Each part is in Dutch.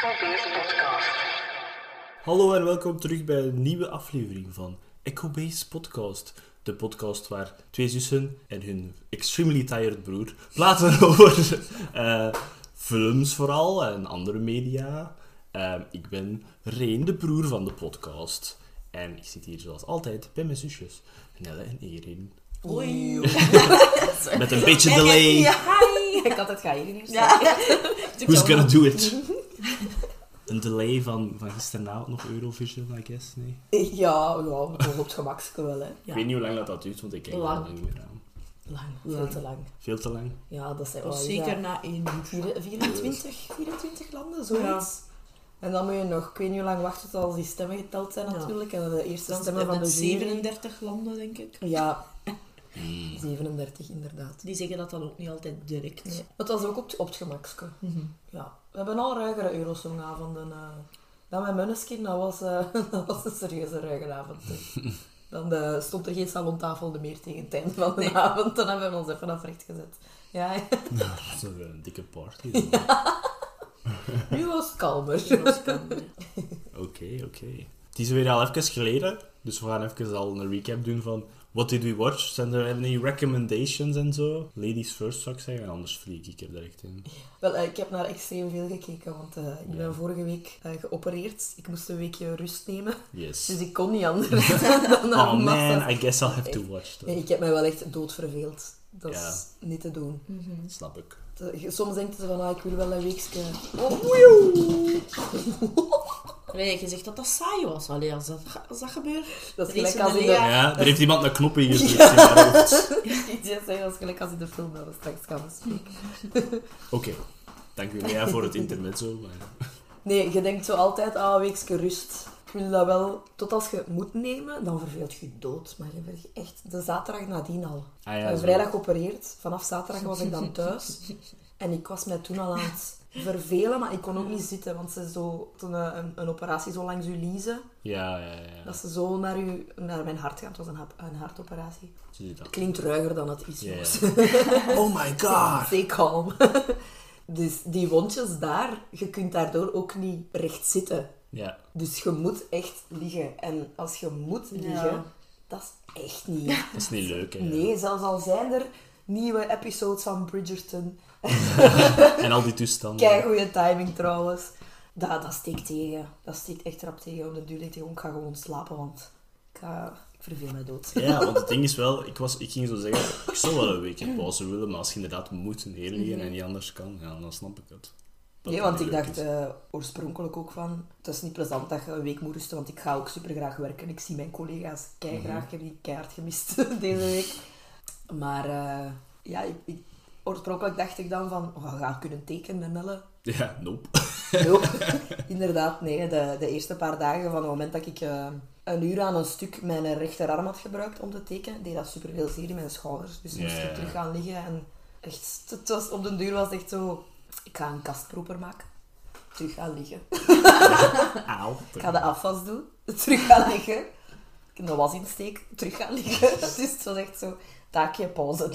Ecobase Podcast. Hallo en welkom terug bij een nieuwe aflevering van Ecobase Podcast. De podcast waar twee zussen en hun extremely tired broer praten over films vooral en andere media. Ik ben Reen, de broer van de podcast. En ik zit hier zoals altijd bij mijn zusjes, Nelle en Erin. Oei. Met een beetje delay. Ja, ik had het gaan hier Ja. Who's gonna do it? Een delay van gisteravond nog Eurovision, I guess, nee? Ja, op het gemakske wel, hè. Ik Ja. weet niet hoe lang dat duurt, want ik kijk er Lang. al niet meer aan. Lang, veel te lang. Veel te lang. Ja, dat zijn Dat wel was zeker na 1 uur. 24 landen, zoiets. En dan moet je nog, ik weet niet hoe lang wachten tot als die stemmen geteld zijn Ja. natuurlijk. En de eerste Dan stemmen van de jury. 37 landen, denk ik. Ja, 37 inderdaad. Die zeggen dat dan ook niet altijd direct. Nee. Het was ook op het gemakske. Mhm. Ja, we hebben al ruigere Eurosongavonden. Dan met Munneskin, dat was een serieuze ruige avond. Dan stond er geen salontafel meer tegen het einde van de avond. Dan hebben we ons even afrecht gezet. Ja, Dat is nog een dikke party. dan. nu was het kalmer. Dat was spannend. Oké. Het is weer al even geleden, dus we gaan even al een recap doen van what did we watch? Zijn er any recommendations en zo? Ladies first zou ik zeggen, anders vlieg ik er direct in. Wel, ik heb naar extreem veel gekeken, want ik ben vorige week geopereerd. Ik moest een weekje rust nemen, Yes. dus ik kon niet anders dan Oh massa's- man, I guess I'll have to watch that. Nee, ik heb mij wel echt doodverveeld. Dat Ja. is niet te doen. Snap ik. Soms denken ze van, ik wil wel een weekje... Nee, je zegt dat dat saai was. Allee, als dat gebeurt. Dat is Er is gelijk als in een de... Lea. Ja, er heeft iemand een knop ingedrukt in mijn hoofd. Ik zeg, dat is gelijk als in de film dat we straks gaan bespreken. Oké, dank u Lea voor het intermezzo. Maar... Nee, je denkt zo altijd, een weekje rust. Ik wil dat wel, tot als je het moet nemen, dan verveelt je dood. Maar je vergeet echt de zaterdag nadien al. Ah, Ik ja, ben zo. vrijdag geopereerd. Vanaf zaterdag was ik dan thuis. En ik was mij toen al aan het vervelen, maar ik kon ook niet zitten. Want ze zo, toen een operatie zo langs je liezen, Ja. dat ze zo naar mijn hart gaan. Het was een hartoperatie. Zie je dat? Klinkt ruiger dan het is, Ja. jongens. Oh my god! Stay calm. Dus die wondjes daar, je kunt daardoor ook niet recht zitten. Ja. Dus je moet echt liggen. En als je moet liggen, Ja. dat is echt niet... Dat is niet leuk, hè? Nee, zelfs al zijn er nieuwe episodes van Bridgerton. En al die toestanden. Kijk, goede timing trouwens. Dat steekt tegen. Dat steekt echt rap tegen. Op de duur denk ik, ik ga gewoon slapen, want ik verveel mij dood. Ja, want het ding is wel, ik ging zo zeggen, ik zou wel een weekje pauze willen, maar als je inderdaad moet neerliggen en niet anders kan, ja, dan snap ik het. Dat Nee, het want niet ik leuk dacht is. oorspronkelijk ook van... Het is niet plezant dat je een week moet rusten, want ik ga ook super graag werken. Ik zie mijn collega's keigraag. Ik heb die keihard gemist deze week. Maar oorspronkelijk dacht ik dan van... we gaan kunnen tekenen, Nelle. Ja, nope. Nope. Inderdaad, nee. De eerste paar dagen van het moment dat ik een uur aan een stuk mijn rechterarm had gebruikt om te tekenen, deed dat super veel zeer in mijn schouders. Dus moest ik terug gaan liggen en echt, op den duur was het echt zo... Ik ga een kastproeper maken. Terug gaan liggen. Auw. Ik ga de afwas doen. Terug gaan liggen. Ik de was insteken. Terug gaan liggen. Dus het was echt zo... Taakje, pauze.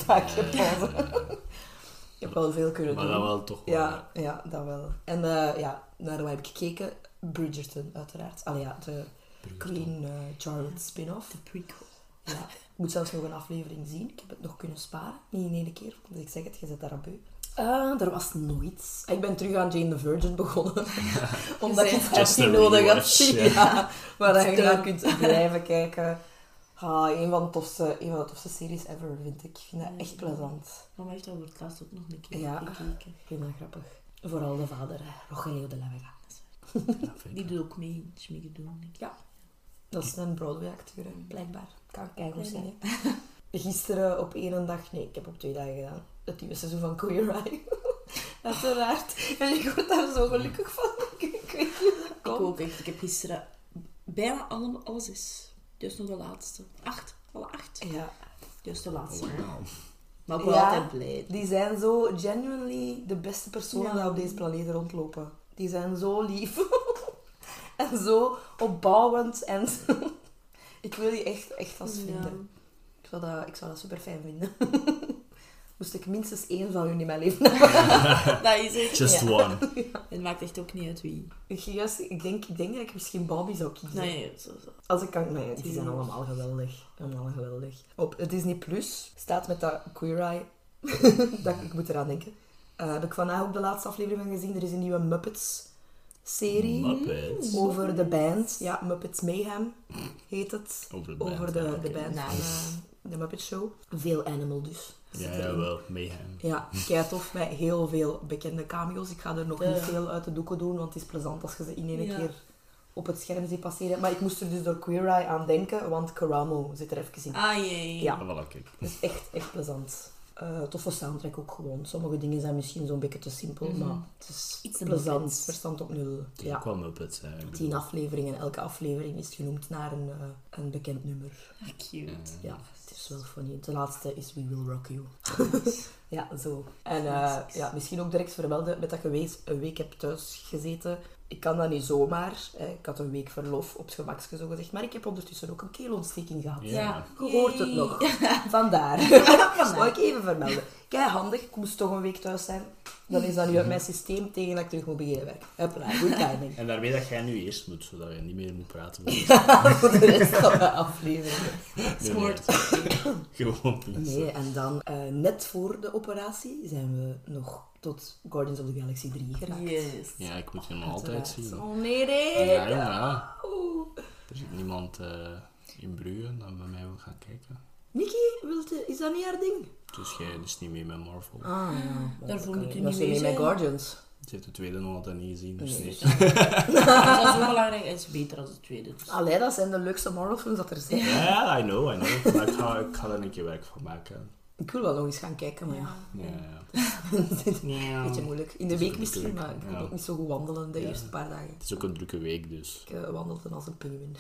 Ik heb wel veel kunnen Maar doen. dat wel toch wel. Ja, dat wel. En naar wat heb ik gekeken? Bridgerton, uiteraard. Allee, ja, de Queen Charlotte spin-off. De prequel. Ja, ik moet zelfs nog een aflevering zien. Ik heb het nog kunnen sparen. Niet in één keer. Dus ik zeg het, je zet daar aan beu. Er was nooit. Ik ben terug aan Jane the Virgin begonnen. Omdat ik het Just niet a nodig had. rewatch, Ja, maar dat je dan kunt blijven kijken. Een van de tofste series ever, vind ik. Ik vind dat echt plezant. Mama heeft dat voor het laatst ook nog een keer Ja. gekeken. Ik vind dat grappig. Vooral de vader, Rogelio de la Vega. Ja, vind Die ik. doet ook mee in Schmiegedoen, denk ik. Ja. Dat is een Broadway-acteur, hè, blijkbaar. Kan keigoed zijn. Gisteren op één dag, nee, ik heb op 2 dagen gedaan. Het nieuwe seizoen van Queer Eye. Uiteraard. En ik word daar zo gelukkig van. Ik weet niet hoe dat Ik komt. ook echt. Ik heb gisteren bijna alle 6. Dus nog de laatste. 8. Alle 8. Ja. Dus de laatste. Oh, wow. Maar ik ben Ja. altijd blij. Die zijn zo genuinely de beste personen Ja. die op deze planeet rondlopen. Die zijn zo lief. En zo opbouwend. En ik wil die echt als vrienden. Ik zou dat super fijn vinden. moest ik minstens 1 van hun in mijn leven hebben. Dat is echt... Just one. Het maakt echt ook niet uit wie. Ik denk dat ik misschien Barbie zou kiezen. Nee, zo. Als ik kan... Nee, die zijn allemaal geweldig. Op Disney Plus staat met dat Queer Eye... dat ik moet eraan denken. Heb ik vandaag ook de laatste aflevering van gezien. Er is een nieuwe Muppets-serie. Muppets. Over de band. Ja, Muppets Mayhem heet het. Over de band, Over ja, de oké. band van de Muppet Show. Veel Animal dus. Ja, wel. Mayhem. Ja, kei tof. Met heel veel bekende cameo's. Ik ga er nog niet veel uit de doeken doen, want het is plezant als je ze in één keer op het scherm ziet passeren. Maar ik moest er dus door Queer Eye aan denken, want Karamo zit er even in. Ah, jee. Ja. Voilà, kijk. Dat is echt plezant. Toffe soundtrack ook gewoon. Sommige dingen zijn misschien zo'n beetje te simpel, maar het is Iets te plezant. Muppets. Verstand op nul. Het is ook wel Muppets. Hè. Ik 10 bedoel, afleveringen. Elke aflevering is genoemd naar een bekend nummer. Ah, cute. Ja, het is wel funny. De laatste is We Will Rock You. Ja, zo. En ja, misschien ook direct vermelden, met dat je een week hebt thuis gezeten. Ik kan dat niet zomaar. Ik had een week verlof, op het gemakske zo gezegd. Maar ik heb ondertussen ook een keelontsteking gehad. Ja. Je hoort het nog. Vandaar. Dat wou ik even vermelden. Kei handig, ik moest toch een week thuis zijn. Dan is dat nu uit mijn systeem tegen dat ik terug moet beginnen werken. Hoppla, goed timing. En daarmee dat jij nu eerst moet, zodat je niet meer moet praten. Voor de rest van de aflevering. Smart. Gewoon niet. Nee, en dan net voor de operatie zijn we nog tot Guardians of the Galaxy 3 geraakt. Yes. Ja, ik moet je nog altijd zien. Oh nee, nee. Ja, ja. Er zit niemand in Brugge dat bij mij wil gaan kijken. Nikki, is dat niet haar ding? Dus jij is niet mee met Marvel. Ah ja. Daarvoor moet je Dat niet is niet mee met zijn. Guardians. Ze heeft de tweede nog altijd niet gezien, dus Nee. nee. Dat is zo belangrijk. Het is beter dan de tweede. Dus. Allee, dat zijn de leukste Marvel films dat er zijn. Ja, I know. Maar ik ga er een keer werk van maken. Ik wil wel nog eens gaan kijken, maar ja. Ja. Beetje moeilijk. In de Het is week ook misschien, natuurlijk, maar ik kon ja. ook niet zo goed wandelen de Ja. eerste paar dagen. Het is ook een drukke week, dus. Ik wandelde als een pinguïn.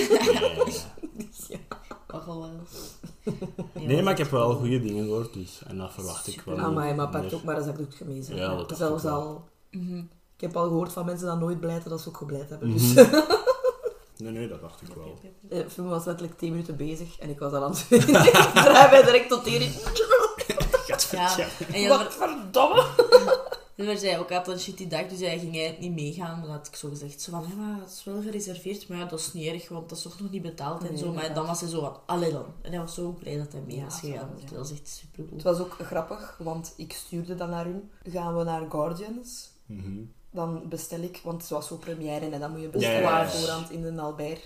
Ja. Mag wel wel. Nee, maar ik heb wel goede dingen gehoord, dus. En dat verwacht ik wel. Ah, maar meer. pakt ook maar een zakdoekje mee. Zeg. Ja, dat dacht Zelfs ik wel. al... Mhm. Ik heb al gehoord van mensen dat nooit blijten, dat ze ook gebleid hebben. Dus Nee, dat dacht ik wel. de film was letterlijk 10 minuten bezig en ik was al aan het... Ik draai mij direct tot hierin. Ja. En je Wat verdomme! En zei ook altijd een shitty dag, dus hij ging eigenlijk niet meegaan. Maar dan had ik zo gezegd, zo van, maar het is wel gereserveerd, maar ja, dat is niet erg, want dat is toch nog niet betaald en Nee, zo. Maar inderdaad. dan was hij zo van, allee dan. En hij was zo blij dat hij mee Ja, was gegaan. zo, ja. Dat was echt super cool. Het was ook grappig, want ik stuurde dan naar hun. Gaan we naar Guardians? Dan bestel ik, want het was zo première en dan moet je bestellen Ja. voorhand in de Albert.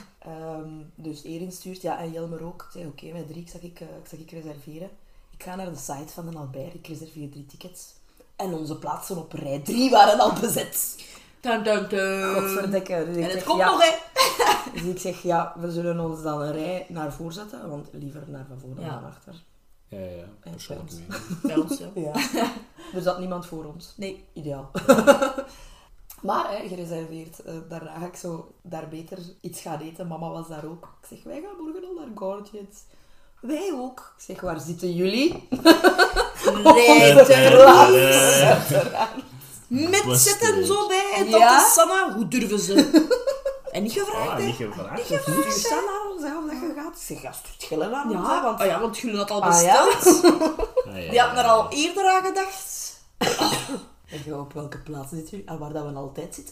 Dus Erin stuurt, ja, en Jelmer ook. Ik zei, oké, met 3 ik zag ik reserveren. Ik ga naar de site van de Albert, ik reserveer 3 tickets. En onze plaatsen op rij 3 waren al bezet. Dun, dun, dun. Godverdikke. Dus ik En het zeg, komt ja. nog, hè. Dus ik zeg, ja, we zullen ons dan een rij naar voor zetten, want liever naar van voor dan Ja. van achter. Ja, persoonlijk spijt. mee. Bij ons, ja. Ja. Er zat niemand voor ons. Nee. Ideaal. Maar, gereserveerd. Daarna ga ik zo daar beter iets gaan eten. Mama was daar ook. Ik zeg, wij gaan morgen al naar Guardians. Wij ook. Ik zeg, waar zitten jullie? Nee, Uiteraard. met zitten zo bij. En Ja? dat is Sanna. Hoe durven ze? En niet gevraagd, Ah, hè. niet gevraagd. Stuur Sam naar ons, hè, omdat je gaat. Ik zeg, ja, stuurt Gillen naar ons, hè, Ja, want... want jullie had al Ah, ja? besteld. Ja. Die had er al eerder aan gedacht. En je, op welke plaats zit u? En waar dat we altijd zitten.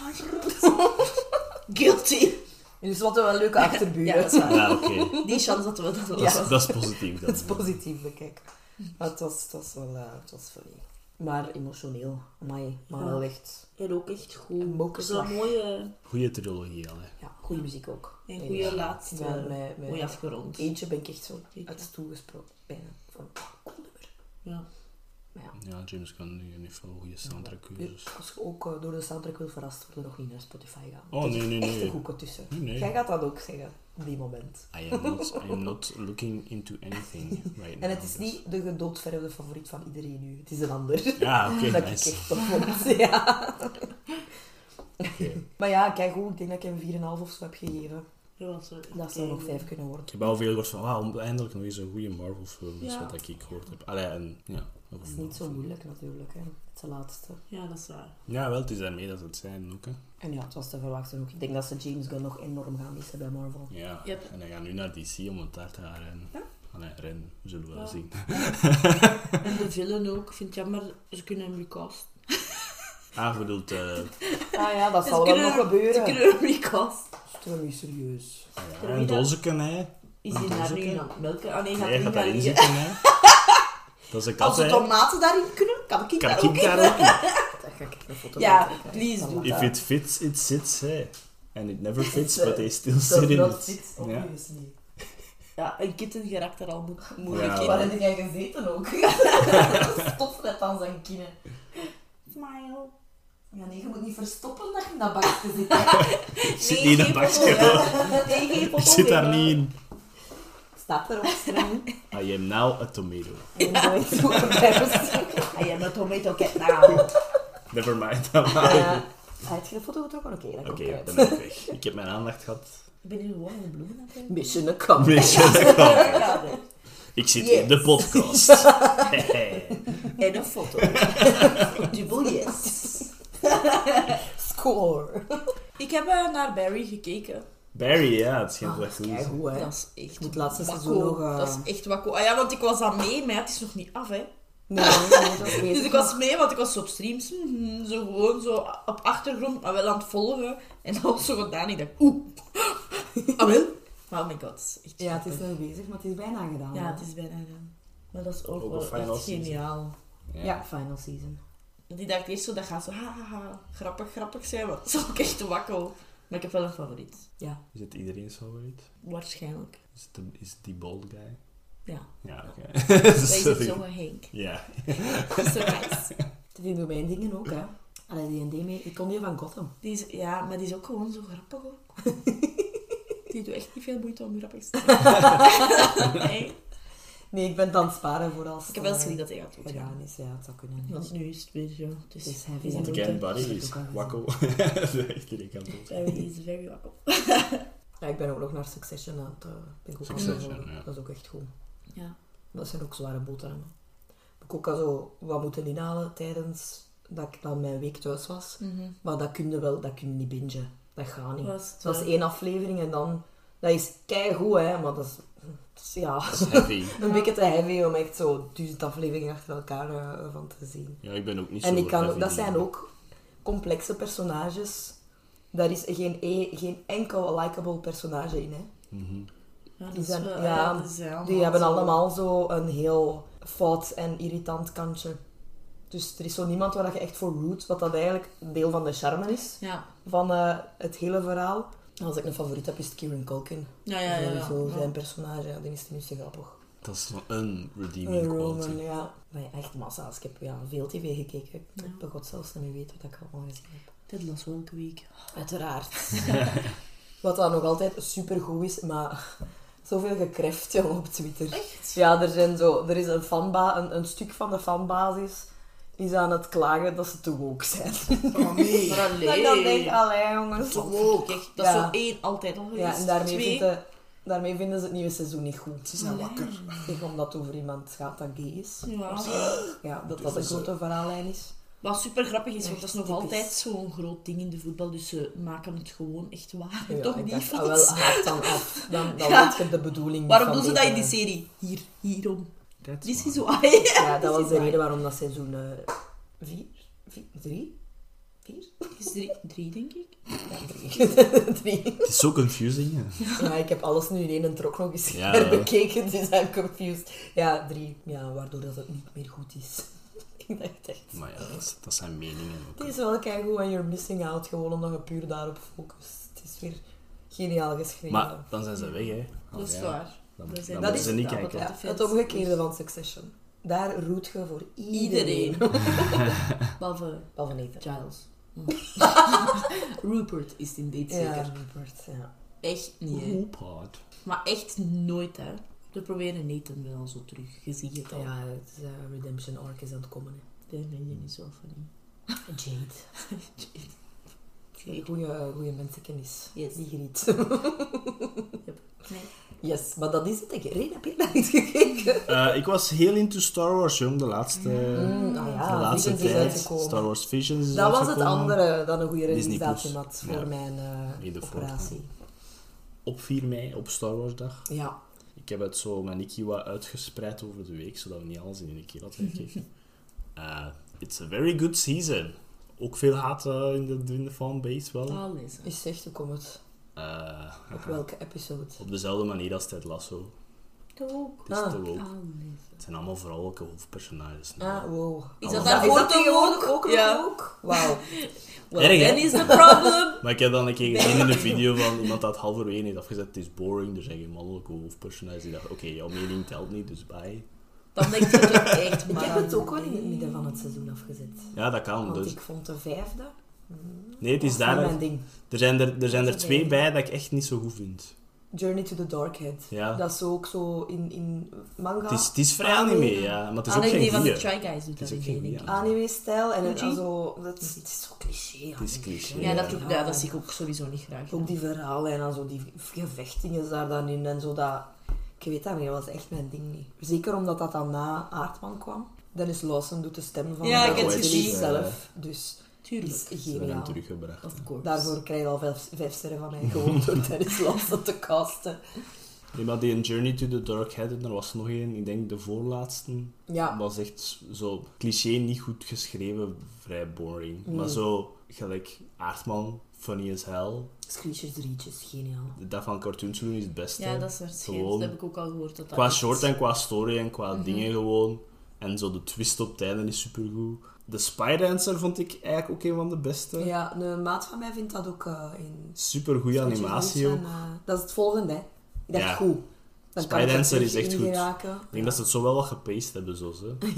Guilty. Dus wat wel een leuke achterburen. Ja, dat is waar. Ja, oké. Die chance dat we dat Ja. Dat is positief dan. Het is positief bekijken. Maar het was wel het was funny. Maar emotioneel. Amai, maar wel echt. En ook echt goed. Een Dat is een mooie, Goeie trilogie al, hè. Ja, goede muziek ook. een goede laatste. Ja, met Mooi afgerond. eentje ben ik echt zo uit de stoel gesproken. Bijna. Van, cool nummer. Ja. Maar ja. Ja, James Gunn heeft wel goede soundtrackkeuzes. Als je ook door de soundtrack wil verrast worden, nog niet naar Spotify gaan. Oh, Het is nee. echt een hoek tussen. Nee. Jij gaat dat ook zeggen, op die moment. I am not looking into anything right now. En het is niet de gedoodverfde favoriet van iedereen nu. Het is een ander. Ja, oké, dat nice. ik echt tof vond. Ja. Oké. Maar ja, kijk goed. Ik denk dat ik hem 4,5 of zo heb gegeven. Ja, Dat zou nog 5 kunnen worden. Ik heb al veel gehoord van, wauw, eindelijk nog eens een goede Marvel film. Dat is Ja. wat ik gehoord heb. Allee, en ja. Dat is niet zo moeilijk natuurlijk. Hè. Het is de laatste. Ja, dat is waar. Ja, wel, het is daarmee dat het zijn ook, hè. En ja, het was te verwachten ook. Ik denk dat ze James Gunn nog enorm gaan missen bij Marvel. Ja, Yep. en hij gaat nu naar DC om het daar te gaan rijden. Ja. Nee, Ren, zullen we wel zien. En de villain ook. Ik vind het jammer, ze kunnen hem recast. Ah, bedoelt... Ah ja, dat Ze zal wel kunnen nog hem- gebeuren. Ze kunnen hem recast. Dat is toch niet serieus. en Dozeken, hè. Is hij daar nu aan het melken? Ah nee, gaat Nee, hij gaat niet gaan daarin liggen. zitten, hè. Dat is een kat, Als de hè. tomaten daarin kunnen, kan ik Kan daar ik ook in. daar ook in? Daar ga ik een foto Ja, van trekken. please Voilà. doe If dat. it fits, it sits, hè. And it never fits, It's, but they still Dat sit in dat it. zit, Ja. obviously. Ja, een kitten geraakt er al moeilijk Ja, in. Waar heb jij gezeten ook? Stop net aan zijn kinnen. Smile. Ja, nee, je moet niet verstoppen dat je in dat bakje zit. Hè. Ik zit niet in een bakje, hoor. Nee, geen Ik zit daar niet in. Staat er op streng. I am now a tomato. En dan is het goed bij I am a tomato cat now. Never mind. Dan maar. Heb je de foto getrokken? Oké, dat komt Oké, eruit. dan ben ik weg. Ik heb mijn aandacht gehad. Ik ben hier gewoon een bloemen aan het hebben. Mission accomplished. Mission accomplished. Ja, nee. Ik zit Yes. in de podcast. En een foto. Dubbel yes. Score. Ik heb naar Barry gekeken. Barry, ja, het schijnt Ah, wel dat goed. is keigoed, hè. Dat is echt Het laatste wakko. seizoen nog... Dat is echt wakko. Ah ja, want ik was aan mee, maar ja, het is nog niet af, hè. Nee, dat is Dus ik was mee, want ik was op streams, zo gewoon zo op achtergrond, maar wel aan het volgen. En dat was zo gedaan. Ik dacht, oeh. Ah, wel? Oh my god, het is echt Ja, het is super. nog bezig, maar het is bijna gedaan. Ja, hè. het is bijna gedaan. Maar dat is ook Ook wel een final echt season. geniaal. Ja, final season. Want ik dacht eerst zo, dat gaat zo grappig zijn, maar het is ook echt wakko. Maar ik heb wel een favoriet. Ja. Is het iedereen's favoriet? Waarschijnlijk. Is het die bald guy? Ja. Ja, oké. Dat is het jonge Henk. Ja. Dat is zo nice. Die doen mijn dingen ook, hè. Allee, die en die mee. Ik kon die van Gotham. Die is, ja, maar die is ook gewoon zo grappig ook. Die doet echt niet veel moeite om grappig te zijn. Nee. Nee, ik ben het aan het sparen voor als... Ik heb wel schrik dat hij gaat doodgaan. gedaan is. Ja, het zou kunnen. Want nu is het weer zo. Het is heavy. is en een Again, dood, hè. buddy is Dat heb ik ook wakko. Iedereen kan dood. Barry is very wakko. Ja, ik ben ook nog naar Succession aan het... ben ik ook Succession, aan het- ja. Dat is ook echt goed. Ja. Dat zijn ook zware boterhammen. Heb ik ook al zo wat moeten inhalen tijdens dat ik dan mijn week thuis was. Maar dat kun je niet bingen. Dat gaat niet. Dat is 1 aflevering en dan... Dat is keigoed, hè. Maar dat is ja... Dat is heavy. Een beetje te heavy om echt zo 1000 afleveringen achter elkaar van te zien. Ja, ik ben ook niet zo En ik kan, heavy dat zijn in. ook complexe personages. Daar is geen enkel likable personage in, hè. Mhm. Ja, dat Die is zijn- wel- ja, dat is allemaal Die hebben zo. allemaal zo een heel fout en irritant kantje. Dus er is zo niemand waar je echt voor root, wat dat eigenlijk een deel van de charme is Ja. van het hele verhaal. Als ik een favoriet heb, is het Kieran Culkin. Ja. Sowieso Ja. zijn personage, ja, die is tenminste grappig. Dat is wel een redeeming quality. Roman, ja. Maar ja, echt massa's. Ik heb veel tv gekeken. Ik Ja. heb god zelfs niet meer weten wat ik allemaal gezien heb. Dit was welke week. Uiteraard. Wat dan nog altijd supergoed is, maar zoveel gekreft jongen, op Twitter. Echt? Ja, er is een stuk van de fanbasis is aan het klagen dat ze te woke zijn. Oh nee. Maar Dat ik dan denk, allee jongens. Toch ook. Echt, dat is Ja. zo 1 altijd al geweest. Ja, en daarmee, 2. daarmee vinden ze het nieuwe seizoen niet goed. Ze zijn wakker. Zeg, omdat het over iemand gaat dat gay is. Ja. Ja, dat Dus dat een dat is, grote verhaallijn is. Wat super grappig is, want dat is nog Typisch. altijd zo'n groot ding in de voetbal, dus ze maken het gewoon echt waar. Ja, toch ik niet dacht, van wel, haak dan af. Dan Ja. weet je de bedoeling Waarom van doen ze dat in die deze- serie? Hierom. That's Dit is why. zo. Ja, dat was de why. reden waarom dat seizoen 3? Is 3, denk ik. Ja, 3. Het is zo confusing. Hè. Ja, ik heb alles nu in één trok nog eens Ja. herbekeken, dus I'm confused. Ja, 3. Ja, waardoor dat het niet meer goed is. Ik dacht echt... Maar ja, dat zijn meningen ook. Het is wel keigoed en you're missing out, gewoon omdat je puur daarop focust. Het is weer geniaal geschreven. Maar dan zijn ze weg, hè. Dat is Ja. waar. Dan, Dat dan zijn- moeten is ze niet dat kijken. wat- ja, de het fans. omgekeerde van Succession. Daar roet je voor iedereen. Behalve Behalve Nathan. Giles. Rupert is het inderdaad Ja, zeker. Rupert, ja. Echt niet, hè. Hoepad. Maar echt nooit, hè. We proberen Nathan wel zo terug. Je ziet het al. Ja, het is, Redemption Arc is aan het komen. Hè. De mensen is wel funny. Jade. Jade. Goeie mensenkennis. Yes. Die griet. Nee. Yes, maar dat is het. Reden, heb je daar niet gekeken? Ik was heel into Star Wars, jong, de laatste Ah de ja, laatste Visions is tijd. uitgekomen. Star Wars Visions is Dat was het uitgekomen. andere dan een goede Disney realisatie Plus. had voor Ja. mijn Nee, de operatie. Op 4 mei, op Star Wars dag. Ja. Ik heb het zo met Nicky wat uitgespreid over de week, zodat we niet alles in één keer hadden gekeken. It's a very good season. Ook veel haat in de fanbase wel. Alles. Is echt, hoe komt het? Op welke episode? Op dezelfde manier als Ted Lasso. Ook. Het is te woke. Alles. Het zijn allemaal vrouwelijke hoofdpersonages. Wow. Is dat daarvoor tegenwoordig ook nog Ja. ook? Wauw. Well, Erg, hè? then is the problem. Maar ik heb dan een keer gezien in een video van iemand dat halverwege heeft afgezet, het is boring, er zijn geen mannelijke hoofdpersonages. Die dacht, oké, jouw mening telt niet, dus bye. Dan denk je toch echt, Ik maar... heb het ook wel in het midden van het seizoen afgezet. Ja, dat kan. Want Dus. ik vond de 5e... Nee, het is was daar. niet mijn ding. Er zijn er is 2 mijn bij dat ik echt niet zo goed vind. Journey to the Dark Head. Ja. Dat is ook zo in manga. Het is vrij anime, ja, maar het is ook Alleen geen die van de goeie. Try Guys doet Het is dat ook in, geen denk goeie. ik. Anime-stijl. En Fuji? zo, het is zo cliché. Het is cliché. Ja, dat, Ja. dat zie ik ook sowieso niet graag. Ook die verhalen en dan zo die gevechtingen daar dan in en zo dat... Ik weet dat niet, dat was echt mijn ding niet. Zeker omdat dat dan na Aardman kwam. Dennis Lawson doet de stem van Ja, ik heb de het serie gezien. zelf. Dus Tuurlijk. is Ze hebben hem geniaal. teruggebracht. Of course. Daarvoor krijg je al 5 sterren van mij, gewoon door Dennis Lawson te casten. Nee, maar die Journey to the Dark Head, er was nog één, ik denk de voorlaatste, Ja, was echt zo cliché, niet goed geschreven, vrij boring. Maar zo, gelijk Aardman, funny as hell. Screechers Reaches, geniaal. Dat van Cartoon Saloon is het beste. Ja, dat is waar. Gewoon. Dat heb ik ook al gehoord. Dat Qua dat short echt- en qua story en qua dingen gewoon. En zo de twist op het einde is supergoed. De Spy Dancer vond ik eigenlijk ook een van de beste. Ja, een maat van mij vindt dat ook in... Supergoeie Screechers animatie Reach ook. en, dat is het volgende, hè. Ik dacht, Ja. goed. Dan Spy kan ik er Dancer terug is echt in goed. geraken. Ik denk dat ze het zo wel wat gepaced hebben, zo.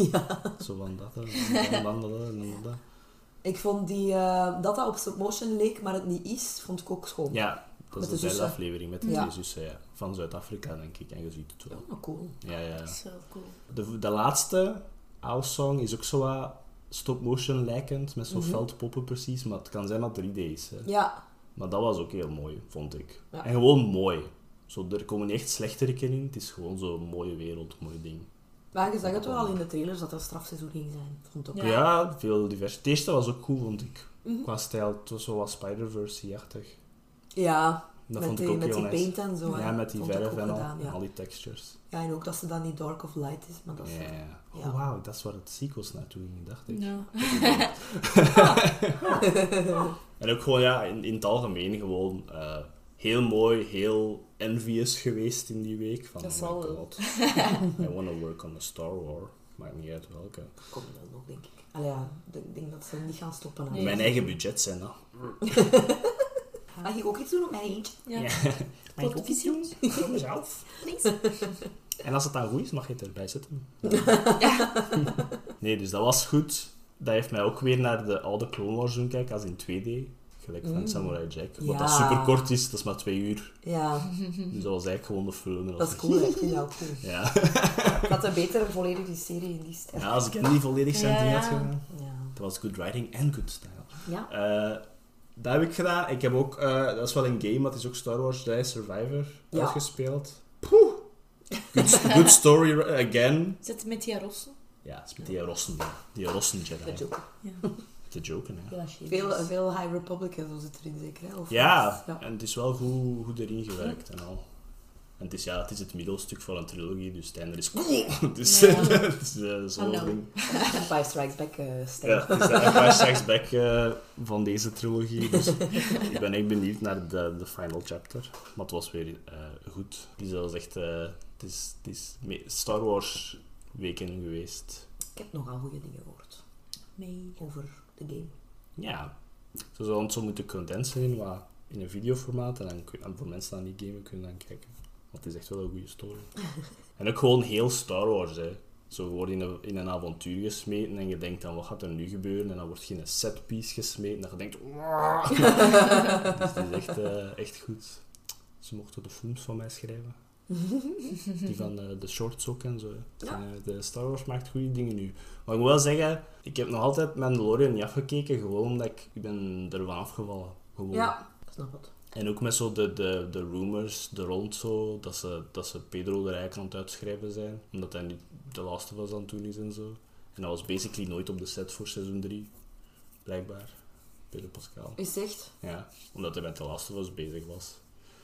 Zo van dat, en dan dat, en dan dat. Ik vond dat op stop motion leek, maar het niet is, vond ik ook schoon. Ja, dat is Met de de derde zussen. aflevering met de Ja. 2 zussen, ja. Van Zuid-Afrika, denk ik. En je ziet het wel. Oh, cool. Ja. Dat is wel cool. De laatste, Owl Song, is ook zo wat stop-motion lijkend, met zo'n Mhm. veldpoppen precies. Maar het kan zijn dat 3D is. Hè. Ja, Maar dat was ook heel mooi, vond ik. Ja. En gewoon mooi. Zo, er komen niet echt slechteriken in. Het is gewoon zo'n mooie wereld, mooi ding. maar je zag het wel al in de trailers dat er strafseizoen ging zijn. Vond ik ook. Ja, veel divers. Het eerste was ook goed, vond ik. Mhm. Qua stijl, het was zo wat Spider-Verse-achtig. Ja, Dat met vond ik die, ook met heel die nice. paint en zo. Ja, hè. met die Vond ik verf ook en al, gedaan, ja. al die textures. Ja, en ook dat ze dan niet Dark of Light is, maar dat is... Ja. Ja. Oh, wauw, dat is waar het sequels naartoe ging, dacht ik. Ja. En ook gewoon, ja, in het algemeen gewoon heel mooi, heel envious geweest in die week. Van, Dat oh zal my wel. god, I want to work on a Star Wars. Maakt niet uit welke. Komt wel nog, denk ik. Allee, ja, ik denk dat ze niet gaan stoppen. aan Nee. Mijn deze. eigen budget zijn dat. Mag ik ook iets doen op mijn eentje? Ja. Ja. Mag ik ook iets doen? Voor mezelf. Please. En als het dan goed is, mag je het erbij zetten. Nee, dus dat was goed. Dat heeft mij ook weer naar de oude Clone Wars doen kijken, als in 2D. Gelijk van Samurai Jack. Wat dat Ja. super kort is, dat is maar 2 uur. Ja, Dus dat was eigenlijk gewoon de film. dat is cool. hè. Ik vind dat ook cool. Ja. Ik had een betere volledige serie in die stijl. Ja, als ik niet volledig zijn ding had Ja. gedaan. Ja. Dat was good writing en good style. Ja. Dat heb ik gedaan. Ik heb ook, dat is wel een game, maar het is ook Star Wars Jedi Survivor Ja. uitgespeeld. Poeh. Good story again. Zit het met die rossen? Ja, het is met die Rossen Jedi. Dat ook. Ja. Te joken, hè. Veel High Republic en zo zit erin zeker, hè? Of Ja, ja. en het is wel goed erin gewerkt en al. En het is het middelstuk van een trilogie, dus het einde is cool. Dus Ja. het is zo'n Oh, no. ding. Empire Strikes Back stijl. Ja, het is de Empire Strikes Back van deze trilogie. Dus ik ben echt benieuwd naar de final chapter. Maar het was weer goed. Dus dat was echt... het is Star Wars weken geweest. Ik heb nogal goede dingen gehoord Nee. over de game. Ja. Ze zouden het zo moeten condensen in een videoformaat. En voor mensen die niet gamen kunnen dan kijken. Want het is echt wel een goede story. En ook gewoon heel Star Wars, hè. Zo gewoon in een avontuur gesmeten en je denkt dan, wat gaat er nu gebeuren? En dan word je in een setpiece gesmeten en je denkt, "Waaah." Dus het is echt goed. Ze mochten de films van mij schrijven. Die van de shorts ook en zo. Hè. Ja. De Star Wars maakt goede dingen nu. Maar ik moet wel zeggen, ik heb nog altijd Mandalorian niet afgekeken, gewoon omdat ik ben ervan afgevallen. Gewoon. Ja, ik snap het. En ook met zo de rumors er rond zo, dat ze Pedro er eigenlijk aan het uitschrijven zijn. Omdat hij nu de laatste was aan het doen is en zo. En dat was basically nooit op de set voor seizoen 3. Blijkbaar. Pedro Pascal. Is het echt? Ja, omdat hij met de laatste was bezig was.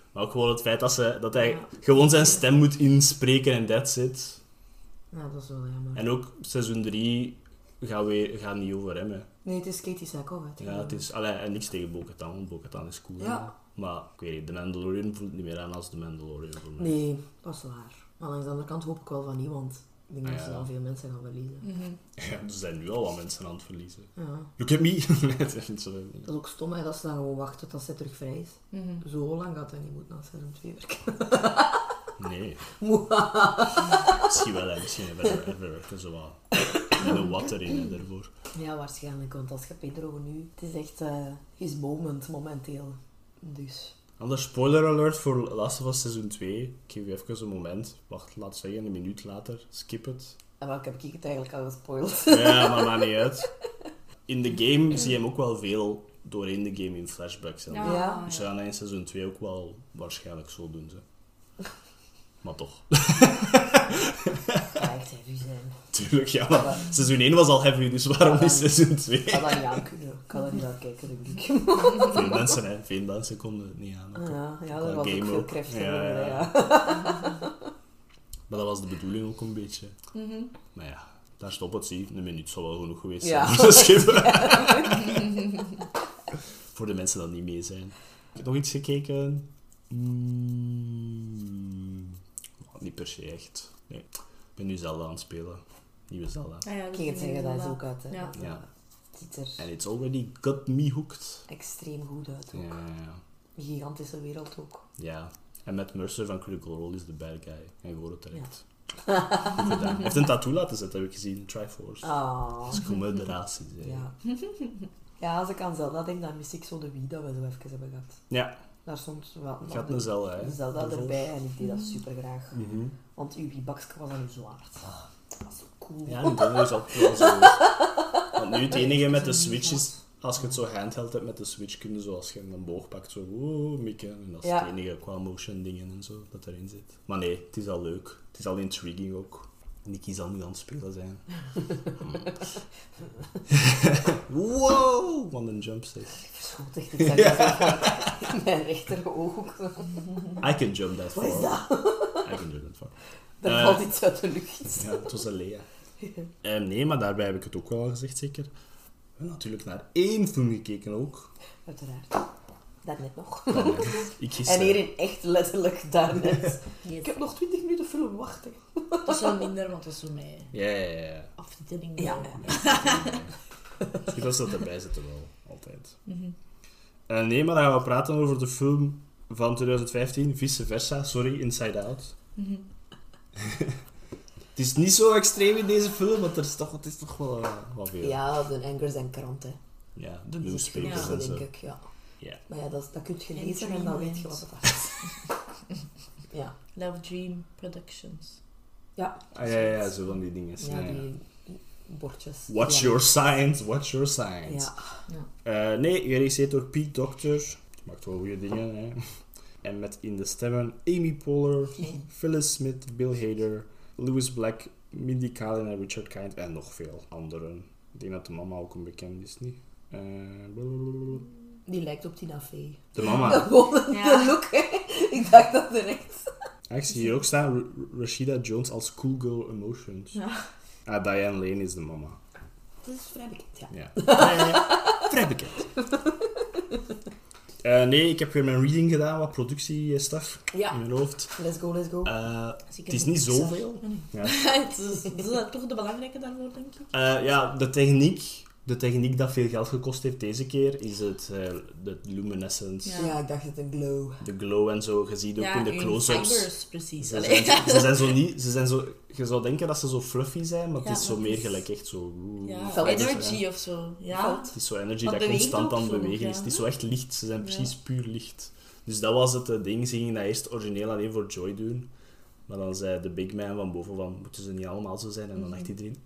Maar ook gewoon het feit dat hij gewoon zijn stem moet inspreken en that's it. Ja, dat is wel jammer. En ook seizoen 3 gaat niet over hem. Hè. Nee, het is Katie Sackhoff. Ja, het is... en niks tegen Bo-Katan, want Bo-Katan is cool. Ja. Maar ik weet niet, de Mandalorian voelt niet meer aan als de Mandalorian voor mij. Nee, dat is waar. Maar langs de andere kant hoop ik wel van niet, want ik denk dat ze dan veel mensen gaan verliezen. Ja, er zijn nu al wat mensen aan het verliezen. Ja. Look at me! Dat is niet zo... Dat is ook stom, hè, dat ze dan gewoon wachten tot zij terug vrij is. Zo lang gaat hij niet moeten na seizoen 2 werken. Nee. Misschien wel, hè. Misschien even werken zo wat. Met een wat erin, hè, daarvoor. Ja, waarschijnlijk, want als je Pedro nu... Het is echt his moment momenteel. Dus... Anders spoiler alert voor Last of Us seizoen 2. Ik geef je even een moment. Wacht, laat zeggen, een minuut later. Skip het. En welk heb ik het eigenlijk al gespoild? Ja, maar maakt niet uit. In de game zie je hem ook wel veel doorheen de game in flashbacks. En Ja. dus ze gaan in seizoen 2 ook wel waarschijnlijk zo doen. Ze. Maar toch. Ja, echt heavy zijn. Tuurlijk, ja. Maar seizoen 1 was al heavy, dus waarom is seizoen 2? Ik kan dat niet aankunnen. Ik kan dat niet aan kijken, denk ik. Veel mensen, hè. Veel mensen konden het niet aan. Ja, daar was ook veel kracht in. Ja. Maar dat was de bedoeling ook een beetje. Maar ja, daar stopt het, zie. Een minuut zal wel genoeg geweest zijn om te skippen. Voor de mensen die niet mee zijn. Ik heb nog iets gekeken. Niet per se echt. Nee. Ik ben nu Zelda aan het spelen. Nieuwe Zelda. Ah, ja, Ik ging het zeggen, dat is ook uit. Hè. Ja. Ja. Het ziet er And it's already got me hooked. extreem goed uit ook. Ja. Een gigantische wereld ook. Ja. En Matt Mercer van Critical Role is de bad guy. En gewoon het terecht. Goed gedaan. Hij heeft een tattoo laten zetten, heb ik gezien. Triforce. Ah. Dat is comoderatie. Ja. Ja, als ik aan Zelda denk, dan mis ik zo de Wii dat we zo even hebben gehad. Ja. Daar stond wel Je had een Zelda, hè. Zelda Daarvoor. erbij en ik deed dat super graag. Mhm. Want uw Wii-bakje was dan zo hard. Dat was zo cool. Ja, Nintendo is altijd wel zo. Want nu het enige met de Switch is, als je het zo handheld hebt met de Switch, kun je zo, als je een boog pakt, zo mikken. En dat is het enige qua motion dingen en zo dat erin zit. Maar nee, het is al leuk. Het is al intriguing ook. Nicky zal nu aan het spelen zijn. Wow! Wat een jumpset. Verschoot echt, ik zag dat in mijn rechteroog. I can jump that far. Wat is dat? I can jump that far. Er valt iets uit de lucht. Ja, het was een Lea. Nee, maar daarbij heb ik het ook wel al gezegd, zeker. We hebben natuurlijk naar 1 film gekeken ook. Uiteraard. Daarnet nog. Ik En gisteren. hierin echt letterlijk daarnet. Yes. Ik heb nog 20 minuten film wachten. Dat is wel minder, want dat is zo mee Ja. aftiteling. Ja. Goed dat ze dat erbij zitten wel, altijd. Nee, maar dan gaan we praten over de film van 2015, vice versa, Inside Out. Het is niet zo extreem in deze film, want het is toch wel wat veel. Ja, de Angers en krant, hè. Ja, de Dat is het newspapers grootste, en zo. denk ik, ja. Ja. Maar ja, dat kun je lezen en dan weet je wat het is. Ja. Love Dream Productions. Ja. Ja, zo van die dingen. Ja, die bordjes. Watch Ja. your signs, watch your signs. Ja. Nee, geregisseerd door Pete Docter. Maakt wel goede dingen, hè. En met in de stemmen Amy Poehler, Phyllis Smith, Bill Hader, Louis Black, Mindy Kaling en Richard Kind en nog veel anderen. Ik denk dat de mama ook een bekend is, niet? Die lijkt op Tina Fey. De mama. Gewoon de look, hè. Ik dacht dat direct. Ik zie hier ook staan Rashida Jones als Cool Girl Emotions. Ja. Diane Lane is de mama. Dat is vrij bekend, ja. Ja. Vrij bekend. Nee, ik heb weer mijn reading gedaan, wat productiestuff Ja. in mijn hoofd. Let's go, let's go. Het is niet zoveel. Ja. Het is toch de belangrijke daarvoor, denk ik. Ja, de techniek dat veel geld gekost heeft deze keer, is de luminescence, Ja, ik dacht het een glow. de glow en zo. Je ziet ook in de close-ups. Fibers, precies. Ze zijn zo niet... Je zou denken dat ze zo fluffy zijn, maar Ja, het is zo dat meer is- gelijk echt zo... Ja, Veld. energy of zo. Ja. Het is zo energy Dat dat beweegt constant ook aan het zo, bewegen is. ja. Het is zo echt licht. Ze zijn precies Ja. puur licht. Dus dat was het ding. Ze gingen dat eerst origineel alleen voor Joy doen. Maar dan zei de big man van boven van, moeten ze niet allemaal zo zijn? En dan dacht iedereen...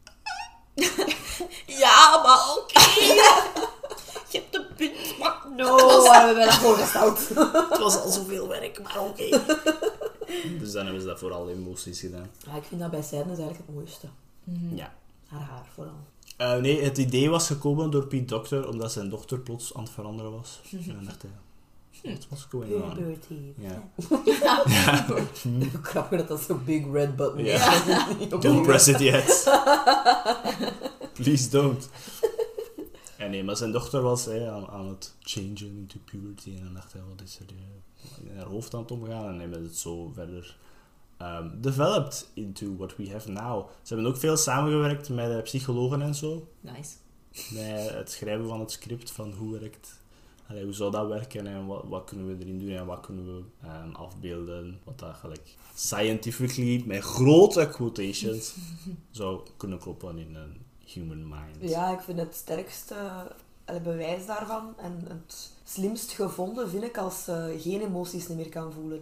Ja, maar oké. Je hebt een punt, maar No, waar hebben wij dat voorgesteld? Het was al zoveel werk, maar oké. Dus dan hebben ze dat voor alle emoties gedaan. Ja, ik vind dat bij Seiden is eigenlijk het mooiste. Ja. Haar vooral. Nee, het idee was gekomen door Pete Docter, omdat zijn dochter plots aan het veranderen was. En dan dacht hij, What's going on? Puberty. Ja. Grappig dat zo'n big red button is. Ja. Don't press it yet. Please don't. En nee, maar zijn dochter was aan het changen into puberty. En dan dacht hij, wat is er in haar hoofd aan het omgaan? En hij heeft het zo verder developed into what we have now. Ze hebben ook veel samengewerkt met psychologen en zo. Nice. Bij het schrijven van het script, van hoe werkt... hoe zou dat werken en wat kunnen we erin doen en wat kunnen we afbeelden. Wat dat gelijk scientifically, met grote quotations, zou kunnen kloppen in een human mind. Ja, ik vind het sterkste bewijs daarvan en het slimst gevonden vind ik als ze geen emoties meer kan voelen.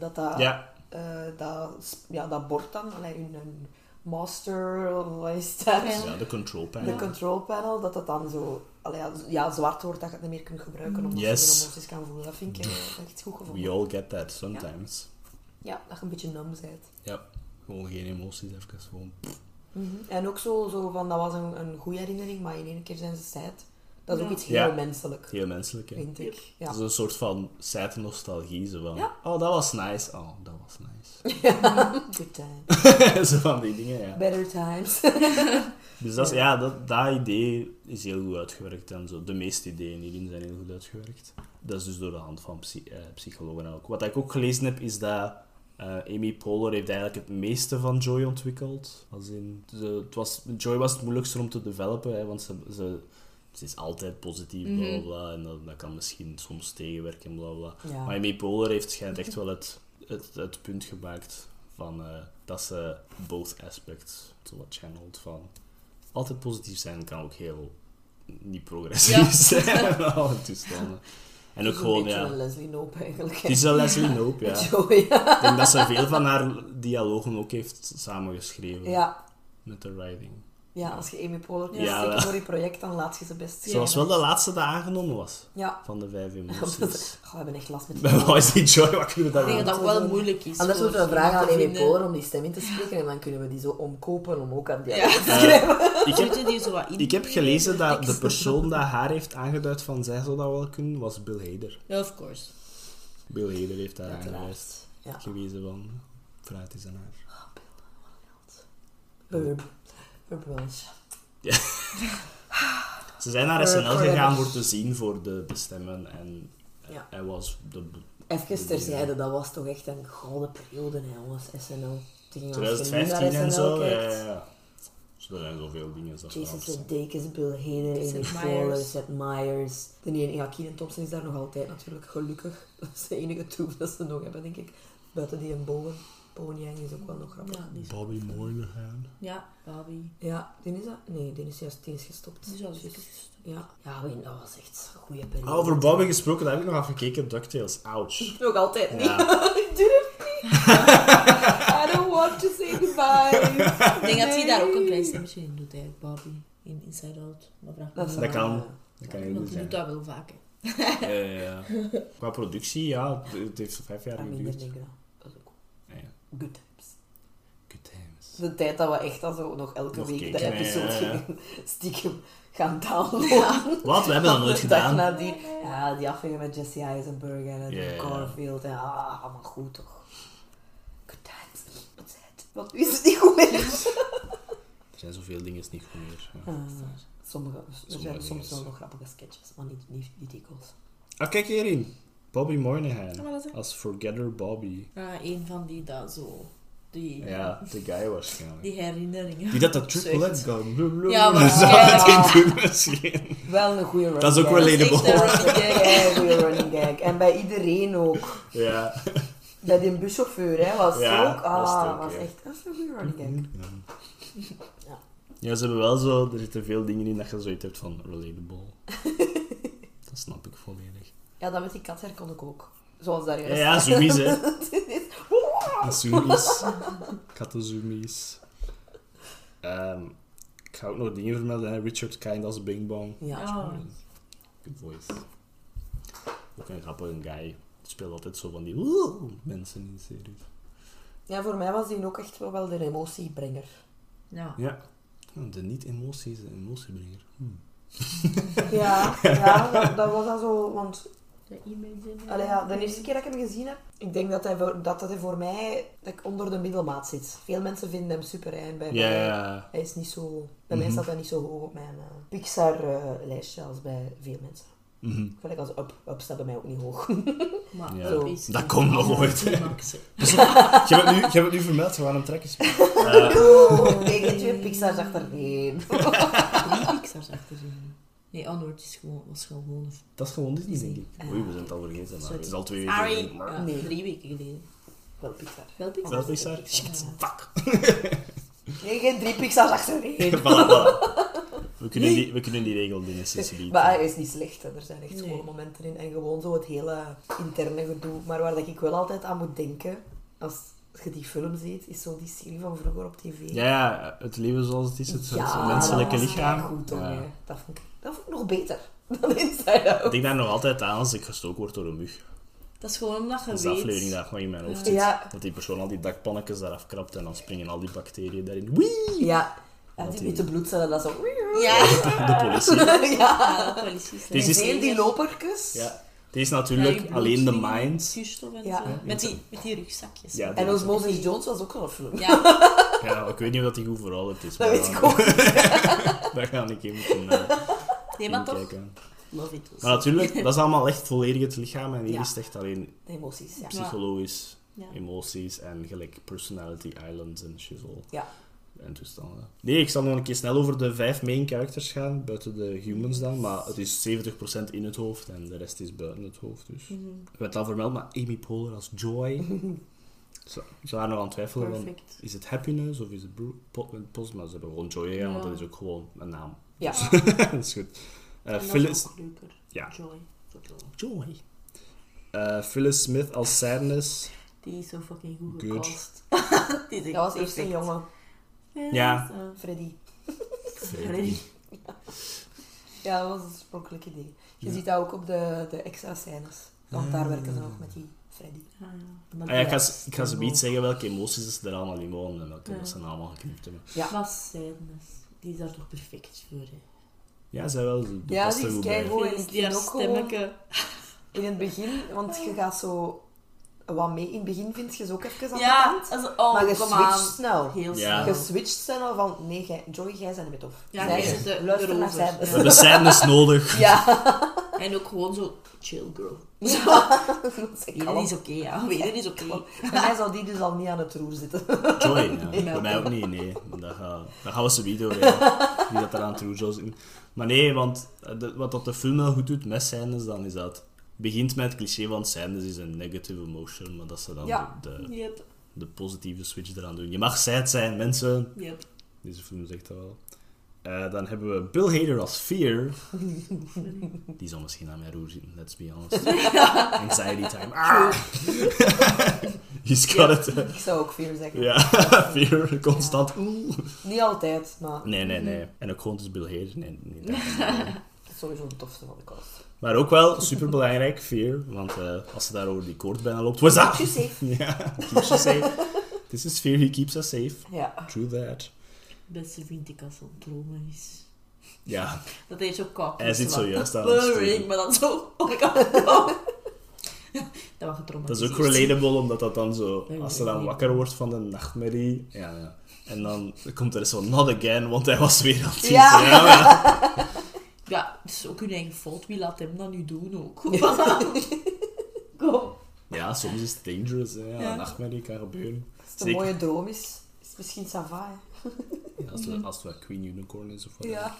Dat bord dan, hun master, wat is dat? Ja, de control panel. De control panel, dat dan zo zwart wordt, dat je het niet meer kunt gebruiken omdat je geen emoties kan voelen. Dat vind ik echt goed gevonden. We all get that sometimes. Ja, dat je een beetje numb bent. Ja, gewoon geen emoties, even gewoon... En ook zo van, dat was een goede herinnering, maar in één keer zijn ze sad. Dat is ook iets heel menselijk. Heel menselijk, hè. Vind ik. Ja. Dat is een soort van sad nostalgie, zo van... Ja. Oh, dat was nice. Oh, dat was nice. Good time. Zo van die dingen, ja. Better times. Dus dat idee is heel goed uitgewerkt en zo. De meeste ideeën hierin zijn heel goed uitgewerkt. Dat is dus door de hand van psychologen ook. Wat ik ook gelezen heb, is dat Amy Poehler heeft eigenlijk het meeste van Joy ontwikkeld. Joy was het moeilijkste om te developen, hè, want ze is altijd positief, bla bla bla, en dat kan misschien soms tegenwerken, bla bla. Ja. Maar Amy Poehler schijnt echt wel het punt gemaakt van dat ze both aspects zo wat channelt van altijd positief zijn kan ook heel niet progressief zijn in alle toestanden. En ook gewoon, een Leslie Knope eigenlijk. Het is een Leslie Knope, ja. Joey. Ik denk dat ze veel van haar dialogen ook heeft samengeschreven. Ja. Met de writing. Ja, als je Amy Poehler niet Ja, zeker voor je project, dan laat je ze best. Ze was wel de laatste die aangenomen was. Ja. Van de 5 emoties. We hebben echt last met Bij Why is die Joy? Wat kunnen we Ik daar denk dat dat ook wel moeilijk is. Anders moeten we voor vragen aan iemand te Amy vinden. Poehler om die stem in te spreken en dan kunnen we die zo omkopen om ook aan die Ja. te schrijven. Weet je, die zo wat in- Ik heb gelezen dat de persoon dat haar heeft aangeduid van zij zou dat wel kunnen, was Bill Hader. Ja, of course. Bill Hader heeft daar Uiteraard. aangewezen. Ja. Gewezen van, fruit is aan haar. Burb Welsh. Ja. Ze zijn naar SNL gegaan voor te zien voor de stemmen en Ja. hij was Even terzijde, dat was toch echt een gouden periode, hè, jongens, SNL. Toen je 2015 naar en SNL zo. kijkt, Ja. Zo, er zijn zoveel dingen. Jason Sudeikis, Bill Hader, Amy Seth Poehler, Meyers. Seth Meyers. Kenan Thompson is daar nog altijd natuurlijk, gelukkig. Dat is de enige troef dat ze nog hebben, denk ik. Buiten die en Bowen. Bowen Yang is ook wel nog grappig. Ja, die is... Bobby Moynihan. Ja, Bobby. Ja, die is dat? Nee, die is juist gestopt. Die is al Juist. zeker. Ja, dat was echt een goede periode. Over Bobby gesproken, daar heb ik nog even gekeken. DuckTales, ouch. Nog altijd niet. Ja. Ik doe het niet. I don't want to say goodbye. Ik denk dat hij daar ook een klein stemmetje in doet, eigenlijk, Bobby. In Inside Out. Maar vraag me Dat niet. is Dat kan. wel, Dat kan heel Want goed hij doet zijn. dat wel vaak, hè. Ja. Qua productie, ja, het heeft 5 jaar minder geduurd. negro. Dat is ook Ja. good times. Good times. De tijd dat we echt al zo nog elke Nog week keken, de episode ja. stiekem gaan downloaden. Wat? We hebben dat nooit De dag gedaan. na die aflevering met Jesse Eisenberg en Ja, ja. Garfield. En, allemaal goed toch. Good times. Wat is het niet goed meer? Er zijn zoveel dingen niet goed meer. Ja. Er zijn dingen soms is- wel nog grappige sketches, maar niet dikwijls. Ah, kijk hierin. Bobby Ja, Moynihan. wat is het? Als Forgetter Bobby. Een van die dat zo... Die, Ja, de guy waarschijnlijk. die herinneringen. Die dat triple Zoiets. leg gun. Ja, maar- Zou het in doen misschien. Wel een goede running Dat is ook gag. relatable. Dat is echt een running gag. Een goede running gag. En bij iedereen ook. Ja. Bij die buschauffeur hè, was Ja, het ook. was het ook, ja. Dat is een goede running gag. Ja. Ja, ze hebben wel zo... Er zitten veel dingen in dat je zoiets hebt van relatable. Dat snap ik volledig. Ja, dat met die kat kon ik ook. Zoals daar Ja, juist. ja, zoomies, hè. Ah. Zoomies. Kattenzoomies. Ik ga ook nog dingen vermelden. Hè. Richard Kind als Bing Bong. Ja. Oh. Good voice. Ook een grappige guy. Die speelt altijd zo van die mensen in de series. Ja, voor mij was die ook echt wel de emotiebrenger. Ja. Ja. De niet-emotie is de emotiebrenger. Ja, dat was dan zo, want De e-mails in. Allee, ja, de eerste keer dat ik hem gezien heb, ik denk dat hij voor mij dat ik onder de middelmaat zit. Veel mensen vinden hem super, hè. En bij mij, hij is niet zo... Bij mij staat hij niet zo hoog op mijn Pixar-lijstje als bij veel mensen. Gelijk als Up staat bij mij ook niet hoog. Maar Ja, Up is dat komt nog ooit. climax, hè. Je hebt het nu vermeld, we gaan hem trekken. Nee, ik heb Pixar's achterheen. 3 Pixar's achter zich. Nee, Onward was gewoon... Dat is gewoon Disney, denk ik. Oei, we zijn het al vergeten. Maar Sorry. het is al 2 weken Sorry. geleden. Maar... Ja, Nee. 3 weken geleden. Wel Pixar. Wel Pixar? Wel Pixar? Shit, fuck. Nee, geen 3 Pixar's achterheen. Voilà. We kunnen die regel binnen sinds Maar hij is niet slecht, hè. Er zijn echt schone momenten in. En gewoon zo het hele interne gedoe. Maar waar dat ik wel altijd aan moet denken, als je die film ziet, is zo die serie van vroeger op tv. Ja, het leven zoals het is, het Ja, menselijke dat was lichaam. goed, toch, Ja. hè. Dat vond ik nog beter dan Inside Out. Ik denk daar nog altijd aan als ik gestoken word door een mug. Dat is gewoon omdat je Dat is de weet... aflevering daar gewoon in mijn hoofd zit. Ja. Dat die persoon al die dakpannetjes daar afkrapt en dan springen al die bacteriën daarin. Wee! Ja. En Want die die- witte bloedcellen, dat zo... Ja. De politie. Ja. dat politie is Die Die die lopertjes. Ja. Het is natuurlijk alleen de mind. Zuurstof en Ja. zo. Met die rugzakjes. Ja, En Osmosis Jones was ook wel een film. Ja. Ja, ik weet niet of dat die goed veranderd is. Dat maar weet ik ook niet. Daar ga ik een moeten Nee, maar toch? kijken. Love it. Maar natuurlijk, dat is allemaal echt volledig het lichaam. En hier Ja. is het echt alleen De emoties, ja. psychologisch, Ja. emoties en gelijk personality islands en shizzle. Ja. En toestanden. Nee, ik zal nog een keer snel over de 5 main characters gaan, buiten de humans dan. Maar het is 70% in het hoofd en de rest is buiten het hoofd. Dus. We hebben het al vermeld, maar Amy Poehler als Joy. Ze waren nog aan het twijfelen van, Perfect. is het happiness of is het post? Maar ze hebben gewoon Joy gegaan, want Ja. dat is ook gewoon een naam. Ja. Dat is goed. En dat is Phyllis... ook leuker. Ja. Joy. Joy. Phyllis Smith als Sadness. Die is zo fucking goed Good. gecast. Die is echt Dat was eerst een perfect. jongen. Ja. Freddy. Freddy. Ja, dat was een oorspronkelijk idee. Je ziet dat ook op de extra scènes. Want daar werken ze nog met die Freddy. Ah, ja. Ah, ja, ik ga ze niet zeggen welke emoties ze er allemaal in wonen en welke dat ze allemaal geknipt hebben. Ja. Wat sadness. Die is daar toch perfect voor, hè? Ja, zij wel. De Ja, past die er is goed bij. keigoed. en ik Die vind haar ook gewoon... stemmetje. In het begin, want je gaat zo wat mee. In het begin vind je ze ook even aan de Ja, kant. also, oh, Maar je kom switcht aan. snel. Heel Ja. Je snel. switcht snel van, nee, Joy, jij bent niet tof. Ja, Zij jij zit luister naar erover. zij. We hebben Sadness nodig. Ja. En ook gewoon zo, chill girl. Ze Iedereen is oké, ja. Iedereen is oké. Bij mij zou die dus al niet aan het roer zitten. Joy, ja. Nee, Bij mij ook niet, nee. Dat gaan we ze video over wie dat er aan het roer zou zitten. Maar nee, want wat dat de film wel goed doet met scènes, dan is dat... begint met het cliché van scènes is een negative emotion, maar dat ze dan Ja. Yep. de positieve switch eraan doen. Je mag sad zijn, mensen. Yep. Deze film zegt dat wel. Dan hebben we Bill Hader als Fear. Die zal misschien aan mijn roer zitten, let's be honest. Anxiety time. Ah! He's got it. Ik zou ook Fear zeggen. Ja, Fear, constant. Oeh. Niet altijd, maar Nee. En ook gewoon dus Bill Hader. Nee, niet dat. het is sowieso de tofste van de cast. Maar ook wel superbelangrijk, Fear. Want als ze daar over die koord bijna loopt, what's up? Keeps you safe. Ja, keeps you safe. This is Fear, he keeps us safe. Ja. True that. Beste vind ik als het dromen is. Ja, Dat hij zo koud hij zit zojuist aan het Blurring, sturen. maar dan zo. Oh my god, no. Dat was Dat is ook getraumatiseerd. relatable, omdat dat dan zo... Als ze dan wakker wordt van de nachtmerrie... Ja. En dan komt er zo not again, want hij was weer aan het eten. Ja. Ja. Ja, het is ook hun eigen fout. Wie laat hem dat nu doen ook? Kom. Ja, soms is het dangerous. Hè. Ja, Ja. Een nachtmerrie kan gebeuren. Als het een mooie droom is, is het misschien Sava. Ja, als het wat Queen Unicorn is of wat. Ja.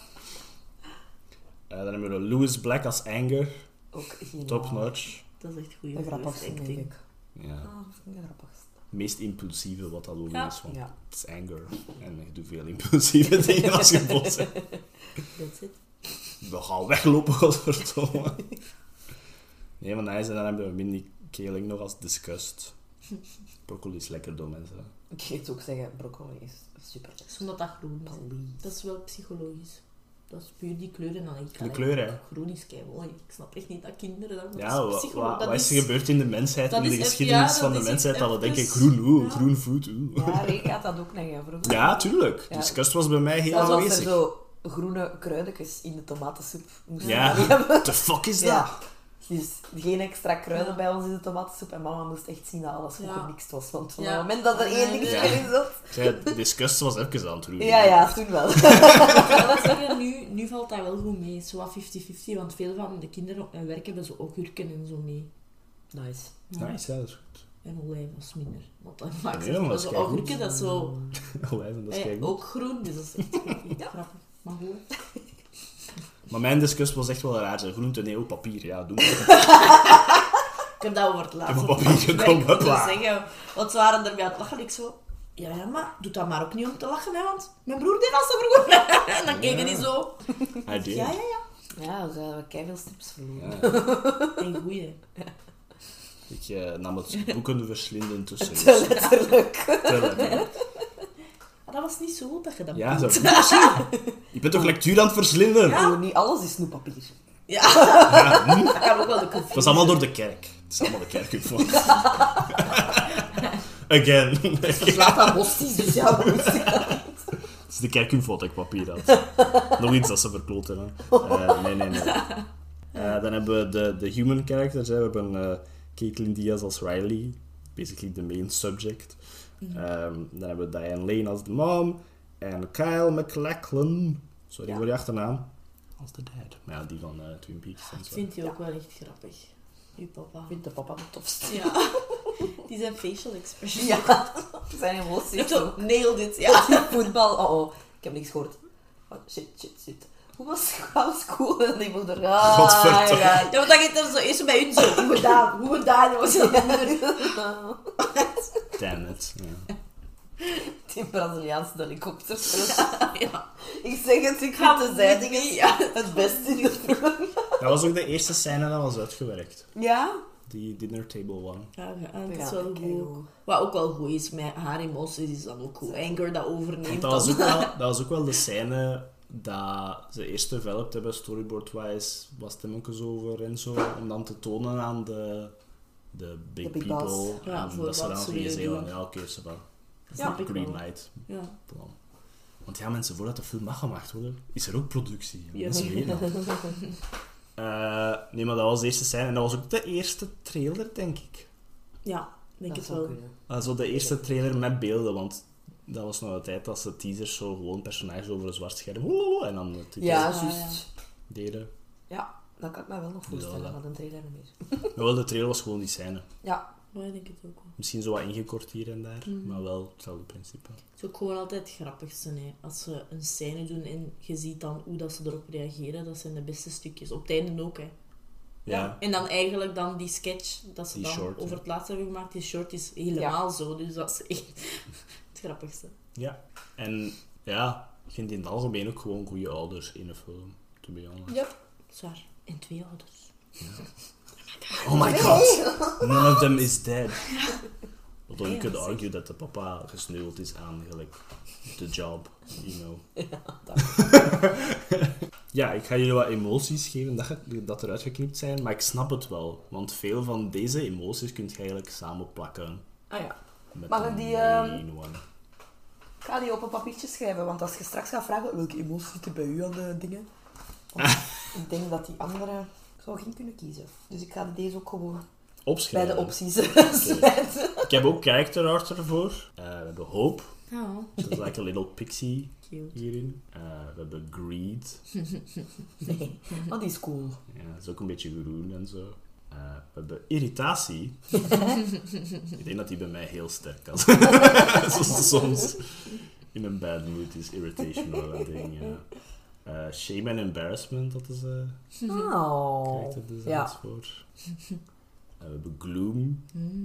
Dan hebben we Louis Black als Anger. Ook geniaal. Top notch. Dat is echt goede De grappigste, voice denk acting. ik. Ja. Ah, dat vind ik de grappigste. Meest impulsieve wat dat ook Ja. is. Want Ja. het is anger. En je doet veel impulsieve dingen als je boos bent. That's it. We gaan weglopen, godverdomme. Nee, maar nice. En dan hebben we Mindy Kaling nog als Disgust. Broccoli is lekker door mensen. Ik ga het ook zeggen, broccoli is super. Zonder dat groen is. Dat is wel psychologisch. Dat is puur die kleur en dan denk ik... De allee, kleur, hè. Groen is keimooi. Ik snap echt niet dat kinderen dat... Ja, dat is psycholoog. wat is er gebeurd in de mensheid, dat in de is geschiedenis ja, van dat de is mensheid, dat we even- denken, groen, oeh, Ja. groen food, oeh. Ja, Rick had dat ook nog vroeger. Ja, tuurlijk. Ja. Disgust was bij mij heel Zelfs als er aanwezig. zo groene kruidjes in de tomatensoep moesten Ja, hebben. what the fuck is dat? Ja. Dus geen extra kruiden bij ons in de tomatensoep. En mama moest echt zien dat alles goed gemixt was. Want op het moment dat er één ding in zat... De discussie was even aan het roeren. Ja, toen wel. Ik wil wel zeggen, nu valt dat wel goed mee. Zo wat 50-50, want veel van de kinderen op mijn werk hebben zo augurken en zo mee. Nice. Nice, ja, dat is goed. En olijven was minder. Want dan maakt Ja, maar dat het is zo keigoed. augurken, dat is zo... Olijven, dat is keigoed. ook groen, dus dat is echt grappig. Maar goed. Maar mijn discussie was echt wel raar. Zeg. Groente, nee, ook papier. Ja, doe het. Ik heb dat over het laatste Ik heb op papier gekomen, moeten hopla. zeggen. Want ze waren ermee aan het lachen. Ik zo... Ja, maar doe dat maar ook niet om te lachen, hè, want mijn broer deed dat zo vroeger. En dan keken die zo... Hij deed. Ja. Ja, we hebben keiveel strips verloren. Ja. En goeie. Ik nam het boeken verslinden tussen. Te letterlijk. Maar dat was niet zo goed dat je dat Ja, doet. zo goed. Je bent toch lectuur aan het verslinden? Ja. Niet alles is snoeppapier. Ja, Ja, dat kan ook wel de koffie. Het was allemaal door de kerk. Het is allemaal de kerk. Again. Het slaat aan hosties, dus ja, wat moest ik dan? Het is de kerkinfo dat ik papier had. Nog iets dat ze verkloten. Nee. Dan hebben we de human characters. Hè. We hebben Caitlin Diaz als Riley. Basically the main subject. Dan hebben we Diane Lane als de mom. En Kyle MacLachlan. Sorry voor je achternaam. Als de dad. Maar ja, die van Twin Peaks. En Ik zo. vind die ook wel echt grappig. Uw papa. Ik vind de papa de tofste. Ja. Die zijn facial expressions. Ja, zijn Ik emoties. heb zo, nailed it. Ja. Voetbal, oh, ik heb niks gehoord. Oh, shit. Hoe was school? En die moeder, Godverdomme. ja. Ja, want dan gaat er zo eerst bij hun zo, hoe gedaan, was dat? Damn it. Ja. Die Braziliaanse helikopters. Ja. Ik zeg het, ik Gaan vind we de zijdingen niet, ja. het beste in het film. Dat was ook de eerste scène dat was uitgewerkt. Ja? Die dinner table one. Ja, dat Ja, is wel kijk, goed. hoe. Wat ook wel goed is, met haar emoties is dan ook goed. Anger dat overneemt. Want dat was ook wel de scène dat ze eerst developed hebben, storyboard-wise, was stemmetjes over en zo, om dan te tonen aan de big big people. boss. Ja, en voor dat ze wat dan ze gingen willen zeggen, doen. ja oké, ça va. Snap ik Green wel. light. Ja. Plan. Want ja, mensen, voordat de film mag gemaakt worden, is er ook productie. Ja. Mensen weten dat. Nee, maar dat was de eerste scène en dat was ook de eerste trailer, denk ik. Ja, denk Dat het zou wel. kunnen. Zo de eerste trailer met beelden, want dat was nog de tijd dat ze teasers zo gewoon personages over een zwart scherm en dan de titels Ja, Ah, juist. deden. Ja, dat kan ik me wel nog voorstellen, Ja. maar een trailer niet meer. Maar wel, de trailer was gewoon die scène. Ja, Maar ik denk het ook wel. Misschien zo wat ingekort hier en daar, Mhm. maar wel hetzelfde principe. Het is ook gewoon altijd het grappigste, hè. Als ze een scène doen en je ziet dan hoe dat ze erop reageren, dat zijn de beste stukjes. Op het einde ook, hè. Ja. En dan eigenlijk dan die sketch dat ze Die dan short, over ja. het laatst hebben gemaakt, die short is helemaal zo. Dus dat is echt het grappigste. Ja. En ja, ik vind in het algemeen ook gewoon goede ouders in een film, to be honest. Ja, zwaar. En 2 ouders. Oh my god! None of them is dead. Although you could argue dat de papa gesneuveld is aan gelijk the job, you know. Ja, ik ga jullie wat emoties geven dat eruit geknipt zijn, maar ik snap het wel. Want veel van deze emoties kun je eigenlijk samenplakken ah ja. met Mag ik een die, main one. Ik ga die op een papiertje schrijven, want als je straks gaat vragen welke emotie zit er bij u aan de dingen, want ik denk dat die andere... Ik zou geen kunnen kiezen. Dus ik ga deze ook gewoon bij Opschrijven. de opties sluiten. Ik heb ook character art ervoor. We hebben Hope. Oh, Dat is like a little pixie cute. hierin. We hebben Greed. Nee, maar die is cool. Ja, dat is ook een beetje groen en zo. We hebben Irritatie. Ik denk dat die bij mij heel sterk is. Soms in een bad mood is irritation wel een ding. Ja. Shame and Embarrassment, dat is Oh. character designs Ja. voor. We hebben Gloom.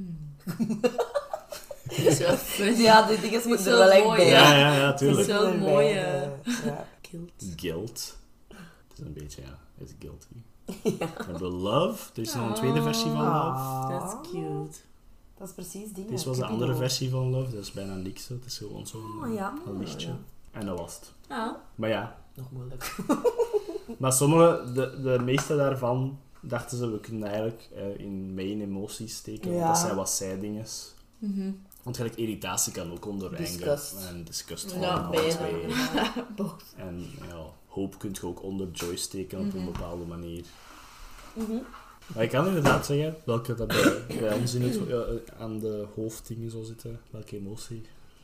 Zo funny. Ja, die dingen is moeten wel er wel echt mooi, bij. ja. Ja, Dat tuurlijk. is wel Erbij, mooi, ja. Cute. Guilt. Het is een beetje, ja, is guilty. We hebben Love. Er is nog een tweede versie van Love. Dat is cute. Dat is precies die. Dit was de andere versie van Love. Dat is bijna niks. Het is gewoon zo'n Oh, ja. een lichtje. Ja. En dat was het. Ah. Maar ja, Nog moeilijk. maar sommige, de meeste daarvan dachten ze, we kunnen eigenlijk in main emoties steken. Want Ja. dat zijn wat zijdinges. Mhm. Want gelijk irritatie kan ook onder Disgust. anger en disgust Ja, vallen. alle beide. twee. Both. En ja, hoop kun je ook onder joy steken op een bepaalde manier. Mhm. Maar ik kan inderdaad zeggen welke dat bij ons in het, aan de hoofddingen zou zitten. Welke emotie.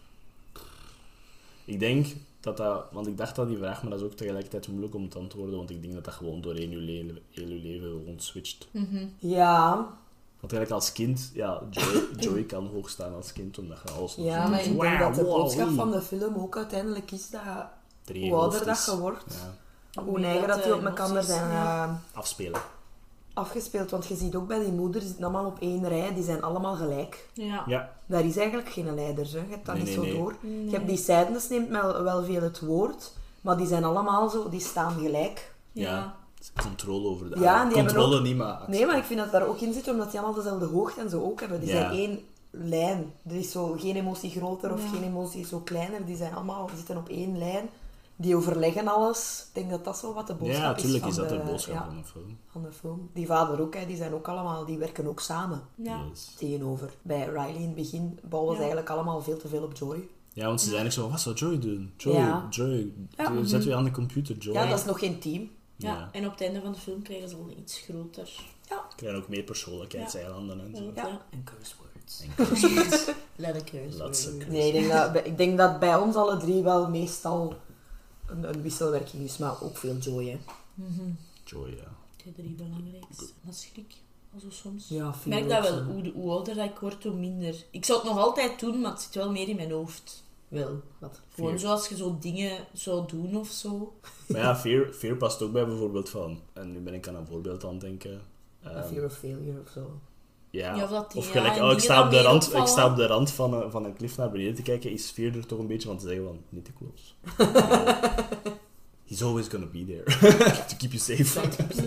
Ik denk want ik dacht aan die vraag, maar dat is ook tegelijkertijd moeilijk om te antwoorden, want ik denk dat gewoon doorheen heel je leven gewoon switcht. Ja. Want eigenlijk als kind, joy kan hoog staan als kind, omdat je alles nog Ja, zo maar ik doet. denk dat de Wow, boodschap wow, van de film ook uiteindelijk is dat drie hoe ouder dat hoofd is. je wordt, Ja. hoe neigen dat die op elkaar emoties, zijn Afspelen. afgespeeld. Want je ziet ook bij die moeders, die zitten allemaal op één rij, die zijn allemaal gelijk. Ja. Ja. Daar is eigenlijk geen leiders, hè. Je hebt dat Nee, niet nee, zo nee. door. Nee. Je hebt die Seidens neemt wel veel het woord, maar die zijn allemaal zo, die staan gelijk. Ja. Controle over de Ja, en die hebben controle ook- niet, maar actie. Nee, maar ik vind dat daar ook in zit, omdat die allemaal dezelfde hoogte en zo ook hebben. Die Ja. zijn één lijn. Er is zo geen emotie groter of Ja. geen emotie zo kleiner. Die zijn allemaal, zitten op één lijn. Die overleggen alles. Ik denk dat dat zo wat de boodschap Ja, natuurlijk is is van dat de, de boodschap ja, van de film. van de film. Die vader ook, hè, die zijn ook allemaal, die werken ook samen Ja. Yes. tegenover. Bij Riley in het begin bouwen ze Ja. eigenlijk allemaal veel te veel op Joy. Ja, want ze zijn eigenlijk zo, wat zou Joy doen? Joy, Ja. Joy. Ja. Zet je aan de computer, Joy. Ja, dat is nog geen team. Ja, en op het einde van de film krijgen ze al een iets groter. krijgen ook meer persoonlijkheidseilanden en zo. Ja. En curse words. En curse Let a curse Lots of words. Nee, ik denk dat bij ons alle drie wel meestal een wisselwerking is, maar ook veel Joy, hè. Joy, ja. De drie belangrijkste. Dat is schrik. Also soms. Ja, Ik veel merk dat ook wel. zo. Hoe ouder dat ik word, hoe minder. Ik zou het nog altijd doen, maar het zit wel meer in mijn hoofd. Wel. Wat? Gewoon Fear. zoals je zo dingen zou doen of zo. Maar ja, fear past ook bij bijvoorbeeld van... En nu ben ik aan een voorbeeld aan het denken. Fear of failure of zo. Ja, Ja, of dat die- of ja, gelijk, en ik dingen sta dat op de meer rand, opvallen. ik sta op de rand van een klif naar beneden te kijken, is fear er toch een beetje van te zeggen van, niet te close. He's always gonna be there. To keep you safe.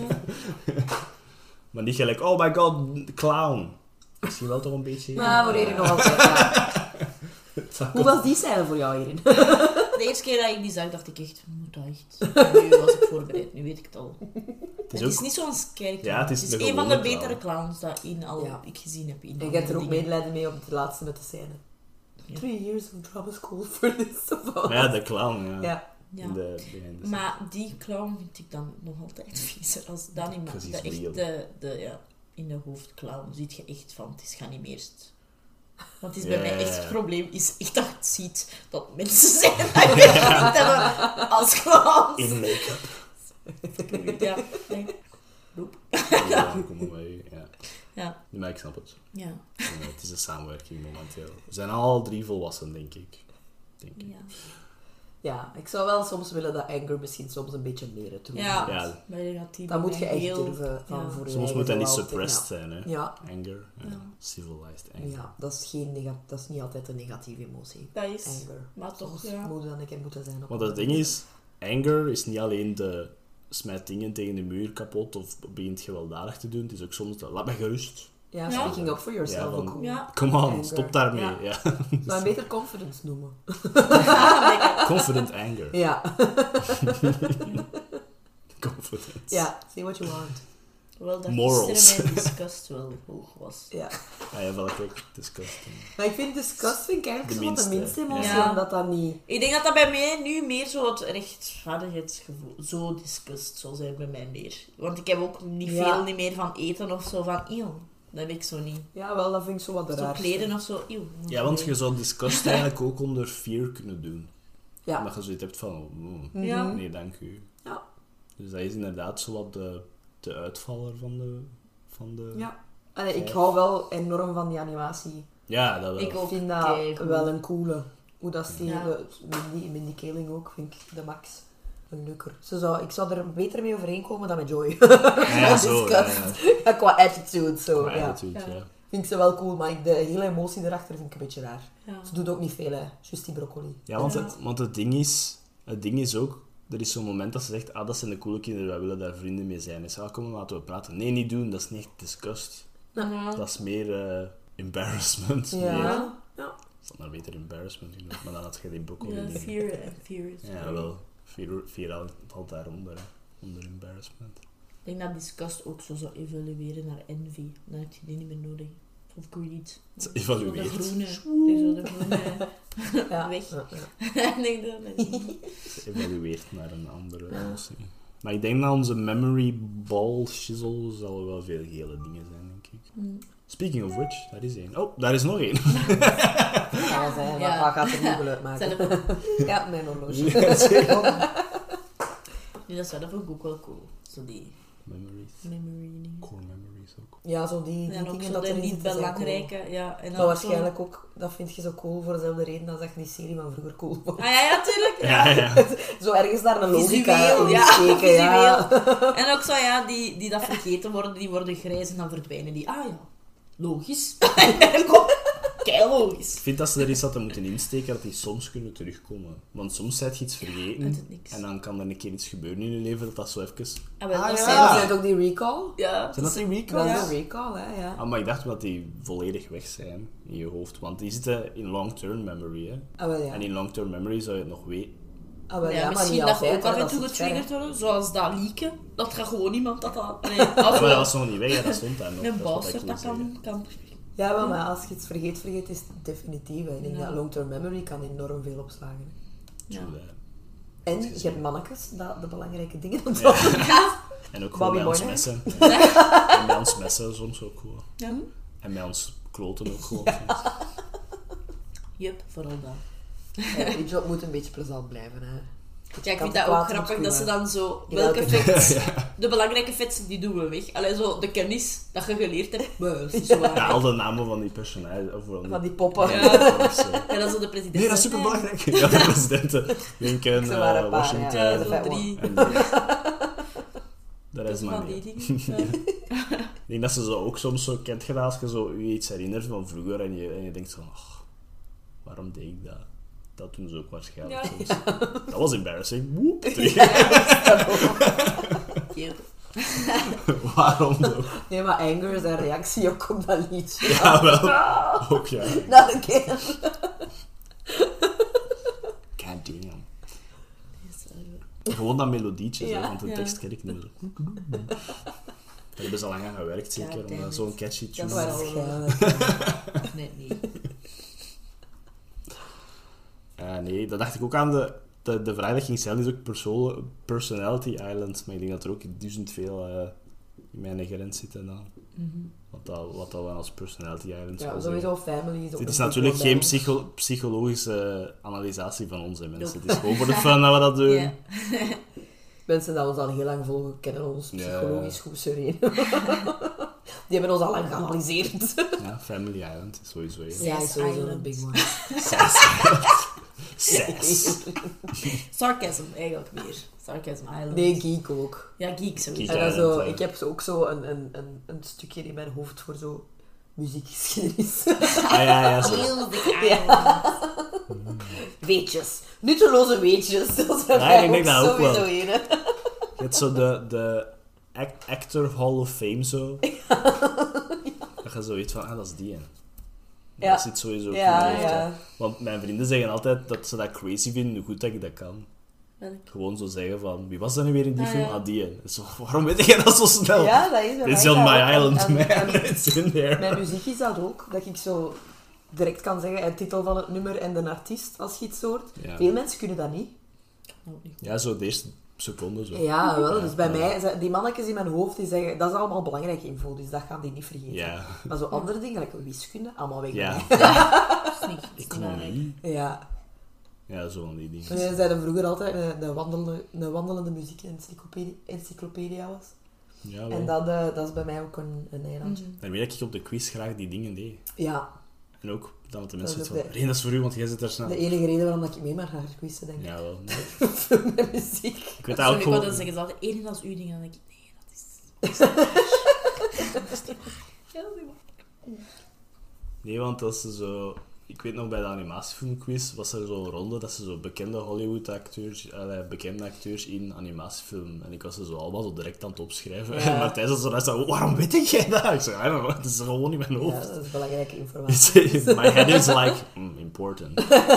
Maar niet gelijk, oh my god, clown. Misschien wel toch een beetje... Maar voor Erin nog altijd, ja. Hoe was die scène voor jou, Erin? De eerste keer dat ik die zag, dacht ik echt, moet dat echt? Nu was ik voorbereid, nu weet ik het al. Het is ook- niet zo'n scary clown. Ja, het is de een van de gewone betere clown. clowns dat Ja. ik gezien heb. In En je hebt er ook dingen. medelijden mee op de laatste met de scène. Ja. 3 years of drama school for this. Maar ja, de clown, ja. Ja. Ja. In de behind the Maar die clown vind ik dan nog altijd viezer als Danny. Maar Because de, he's echt real. in de hoofdclown ziet je echt van, het is geanimeerd. Want het is bij Ja, mij echt ja. het probleem, is echt dat je het ziet dat mensen zijn dat je niet hebben als clowns. In make-up. Ja, nee. Nope. Ja, kom maar mee, ja. Ja, Nee, maar ik snap het. ja, Het is een samenwerking momenteel. We zijn al 3 volwassen, denk ik. ja. Ja, ik zou wel soms willen dat anger misschien soms een beetje meer het doen. Ja, Ja. maar je gaat die Dat moet bij je mij echt heel- durven van ja. voor je Soms eigen moet dat niet geweld. suppressed zijn, hè. Ja. Anger. Ja. Ja. Civilized anger. Ja, dat is niet altijd een negatieve emotie. Dat is, Anger. maar toch, Soms ja. moet dan een keer moeten zijn. op Want een het ding moment. is, anger is niet alleen de smijt dingen tegen de muur kapot of begint gewelddadig te doen. Het is ook soms de laat mij gerust. Ja, Ja. speaking up for yourself Ja, van- ook. Ja. Come on, Anger. stop daarmee. Ja. Ja. Maar beter confidence noemen. Confident anger. Ja. Confident. Ja, say what you want. Wel dat Morals. gisteren mijn disgust wel hoog was. Ja. Ah, ja, welke disgusting. Maar ik vind disgust vind ik eigenlijk De zo wat de minste, minste emotie, ja. omdat dat niet... Ik denk dat bij mij nu meer zo het rechtvaardigheidsgevoel, zo disgust zal zijn bij mij meer. Want ik heb ook niet Ja. veel niet meer van eten of zo, van eeuw. Dat heb ik zo niet. Ja, wel, dat vind ik zo wat de Zo raarste. kleden of zo, eeuw. Ja, want je zou disgust eigenlijk ook onder fear kunnen doen. Ja. Omdat je zoiets hebt van, Mhm. Ja. nee, dank u. Ja. Dus dat is inderdaad zo wat de uitvaller van de... Ja. Allee, ik hou wel enorm van die animatie. Ja, dat wel. Ik ook. vind dat Keigoed. wel een coole. Hoe dat die Ja. Mindy Kaling ook, vind ik de max. Een leuker. Ik zou er beter mee overeenkomen dan met Joy. Ja, zo. Ja, Disgust. ja. Ja, qua attitude, zo. Qua Ja. attitude, Ja. ja. Vind ik ze wel cool, maar de hele emotie erachter vind ik een beetje raar. Ja. Ze doet ook niet veel, hè. Just die broccoli. Ja, want, Ja. want het ding is ook, er is zo'n moment dat ze zegt, ah, dat zijn de coole kinderen, wij willen daar vrienden mee zijn. En ze kom, laten we praten. Nee, niet doen, dat is niet echt disgust. Ja. Dat is meer embarrassment. Ja. Nee, Ja. is dat nou beter embarrassment genoemd, maar dan had je die broccoli Ja, niet. fear en fear is Ja, wel. Fear valt daaronder, hè. Onder embarrassment. Ik denk dat disgust ook zo zou evalueren naar envy. Dan heb je die niet meer nodig. Of greed. Ze evalueert. Zo de groene. Zo de groene Ja. weg. Ja, ja. Ik denk dat. Ze evalueert naar een andere emotie. Maar ik denk dat onze memory ball shizzle zal wel veel gele dingen zijn, denk ik. Speaking of which, daar is één. Oh, daar is nog één. Ja, zijn. Ja. Wat gaat er nu geluid maken? Zelf- Ja, mijn horloge. Nee, dat vond ik ook wel cool. Zo die Memories. memory dingen. Core memories ook. Ja, zo die En ook dingen zo dat de erin niet zitten zijn cool. belangrijke. Ja, en Maar dan waarschijnlijk ook, dat vind je zo cool voor dezelfde reden als dat je die serie van vroeger cool vond. Zo... Ah ja, tuurlijk. Ja. Zo ergens daar een logica Visueel, in ja. steken, ja. Visueel. En ook zo, ja, die dat vergeten worden, die worden grijs en dan verdwijnen die. Ah ja, logisch. Kei logisch. Ik vind dat ze er iets hadden moeten insteken dat die soms kunnen terugkomen. Want soms zijt je iets Uit vergeten het niks. en dan kan er een keer iets gebeuren in je leven dat zo even... Ah, wel, Ah, dat ja. zijn Dat ze. zijn ook die recall? Ja, Zijn dat die Dat recalls? is een recall, hè, ja. Ah, maar ik dacht wel dat die volledig weg zijn in je hoofd. Want die zitten in long-term memory, hè. Ah, wel ja. En in long-term memory zou je het nog weten. Ah, wel, ja, ja, maar misschien niet dat je altijd, ook hè, af en dat toe zit ver, hè. getriggerd worden, zoals dat leaken. Dat gaat gewoon iemand dat dat... Nee, Ja, als maar dat was nog niet weg, hè. Dat stond daar nog. een Dat is wat bastard ik dat wil zeggen. kan... Ja, wel, maar als je iets vergeet is het definitief. Hè. Ik denk Ja. dat long-term memory kan enorm veel opslagen. Ja. True that. En je hebt mannetjes dat de belangrijke dingen onthouden. En ook Bobby gewoon met ons Moynihan. messen. En met ons messen soms ook gewoon. Ja. En met ons kloten ook gewoon. Yup, vooral dat. Je job moet een beetje plezant blijven. Hè. Ja, ik Kan vind dat ook kwaad grappig moet dat ze kunnen. dan zo... In Welke elke facts... De belangrijke facts, die doen we weg. Allee, zo de kennis dat je geleerd hebt. Maar dat is niet zo waar. Ja, al de namen van die personages. Of Van die poppen. Ja. of zo. Ja, dat is zo de president. Nee, dat is superbelangrijk. Ja, de presidenten. Lincoln, Ze waren een paar, Washington. ja. Ja, de zo fat 3. En dat is maar Van die niet. dingen. Ja. Ik denk dat ze zo ook soms zo kent gedaan als je zo je iets herinnert van vroeger en je denkt zo, waarom deed ik dat? Dat doen ze ook waarschijnlijk Ja. soms. Dat was embarrassing. Woep, terug. Yup. Waarom dan? Nee, maar anger is een reactie ook op dat liedje. Ja, wel. Ook ja. Dat een keer. God damn. Gewoon dat melodietje, Ja, zo, want de ja. tekst ken ik niet meer. Daar hebben ze al lang aan gewerkt, zeker, God damn om it. zo'n catchy tune Dat te is maken. Waarschijnlijk. Nee, niet. Nee, dat dacht ik ook aan de vraag dat ging stellen, is ook Personality Island. Maar ik denk dat er ook duizend veel in mijn grens zitten dan. Wat dat we als Personality Island Ja, zou zeggen. sowieso family. Dit is natuurlijk geen psychologische analysatie van onze mensen. Het is gewoon voor de fun dat we dat doen. Ja. Mensen die ons al heel lang volgen, kennen ons Ja. psychologisch goed sereen. Die hebben ons al lang geanalyseerd. Ja, Family Island is sowieso een. Ja, is sowieso Island. een big one. Sass. Sarcasm, eigenlijk meer. Sarcasm Island. Nee, geek ook. Ja, geek sowieso. Geek. En dan Island, zo, ja. ik heb zo ook zo een stukje in mijn hoofd voor zo muziekgeschiedenis. Ja, zo. Heel dik Island. Weetjes. Nutteloze weetjes. Dat zijn Ja, mij ik denk dat ook sowieso wel. een, hè. Je hebt zo de Actor Hall of Fame zo. Dat je zo weet van, dat is die, hè. Ja. Dat zit sowieso ook Ja, in mijn hoofd, hè. ja. Want mijn vrienden zeggen altijd dat ze dat crazy vinden, hoe goed dat ik dat kan. Welk? Gewoon zo zeggen van, wie was dat nu weer in die Ah, film? ja. Ah, die, hè. Zo, waarom weet jij dat zo snel? Ja, dat is bij It's mij on dat my ook. island, En- man. en It's in there. Mijn muziek is dat ook. Dat ik zo direct kan zeggen het titel van het nummer en de artiest als je iets hoort. Ja. Veel mensen kunnen dat niet. Ook niet. Ja, zo de eerste seconde zo. Ja, wel. Dus bij Ja. mij, die mannetjes in mijn hoofd, die zeggen, dat is allemaal belangrijke info, dus dat gaan die niet vergeten. Ja. Maar zo andere dingen, like wiskunde, allemaal weg. Ja. bij mij. Dat is niet. Dat is niet belangrijk. Economie. Ja. Ja, zo van die dingen. En zij zeiden vroeger altijd een wandelende muziek-encyclopedia was. Ja, En wel. dat is bij mij ook een eilandje. Dan weet ik op de quiz graag die dingen deed. Ja, En ook dat de Dat mensen is zoiets ook van, dat is voor u, want jij zit daar snel. de enige reden waarom dat ik mee mag naar de quizzen, denk ik. Ja, wel. Nee. Veel met muziek. Ik weet dat Sorry, ook ik wou gewoon... dat zeggen ze altijd, één als u ding, dan denk ik, nee, dat is... Dat is niet waar. Ja, dat is niet waar. Nee, want als ze zo... Ik weet nog, bij de animatiefilmquiz was er zo'n ronde dat ze zo bekende Hollywood-acteurs, bekende acteurs in animatiefilm. En ik was ze zo allemaal zo direct aan het opschrijven. Ja. En Martijn zat zo naast, waarom weet jij dat? Ik zei, I don't know, het is gewoon in mijn Ja, hoofd. dat is belangrijke informatie. My head is like, important.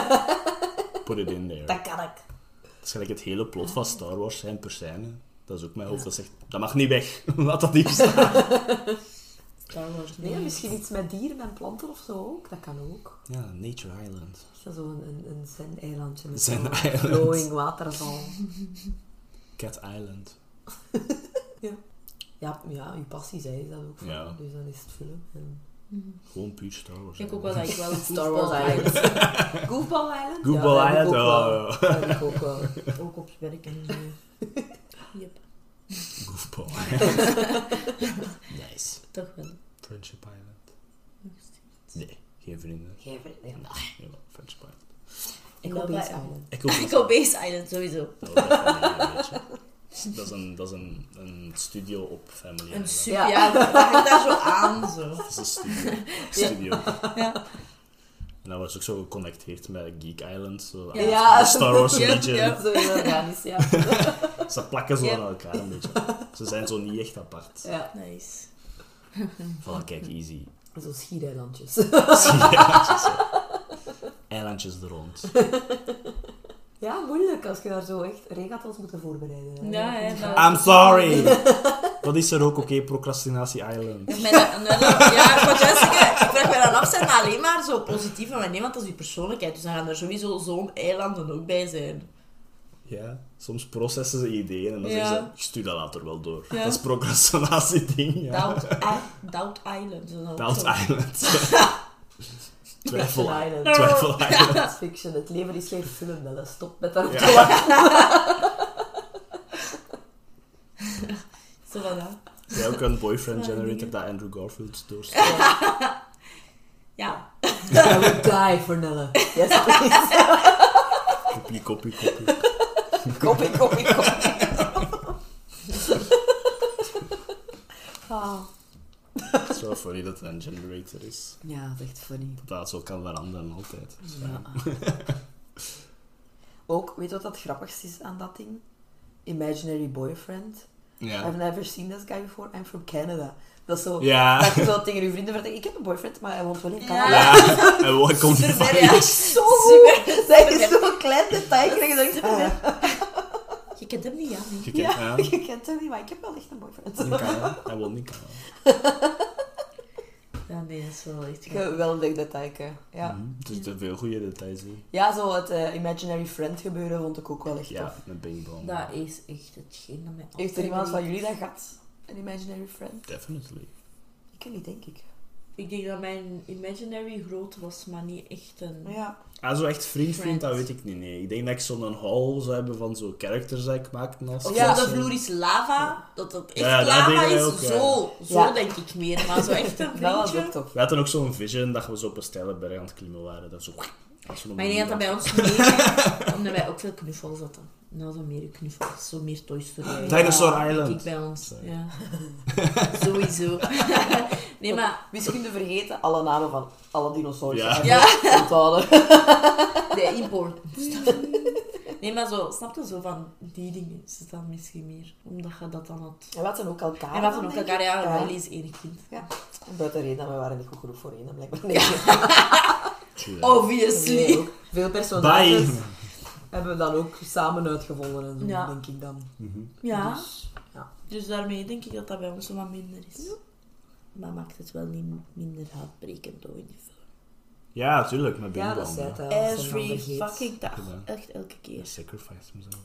Put it in there. Dat kan ik. Dat is gelijk het hele plot van Star Wars zijn per scène. Dat is ook mijn hoofd dat zegt, dat mag niet weg. Laat dat hier staan. Star Wars. Nee, misschien iets met dieren en planten of zo ook. Dat kan ook. Ja, Nature Island. Zo een zen-eilandje met Zen zo'n Island. flowing waterval. Cat Island. Ja, je passie, zei je dat ook. Van. Ja. Dus dan is het film. En... Gewoon puur Star Wars. Ik denk ook wel dat ik wel Star Wars Island. Goofball Island? Goofball Ja, dat heb Island, ik ook wel. Dat heb ik ook wel. Ook op werk en zo. Yep, Goofball. Nice. toch wel. Friendship Island. Nog steeds. Nee, geen vrienden. Geen vrienden. Jawel, Friendship Island. Echo Base Island. Echo Base Island, sowieso. Oh, dat vond ik een beetje. Dat is een studio op Family Een Island. super, ja, dat hangt daar zo aan, zo. Het is een studio. Ja. En dat was ook zo geconnecteerd met Geek Island. Zo, Ja. de Star Wars Ja, region. ja. Zo heel organisch, ja. Ze plakken zo Ja. aan elkaar een beetje. Ze zijn zo niet echt apart. Ja. Nice. Van kijk, easy. Zo schiereilandjes. Eilandjes, hè. Eilandjes er rond. Ja, moeilijk als je daar zo echt regatels moeten voorbereiden. Hè. Ja, hè, dat... I'm sorry! Dat is er ook, oké, Procrastinatie Island. Ja, ik wou juist zeggen, ik vraag me dan af, zijn dat alleen maar zo positief van nee, want dat is je persoonlijkheid, dus dan gaan er sowieso zo'n eilanden ook bij zijn. Ja, soms processen ze ideeën en dan Ja. zeggen ze, ik stuur dat later wel door. Ja. Dat is procrastinatie-ding, ja. Doubt Island. zo. Doubt Island. Twijfel Island. Twijfel Island. Dat is fiction. Het leven is geen film, Belle. Stop met daarop Ja. te lachen. Zo van dat. Jij ook een boyfriend Ja, generator dingen. dat Andrew Garfield doorstuurt. Ja. I would die for Nelle. Yes, please. Koppie, koppie, koppie. Koppie. Ah. Het is wel funny dat het een generator is. Ja, dat is echt funny. Dat het zo kan veranderen altijd. Dat is fijn. Ja. Ook, weet je wat het grappigste is aan dat ding? Imaginary boyfriend. Ja. I've never seen this guy before. I'm from Canada. Dat is zo... Ja. Dat je zo tegen je vrienden vertelt, ik heb een boyfriend, maar hij woont wel in Canada. Ja. En wat komt die van? Super, ja. Zo goed! Dat is zo'n klein detail. En je denkt, ah, ja. Je kent hem niet, ja. Nee. Je kent, ja. Je kent hem niet, maar ik heb wel echt een boyfriend. In Canada. Hij woont in Canada. Ja, nee, dat is wel echt goed. Geweldig detail. Ja. Mhm. Dus er zijn veel goede details in. Ja, zo het imaginary friend gebeuren vond ik ook wel echt Ja, tof. met Bing Bong. Dat is echt hetgeen dat mij altijd... Heeft er iemand van jullie dat gehad? Een imaginary friend? Definitely. Ik niet, denk ik. Ik denk dat mijn imaginary groot was, maar niet echt een... Ja. Ah, zo echt vriend, Friend. dat weet ik niet. Nee. Ik denk dat ik zo'n haul zou hebben van zo'n characters dat ik maakte naast. Of Ja. zo de vloer is lava, dat echt Ja, dat lava denk ik is. ook, ja. Zo Ja. denk ik meer. Maar zo echt een Dat was ook vriendje. tof. We hadden ook zo'n vision dat we zo op een steile berg aan het klimmen waren. Dat zo... Maar ik denk dat dat bij ons meer... Omdat wij ook veel knuffels hadden. Nou, zo meer knuffels. Zo meer Toy Story. Dinosaur denk Island. ik bij ons. Sorry. Ja. Sowieso. Nee, maar... Wiskunde vergeten, alle namen van alle dinosaurussen. Ja. Ja. Onthouden. De import. Nee, maar zo, snap je zo van die dingen is het dan misschien meer. Omdat je dat dan had. En we hadden ook elkaar. En we hadden dan, ook denk elkaar, ik. ja, Riley is één kind. Ja. Buiten reden, dat we waren niet goed genoeg voor één, blijkbaar. Nee. Obviously. Ook veel personages Bye! hebben we dan ook samen uitgevonden en zo, Ja. denk ik dan. Mhm. Ja. Dus, ja. Dus daarmee denk ik dat dat bij ons zo wat minder is. Maar maakt het wel niet minder haatbrekend door in die film. Ja, natuurlijk, met Bing Ja, Bong. dat zei het ja. al. als je Every dan vergeet. fucking dag. Gedaan. Echt elke He keer. sacrificed himself.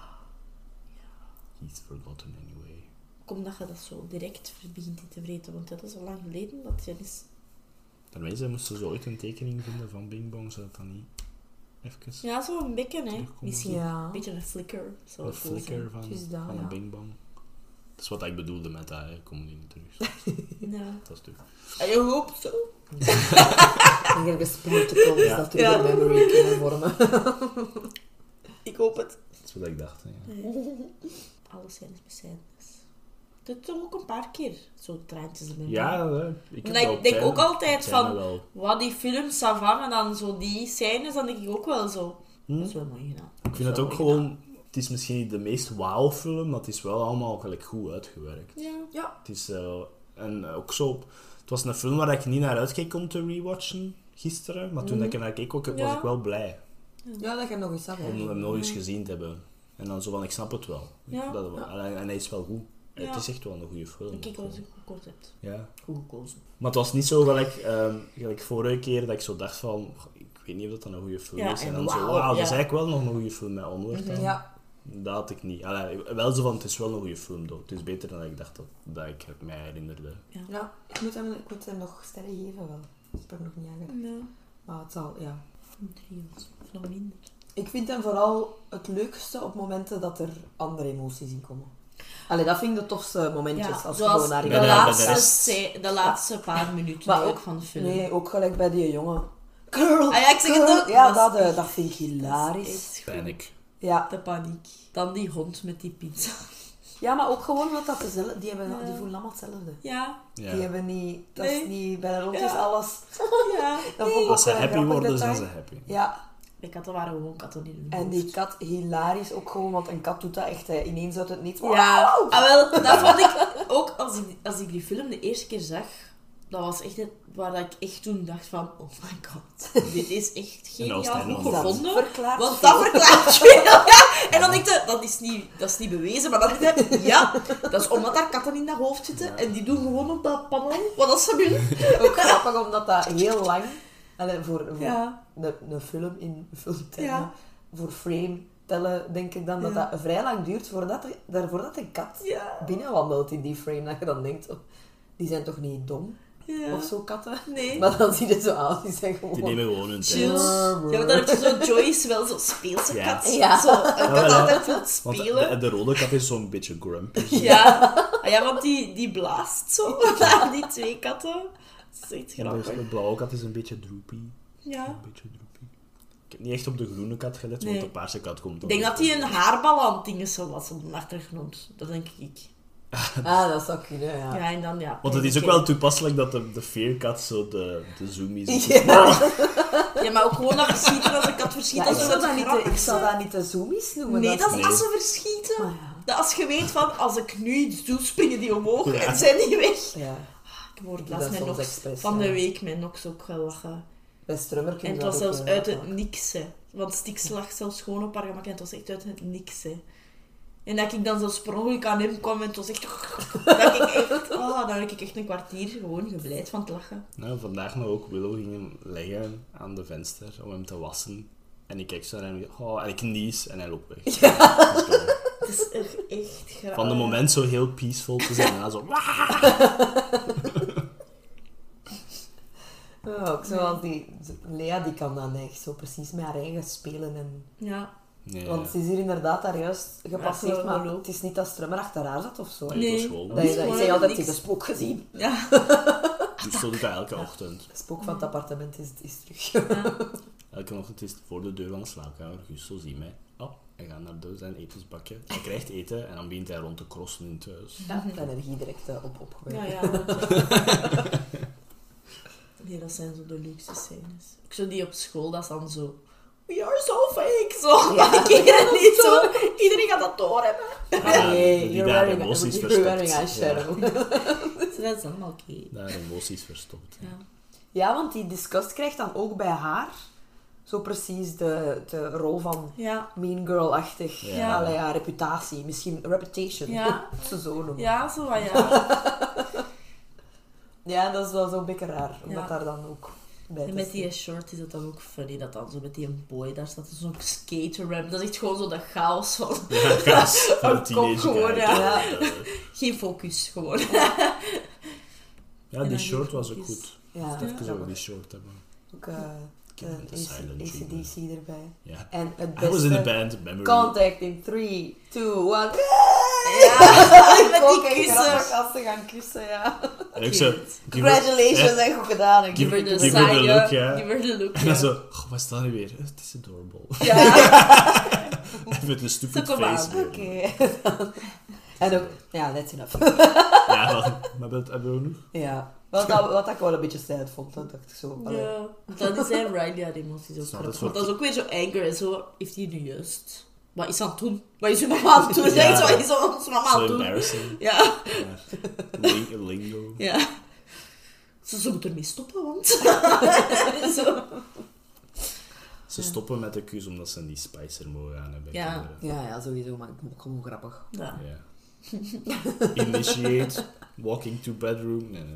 He's forgotten anyway. Kom dat je dat zo direct begint in te vreten. Want dat is al lang geleden dat je is. Daarmee ze moesten zo ooit een tekening vinden van Bing Bong, zou dat dan niet even... Ja, zo een beetje, hè. Terugkomen. Misschien Ja. een beetje een flicker. Zou Een het cool flicker zijn. van, Het is dat, van ja. een Bing Bong. Dat is wat ik bedoelde met dat, hè. Kom niet terug. Ja. Dat is terug. En je hoopt zo. En ergens protocol is Ja. dat terug Ja. een memory kunnen vormen. Ik hoop het. Dat is wat ik dacht, hè. Ja. Alles zijn is becijfers. Dat is toch ook een paar keer zo traantjes in mijn Ja, hè. Ik heb denk dat op het ook einde- altijd op het einde van- wel. Wat die films, ça va, maar dan zo die scènes, dan denk ik ook wel zo. Hm? Dat is wel mooi gedaan. Ik vind het ook gewoon... Het is misschien niet de meest wauw film, maar het is wel allemaal gelijk goed uitgewerkt. Ja. Het is... en ook zo... Het was een film waar ik niet naar uitkeek om te rewatchen gisteren, maar toen ik er naar keek ook, was Ja. ik wel blij Ja, dat je nog eens af om hem nog eens gezien te hebben. En dan zo van, ik snap het wel. Ja. En hij is wel goed. Ja. Het is echt wel een goede film. Ik kijk wel eens een goed concept. Ja. Goed gekozen. Maar het was niet zo gelijk vorige keer dat ik zo dacht van, ik weet niet of dat dan een goede film Ja, is. En en dan zo, wauw, wauw, dat is ja. eigenlijk wel nog een goede film met Onward. dan. Ja. Dat had ik niet. Allee, wel zo van, het is wel een goede film, though. Het is beter dan ik dacht dat ik het mij herinnerde. Ja, ik moet hem nog sterren geven wel. Ik heb er nog niet aan gedacht. Ja. Maar het zal, ja. 3 of nog minder. Ik vind hem vooral het leukste op momenten dat er andere emoties in komen. Allee, dat vind ik de tofste momentjes. Ja, als je zoals gewoon naar de, bij de laatste paar minuten Maar ook ook van de film. Nee, ook gelijk bij die jongen. Girl, Ah ja, ik zeg het girl. ook. Ja, Dat is dat vind ik hilarisch. Echt goed. Panic. Ja. De paniek. Dan die hond met die pizza. Ja, maar ook gewoon wat dat dezelfde... Die voelen allemaal hetzelfde. Ja. Ja. Die hebben niet... Dat Nee. is niet... Bij de rondjes Ja. alles... Ja. Dat vond ik Als ze ook wel een happy grappig worden, zijn detail. ze happy. Ja, De katten waren gewoon katten in hun en hoofd. die kat hilarisch ook gewoon, want een kat doet dat echt ineens uit het niets. Ja, wel, dat vond ik ook als ik die film de eerste keer zag. Dat was echt het waar dat ik echt toen dacht van, oh my god, dit is echt En als geniaal het goed einde van- gevonden. verklaart Want veel. dat verklaart veel, ja. En dan denk je, dat is niet bewezen, maar dan denk je, ja, dat is omdat daar katten in dat hoofd zitten en die doen gewoon op dat panel wat dat ze willen. Ook grappig, omdat dat heel lang... Allee, voor Ja. een film in filmtermen, Ja. voor frame tellen, denk ik dan dat Ja. dat vrij lang duurt voordat een kat Ja. binnenwandelt in die frame. Dat je dan denkt, oh, die zijn toch niet dom? Ja. Of zo, katten? Nee. Maar dan zie je zo aan, die zijn gewoon... Die nemen gewoon hun Chill. tijd. Ja, maar dan heb je zo Joyce, wel zo'n speelse Ja. kat. Ja. Zo, een kat wel, hè. altijd wil Want spelen. de rode kat is zo'n beetje grumpy. Ja. Ah, ja, want die blaast zo naar die 2 katten. Dat is echt En grappig. de blauwe kat is een beetje droopy. Ja. Een beetje droopy. Ik heb niet echt op de groene kat gelet, want Nee. de paarse kat komt Ik dan. denk dat hij een haarbal aan het ding zo was op de achtergrond. Dat denk ik. Ah, dat zou kunnen, ja. Ja, en dan ja. Want het is ook wel toepasselijk dat de veerkat zo de zoomies is. Ja. Ja, maar ook gewoon dat verschieten als een kat verschiet. Ja, dat ik is zou zo dat niet grappig. ik zou dat niet de zoomies noemen. Nee, dat is Nee. als ze verschieten. Maar ja. Dat als je weet van, als ik nu iets doe, springen die omhoog Ja. en zijn die weg. Ja, Ik word Dat laatst is mijn soms Nox expres, van ja. de week mijn Nox ook gelachen. bij Strummer kun En je het was dat ook, zelfs uit het vaak. niks, hè. Want Stix lag zelfs gewoon op haar gemak en het was echt uit het niks, hè. En dat ik dan zo sprongelijk aan hem kwam en het was echt... dan heb ik echt een kwartier gewoon gebleid van het lachen. Nou, vandaag nog ook. Willow ging hem leggen aan de venster om hem te wassen. En ik kijk zo naar hem en ik nies en hij loopt weg. Dus Het is echt grappig. van de moment zo heel peaceful te zijn, na zo... Ja, ook zoals Lea, die kan dan echt zo precies met haar eigen spelen. En, Ja. Nee, want ze is hier inderdaad daar juist gepasseerd, zo, maar hallo. het is niet dat Strummer achter haar zat of zo. hè. Nee, het was Nee. gewoon... Dat je, gewoon ik zei altijd, niks. ik heb de spook gezien. Ja. Dus zo doet hij elke ochtend. De spook van het appartement is terug. Elke ochtend is het voor de deur van de slaapkamer. Gusto ziet mij. Oh, hij gaat naar zijn etensbakje. Hij krijgt eten en dan begint hij rond te crossen in het huis. Ja, de energie direct opgewekt. Ja. Nee, dat zijn zo de luxe scènes. Ik zo die op school, dat is dan zo... We are so fake! Zo, Ja. maar ik ken het niet zo. Iedereen gaat dat doorhebben. Ja, Nee, die you're daar wearing, emoties you're wearing verstopt. eyeshadow. Dus dat is allemaal oké. Daar emoties verstopt. Ja. Ja, want die disgust krijgt dan ook bij haar zo precies de rol van Ja. mean girl-achtig. Ja. Allee, ja, reputatie. Misschien reputation. Ja. Ze zo noemen. Ja, zo wat, ja. Ja, dat is wel zo'n beetje raar. Om Ja. dat daar dan ook bij te En met die zien. short is het dan ook funny, dat dan zo met die boy, daar staat zo'n skater-rap. Dat is echt gewoon zo dat chaos van... Ja, gaas. Van Een een teenage kop gewoon, guy. ja. Eh, Geen focus, gewoon. Ja, En die dan short die was ook focus. goed. Ja, Even over die short hebben. ook Met de silent ACDC erbij. Ja. En het I was in the beste... band, Memory. Contact in 3, 2, 1. Ja, Ik met ook die echt kussen. grappig als ze gaan kussen, ja. En ik zo... Congratulations, echt goed gedaan. Ik Give Give her her the the side, look, ja. Give her the look, En ja. dan zo... Oh, wat is dat nu weer? Het is adorable. Ja. Even de stupid Zo, kom aan. face weer. Oké. En ook... Ja, that's enough. Ja, maar dat hebben we nog. Ja. Wat ik wel een beetje sad vond, dat dacht ik zo. allee. Ja, dat zijn Riley haar emoties ook Snap grappig. het Want wel. dat is ook weer zo anger en zo. Heeft hij nu juist... Wat is hij aan het doen? Wat is uw mama aan het doen? Ja. Wat is onze mama aan Zo het doen? embarrassing. Ja. Maar lingo. Ja. Ze moeten ermee stoppen, want... zo. Ze stoppen met de kus omdat ze die spicer mogen aan hebben. Ja. kinderen. Ja, sowieso, maar ik vond het gewoon grappig. Ja. Ja. Initiate, walking to bedroom. Nee.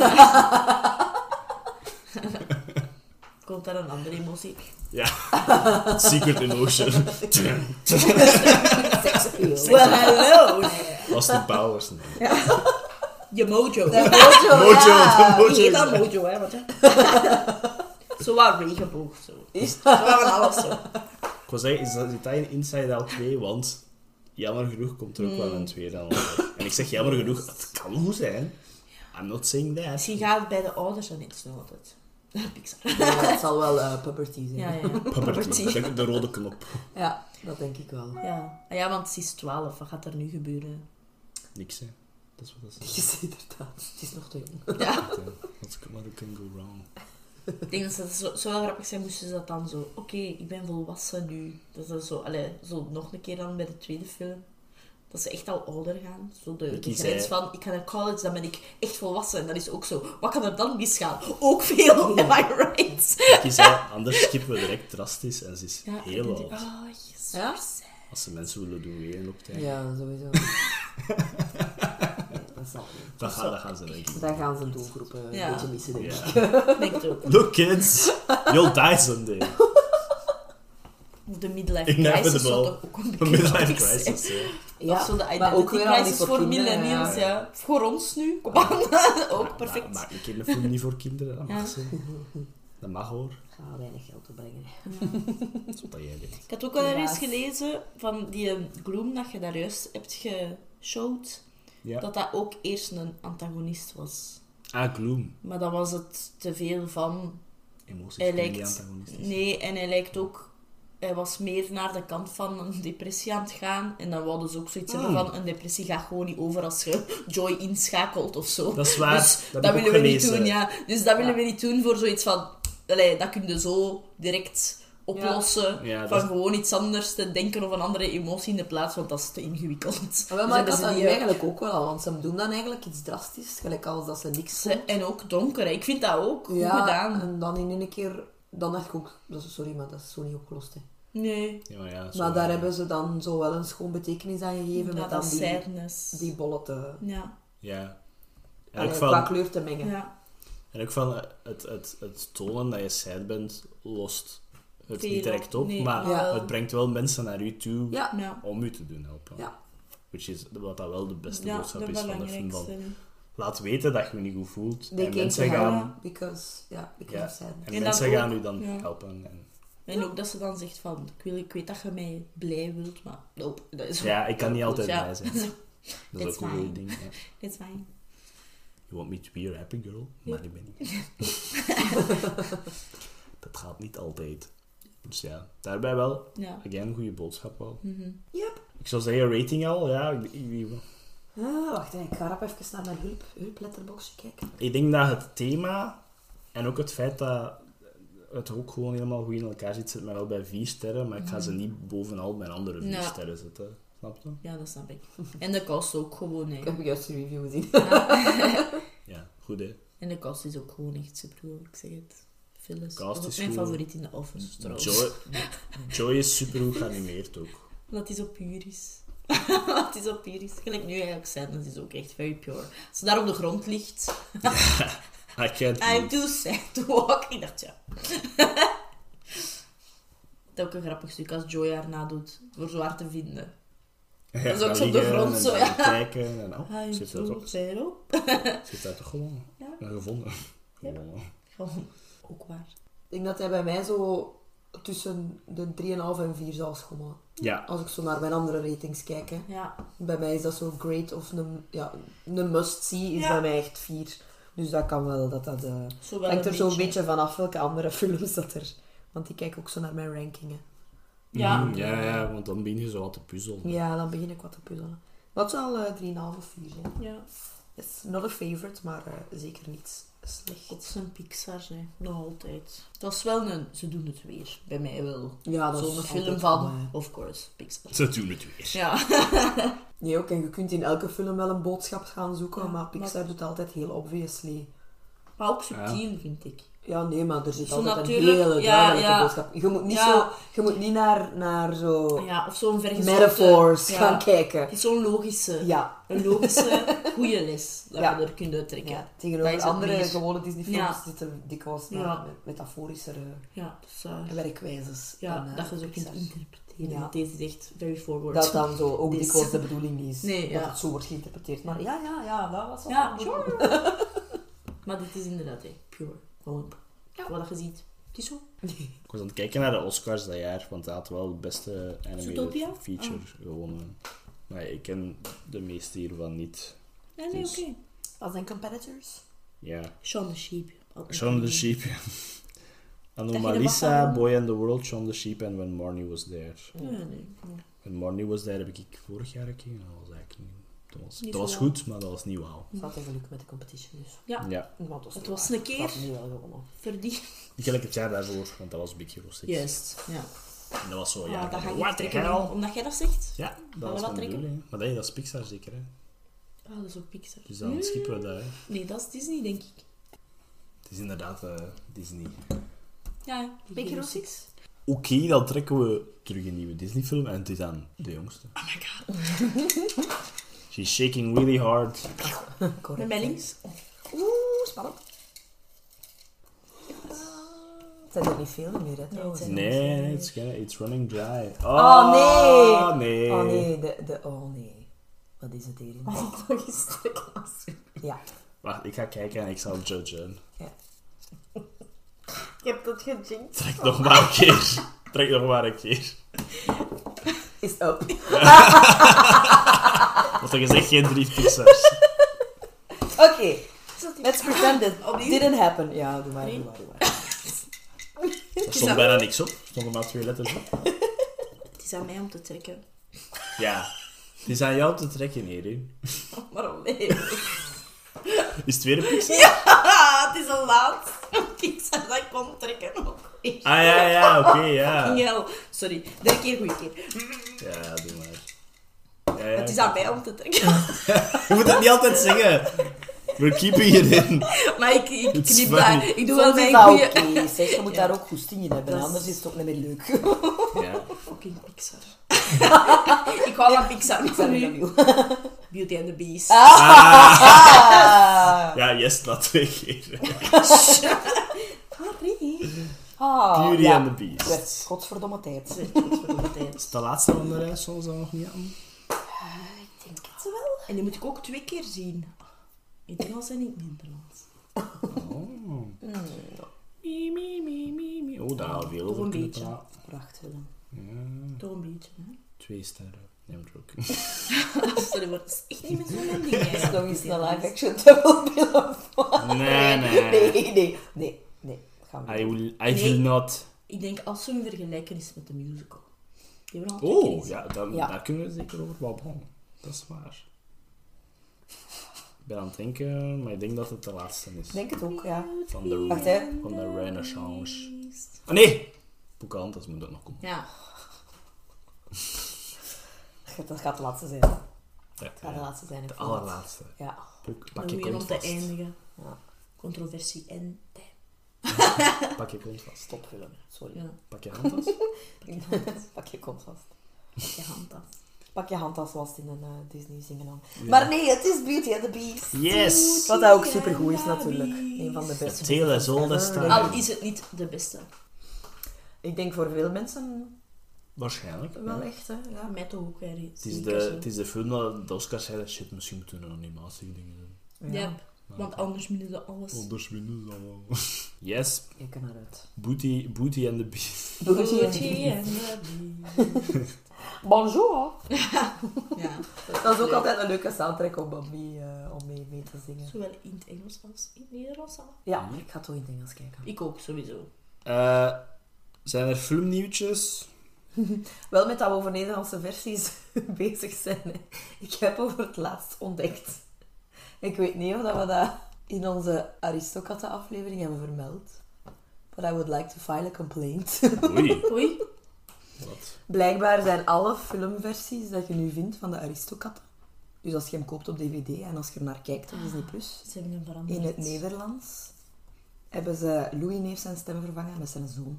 Komt daar een andere emotie? Ja. Secret emotion. Sexy veel. Well, hello. Was de Powers? Nee. Je mojo. De mojo, Mojo, ja. de mojo. Niet dat mojo, hè. Wat, hè. Zo wat regenboog, zo. Is Zo wat van alles, zo. Ik wil zeggen, zit dat in Inside Out 2? Want jammer genoeg komt er ook wel een tweede aan. En ik zeg jammer genoeg, het kan goed zijn. I'm not saying that. Misschien gaat het bij de ouders dan niet snel altijd. Pixar. Ja, het zal wel puberty zijn. Ja, ja. Puberty. De rode knop. Ja, dat denk ik wel. Ja. Ah, ja, want ze is 12. Wat gaat er nu gebeuren? Niks, hè. Dat is wat dat is. Je ziet inderdaad. Het is nog te jong. Ja. What can go wrong? Ik denk dat het zo wel grappig zijn, moesten ze dat dan zo... Oké, ik ben volwassen nu. Dat ze zo... zo nog een keer dan bij de tweede film. Dat ze echt al ouder gaan. Zo de grens van, ik ga naar college, dan ben ik echt volwassen. En dat is ook zo, wat kan er dan misgaan? Ook veel, am I right? Je zei, anders skippen we direct drastisch en ze is heel oud. Oh, yes. Ja? Als ze mensen willen doen ween op tijd. Ja, sowieso. Dat zal niet. Dat gaan ze denk ik. Daar gaan ze doelgroepen een beetje missen, denk ik. Ja. Denk het ook. Look kids, you'll die someday. Of de midlife crisis zou toch ook een beetje Midlife grappig zijn. crisis, ja. Ja, Of zo de maar ook identity weer al niet crisis voor voor kinderen, millennials, ja. ja. Voor ons nu, kom aan. Ook perfect. Maak een kinderfilm niet voor kinderen, dat mag Ja. zijn. Dat mag hoor. Ga weinig geld opbrengen. Dat is wat jij weet. Ik had ook wel Helaas. eens gelezen van die Gloom dat je daar juist hebt geshowd, Ja. dat ook eerst een antagonist was. Ah, Gloom. Maar dan was het te veel van... Emoties Hij kunnen niet lijkt... antagonistisch. Nee, en hij lijkt ook... Hij was meer naar de kant van een depressie aan het gaan. En dan wouden ze ook zoiets hebben van... Een depressie gaat gewoon niet over als je Joy inschakelt of zo. Dat is waar. Dus dat dat heb ik willen ook we niet gelezen. doen, ja. Dus dat willen we niet doen voor zoiets van... Allee, dat kun je zo direct oplossen. Ja, van dat is- gewoon iets anders te denken of een andere emotie in de plaats. Want dat is te ingewikkeld. Maar Dus ik had hebben dat ze nu die, eigenlijk ook wel al, want ze doen dan eigenlijk iets drastisch, gelijk als dat ze niks vond. En ook donker, hè. Ik vind dat ook goed Ja, gedaan. en dan in één keer, dan dacht ik ook, sorry, maar dat is zo niet opgelost. Hè. Nee, Ja, ja, zo Maar daar waar. hebben ze dan zo wel een schoon betekenis aan gegeven, ja, met dat dan sadness. die bollen te, Ja, Ja. En allee, ook qua van, kleur te mengen. ja. en ook van het tonen dat je sad bent, lost het Veel niet direct op, nee, maar Ja. het brengt wel mensen naar u toe Ja, Ja, om u te doen helpen. Ja. Which is wat dat wel de beste ja boodschap de is van de film. Van, belangrijkste. laat weten dat je je niet goed voelt. they En came mensen to gaan, help because Ja. of sadness. en En mensen dan gaan ook- u dan ja. helpen. En, En ook dat ze dan zegt van, ik weet dat je mij blij wilt, maar nope. Dat is ja, ik kan niet altijd ja. blij zijn. Dat is It's ook een fine. goed ding. Ja. It's fine. You want me to be your happy girl? Maar ik ben niet. Dat gaat niet altijd. Dus ja, daarbij wel. Ja. Again, goede boodschap wel. Mhm. Yep. Ik zou zeggen, rating al. Ja, Wacht, ik ga rap even naar mijn hulpletterboxje kijken. ik denk dat het thema en ook het feit dat het ook gewoon helemaal goed in elkaar zit mij wel bij 4 sterren, maar ik ga ze niet bovenal bij andere 4 Ja. sterren zetten. Snap je? Ja, dat snap ik. En de kost ook gewoon, hè. Ik heb juist de review gezien. Ja, goed hè. En de kost is ook gewoon echt super goed, ik zeg het. Phyllis. Cast Dat is mijn goed. favoriet in de Office, trouwens. Joy is supergoed geanimeerd ook. Dat hij zo puur is. Dat hij zo puur is. Gelijk nu eigenlijk Sadness is ook echt very pure. Als ze daar op de grond ligt... I can't I'm move. too sad to walk. Ik dacht, ja. Dat is ook een grappig stuk als Joy haar nadoet. Voor zo haar te vinden. Ja, Dat is ook gaan zo op de liggen grond, en zo, dan ja. kijken en I'm zit daar too toch, sad op. zit daar toch gewoon. Ja. Ja, gevonden. Yep. Gewonnen. Gewoon, ook waar. Ik denk dat hij bij mij zo tussen de 3,5 en 4 zal schommelen. Ja, Als ik zo naar mijn andere ratings kijk. Hè. Ja. Bij mij is dat zo great of een must-see is Ja. bij mij echt 4. Dus dat kan wel, dat Zo wel hangt er een zo'n beetje vanaf welke andere films dat er... Want ik kijk ook zo naar mijn rankingen. Ja. ja, want dan begin je zo wat te puzzelen. Ja, dan begin ik wat te puzzelen. Dat zal 3,5 of 4 zijn. Ja. It's not a favorite, maar zeker niet slecht. Het is een Pixar, hè. Nog altijd. Dat is wel een... Ze doen het weer. Bij mij wel. Ja, dat Zo'n is film altijd van... goed, hè. Of course, Pixar. Ze doen het weer. Ja. Nee, ook. En je kunt in elke film wel een boodschap gaan zoeken, Ja, maar Pixar doet altijd heel obviously. Maar ook subtiel, vind ik. Ja, nee, maar er zit Zo altijd natuurlijk, een hele ja, duidelijke ja. boodschap. Je moet niet, Ja. je moet niet naar zo Ja, of zo'n vergezonde... metaphors ja. gaan kijken. Het is zo'n logische, Ja. een logische, goede les dat Ja. je er kunt uittrekken. Ja, Dat tegenover is het andere meer. gewone Disney-films Ja. zitten dikwijls Ja. metaforischere Ja, dus, werkwijzes. ja, dan, dat je zo kunt Pixar. interpreteren. Ja. Want deze is echt very forward. Dat dan zo ook Dus- dikwijls de bedoeling is. Nee, dat ja. het zo wordt geïnterpreteerd. Maar ja, dat was wel Ja, de sure. bedoeling. Maar dit is inderdaad pure. Gewoon wat je ziet. Het is zo. Ik was aan het kijken naar de Oscars dat jaar, want hij had wel het beste animated Zootopia? feature gewonnen. Maar ik ken de meeste hiervan niet. Ja, nee, Dus- oké. Wat zijn competitors? Ja. Shaun the Sheep. Shaun the Sheep. je Anomalisa, dat wel- Boy and the World, Shaun the Sheep en When Marnie Was There. Ja, nee. When Marnie Was There heb ik vorig jaar gekeken. Dat was eigenlijk niet... Niet Dat was zo goed, maar dat was niet wauw. Ze had geluk met de competition dus. Ja, Ja. Maar het niet was waar. een keer Ze had nu wel gewonnen. verdiend. Ik gelijk het jaar daarvoor, want dat was Big Hero 6. Juist, ja. En dat was zo, Ah, ja, dat ga ik what niet the trekken, hell? omdat jij dat zegt. Ja, dat we was wat mijn trekken? bedoeling. Maar dat is Pixar zeker, hè. Ah, dat is ook Pixar. Dus dan skippen we dat, hè. Nee, dat is Disney, denk ik. Het is inderdaad Disney. Ja, Big Hero 6? Oké, dan trekken we terug een nieuwe Disney-film en het is dan de jongste. Oh my god. She's shaking really hard. Met mij links. Oeh, spannend. Het zijn er niet veel meer, hè, trouwens. het zijn- Nee, it's running dry. Oh, nee! nee! Oh nee, oh nee. Wat is het hierin? Oh, nog eens trekken. Ja. Wacht, ik ga kijken en ik zal judgen. Je hebt dat gejinkt. Trek nog maar een keer. Trek nog maar een keer. Is het up. Wat je gezegd, geen 3 Pixars. Oké, let's pretend it Opnieuw? didn't happen. Ja, doe maar, Nee. doe maar. Er stond bijna niks op. Er stonden maar 2 letters op. Het is aan mij om te trekken. Ja. Het is aan jou te trekken, Erin. Waarom nee? Is het weer een Pixar? Ja, het is al laat. Pixar dat ik kon trekken. Ah, ja, oké, ja. Hell. Sorry, derde keer, goede keer. Ja, doe maar. Ja, Het is aan mij om te trekken. Je moet het niet altijd zeggen. We're keeping it in. Maar ik It's knip funny. daar. Ik doe wel Soms is mijn dat goede... oké. Zeg, je moet Ja. daar ook goesting in hebben, Dat is- anders is het ook niet meer leuk. Ja. Fucking Pixar. Ik hou van Pixar. Ik ben Nu. you. Beauty and the Beast. Ja, yes, dat 2 keer. Beauty ja. and the Beast. Het werd godverdomme tijd. Zeg, godverdomme tijd. Is het de laatste van de reis, zoals dat nog niet aan? Ik denk het wel. En die moet ik ook 2 keer zien. In het Engels en in het Nederlands. Oh. Oh, daar gaan we veel Toch over een kunnen beetje. praten. Prachtfilm. Ja, Toch een beetje, hè? 2 sterren. Nee, I'm joking. Sorry, maar het is echt niet met zo'n ding, hè. Het is nog eens een live-action dubbelfilm. Nee. Nee. Gaan we I doen. will Nee. not. Ik denk als ze hem vergelijken is met de musical. Die hebben we al 2 keer Oh, gezien. ja, Ja. daar kunnen we zeker over babbelen. Dat is waar. Ik ben aan het denken, maar ik denk dat het de laatste is. Ik denk het ook, ja. Van de, Wacht, hè. van de Renaissance. Ah, nee! Pocahontas moet ook nog komen. Ja. Dat gaat de laatste zijn. Ja, Dat gaat de laatste zijn. de allerlaatste. Ja. Pak je Om weer om kont te vast. eindigen. Ja. Controversie en tijd. Pak je kont vast. Topfilm. Sorry. Ja. Pak je handtas. Pak je kont vast. Pak je hand af. Pak je handtas vast in een Disney zingen dan. Ja. Maar nee, het is Beauty and the Beast. Yes! Wat dat ook supergoed is natuurlijk. Een van de beste. Tale as old as time. Al is het niet de beste. Ik denk voor veel mensen Waarschijnlijk. wel ja. echt, hè. Ja. Mij toch ook, hè. Het is de film dat de Oscars zeiden, shit, misschien moeten we een animatie dingen doen. Ja. Want anders minnen ze alles. Anders winnen ze allemaal. Yes, Ik kan eruit. Booty and the Beast. Beauty and the Beauty Beast. and the Beast. Bonjour. Ja. Dat is ook altijd een leuke soundtrack om mee te zingen. Zowel in het Engels als in het Nederlands. al. Ja, ik ga toch in het Engels kijken. Ik ook, sowieso. Zijn er filmnieuwtjes? Wel met dat we over Nederlandse versies bezig zijn. Hè. Ik heb over het laatst ontdekt. Ik weet niet of dat we dat in onze Aristokatten-aflevering hebben vermeld. But I would like to file a complaint. Oei. Oei. Wat? Blijkbaar zijn alle filmversies dat je nu vindt van de Aristokatten, dus als je hem koopt op DVD en als je er naar kijkt op Disney+, Ze hebben hem veranderd. in het Nederlands, hebben ze Louis Neef zijn stem vervangen met zijn zoon.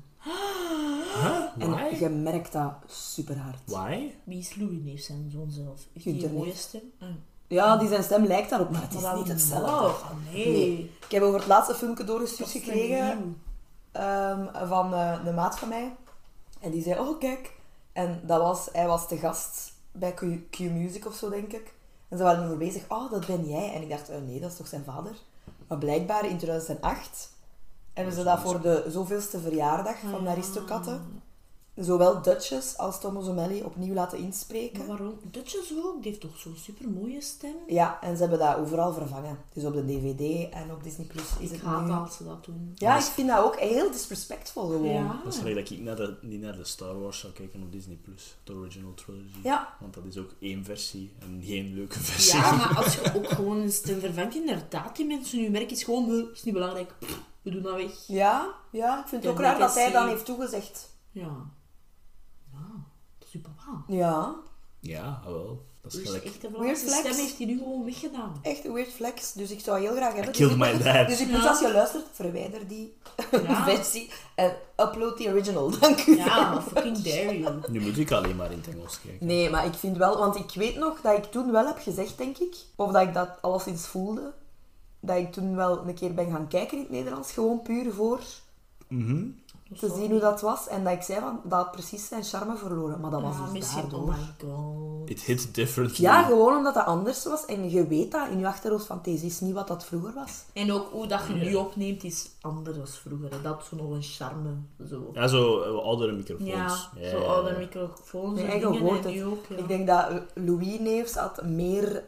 Huh? Why? En je merkt dat super hard. Why? Wie is Louis Neef zijn zoon zelf? Heeft Gunther hij een mooie Neef. stem? Ja, die zijn stem lijkt daarop, maar het is Maar niet dan- hetzelfde. Oh, nee. Nee. Ik heb over het laatste filmpje doorgestuurd Dat is gekregen nieuw. van een maat van mij. En die zei, oh kijk. En hij was te gast bij Q-Music of zo, denk ik. En ze waren erover bezig, oh, dat ben jij. En ik dacht, nee, dat is toch zijn vader? Maar blijkbaar in 2008 hebben ze dat voor de zoveelste verjaardag van de Aristokatten, zowel Duchess als Thomas O'Malley opnieuw laten inspreken. Maar waarom? Dutjes ook? Die heeft toch zo'n super mooie stem? Ja, en ze hebben dat overal vervangen. Dus op de DVD en op Disney Plus is Ik het haat nu. als ze dat doen. Ja, ik vind dat ook heel disrespectful gewoon. Ja. Dat is gelijk dat ik niet naar de Star Wars zou kijken op Disney+. De original trilogy. Ja. Want dat is ook één versie en geen leuke versie. Ja, maar als je ook gewoon een stem vervangt, inderdaad, die mensen nu merk is gewoon, nee, is niet belangrijk. Pff, we doen dat weg. Ja, ik vind het Ja, ook raar dat hij legacy. dan heeft toegezegd. Ja. Ja, dat is uw papa. Ja, Ja, wel. Dat is Dus gelijk. echt de Weird belangrijkste flex. stem heeft hij nu gewoon weggedaan. echt een weird flex. Dus ik zou heel graag hebben. Killed my dad. Dus ik moet, Ja. als je luistert, verwijder die Ja. versie en upload die original. Dank u. Ja, fucking dare you. Nu moet ik alleen maar in het Engels kijken. Nee, maar ik vind wel, want ik weet nog dat ik toen wel heb gezegd, denk ik, of dat ik dat alleszins voelde, dat ik toen wel een keer ben gaan kijken in het Nederlands, gewoon puur voor Mhm. te zien hoe dat was. En dat ik zei van, dat had precies zijn charme verloren. Maar dat was Ja, dus misschien, daardoor. oh my god. It hit differently. Ja, gewoon omdat dat anders was. En je weet dat in je achterhoofd van, deze is niet wat dat vroeger was. En ook hoe dat je nu opneemt is anders dan vroeger. hè. Dat had zo nog een charme. Zo. Ja, zo oudere microfoons. Ja, zo oude microfoons Nee, en je dingen hoort en het. nu ook. Ja. Ik denk dat Louis Neefs had meer...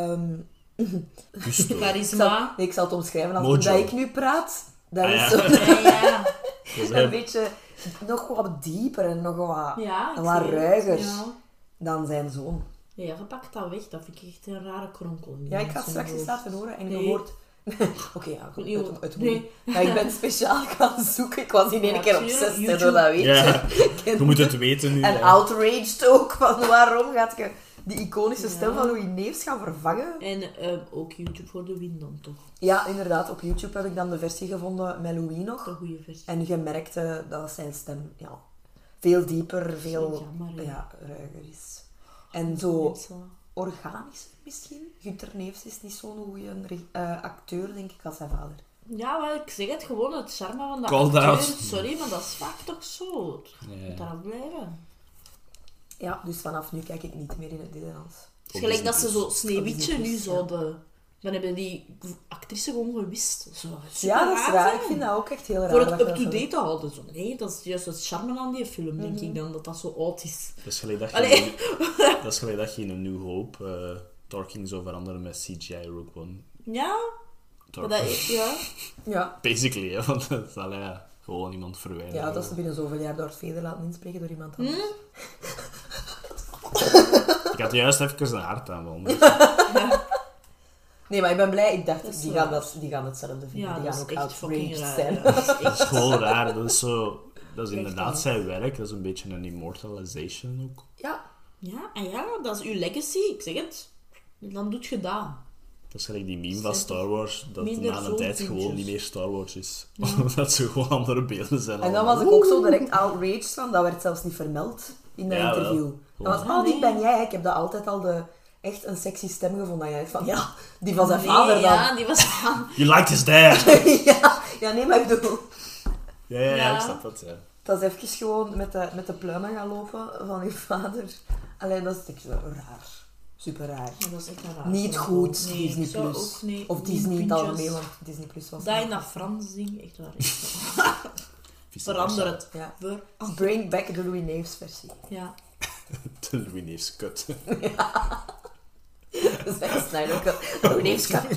Gusto. Charisma. ik zal het omschrijven als Mojo. hoe dat ik nu praat. Dat Ah, is ja. zo Ja. Dus, een beetje nog wat dieper en nog wat, Ja, ik wat zie het. ruiger Ja. dan zijn zoon. Ja, je pakt dat weg. Dat vind ik echt een rare kronkel. Ja, ik ga het straks eens laten horen en je Nee. hoort... Oké, ja, goed, Nee, het moet. nee. Maar ik ben speciaal gaan zoeken. Ik was in één Ja, keer tuurlijk, obsessed, hè, YouTube. door dat weet je. Ja, Ken je moet het weten nu. En ja. outraged ook, van waarom gaat je die iconische Ja. stem van Louis Neefs gaan vervangen? En ook YouTube voor de win dan toch. Ja, inderdaad. Op YouTube heb ik dan de versie gevonden met Louis De nog. goede versie. En je merkte dat zijn stem veel dieper, veel Jammer, hè. ruiger is. En zo Mensen. organisch misschien. Gunther Neefs is niet zo'n goede acteur, denk ik, als zijn vader. Ja, maar ik zeg het gewoon, het charme van de Call acteur. out. Sorry, maar dat is vaak toch zo. Je Ja. moet daarop blijven. Ja, dus vanaf nu kijk ik niet meer in het Nederlands. Het is gelijk dat ze zo Op Sneeuwwitje Disney nu Plus, ja. zouden... Dan hebben die actrice gewoon gewist. Zo, Ja, dat is super raar. hè? Ik vind dat ook echt heel raar. Voor dat het je dat zo- up-to-date te houden. Zo. Nee, dat is juist het charme aan die film, denk Mhm. ik dan, dat dat zo oud is. Dat is gelijk dat Allee. je, dat is gelijk dat je in een New Hope Talking zou veranderen met CGI Rogue One. Ja, maar dat, ja. Ja. Basically, hè, want dat is gewoon iemand verwijderen. Ja, dat is binnen zoveel jaar door Vader laten inspreken door iemand anders. Ik had juist even een hartaanval. Dus. Nee, maar ik ben blij. Ik dacht, Dat is die raar. gaan hetzelfde vinden. Ja, die dat gaan is ook echt fucking outraged raar. zijn. Ja, dat is echt... Dat is gewoon raar. Dat is zo... Dat is Echt inderdaad wel. zijn werk. Dat is een beetje een immortalization ook. Ja, Ja, en ja, dat is uw legacy, ik zeg het. Dan doet je dat. Dat is gelijk die meme van Star Wars, dat Minder na een zo'n tijd puntjes. gewoon niet meer Star Wars is. Omdat ze gewoon andere beelden zijn. en dan allemaal. was ik ook zo direct outraged van. Dat werd zelfs niet vermeld in dat Ja, wel. interview. Dat was, Ja, die nee. ben jij. Ik heb dat altijd al echt een sexy stem gevonden. En jij dacht van, ja, die van zijn Nee, vader dan. ja, die was van... You liked his dad! ja, nee, maar ik bedoel... Ja, Ja. ik snap dat, ja. Dat is even gewoon met de pluimen gaan lopen van je vader. Alleen dat is echt zo raar. Super raar. Ja, dat is echt een raar. Niet verhaal. goed, Nee, Disney ik zou Plus. ook niet- Of niet Disney in het puntjes. algemeen, want Disney Plus was... Dat in dat Frans ding, echt waar. Vice Verander versa. het. Ja. Verander. Bring back the Louis Neefs versie. Ja. De Louis Neefs cut. Dat is echt Snyder Cut. Louis Neefs cut.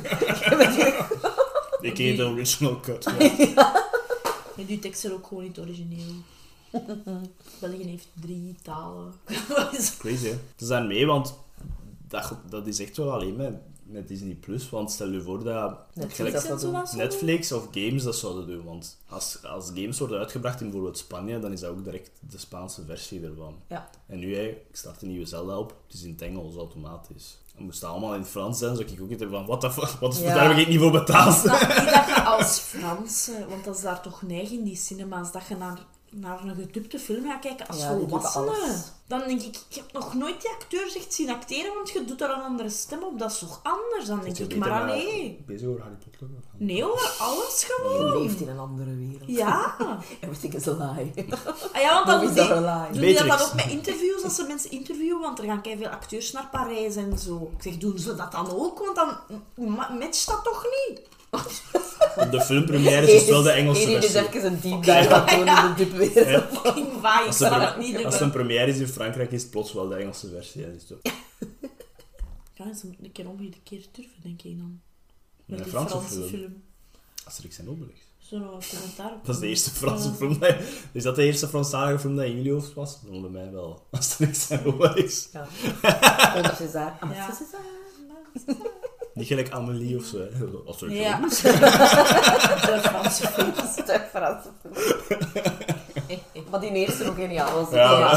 Ik eet de original cut. En die tekst is ook gewoon niet origineel. België heeft 3 talen. Crazy, hè? Het is daarmee, want dat is echt wel alleen met Disney Plus, want stel je voor dat Netflix dat doen. Netflix of games dat zouden doen, want als games worden uitgebracht in bijvoorbeeld Spanje, dan is dat ook direct de Spaanse versie ervan. Ja. En nu, ik start een nieuwe Zelda op, het is in het Engels automatisch. Het moest allemaal in het Frans zijn, zou ik ook niet van, daar heb ik niet voor betaald. Maar niet dat je als Franse, want dat is daar toch neig in die cinema's, dat je naar een gedubte film gaat kijken als Ja, die doen volwassene. alles. Dan denk ik heb nog nooit die acteurs echt zien acteren, want je doet daar een andere stem op. Dat is toch anders? Dan denk ik, maar nee. Bezig over Harry Potter? Nee hoor, alles gewoon. Je leeft in een andere wereld. Ja. Everything is a lie. Ah ja, want dan Movies doen die, are a lie. doen die dat dan Matrix. ook met interviews, als ze mensen interviewen, want er gaan veel acteurs naar Parijs en zo. Ik zeg, doen ze dat dan ook? Want dan matcht dat toch niet? Op de filmpremière is het wel de Engelse Iedereen is versie. even een deep dive aan doen in de dubwereld. Fucking vaag, ik zal het niet Als doen. het een première is in Frankrijk, is het plots wel de Engelse versie. Hè. Dus zo. Ja, dat is een keer omgekeerd durven, denk ik dan. Een Met die Franse Franse film. film. Asterix en Obelix. Zo'n commentaar op. Dat is de eerste Franse Ja. film. Is dat de eerste Franstalige film dat in jullie hoofd was? Dan bij mij wel. Asterix en Obelix. Ja. Onder César. Ah, Ja. César. Niet gelijk Amélie of zo. Hè. Asterix en Ja. Obelix. De Franse film. Dat is de Franse film. Maar die eerste ook geniaal was. Ja,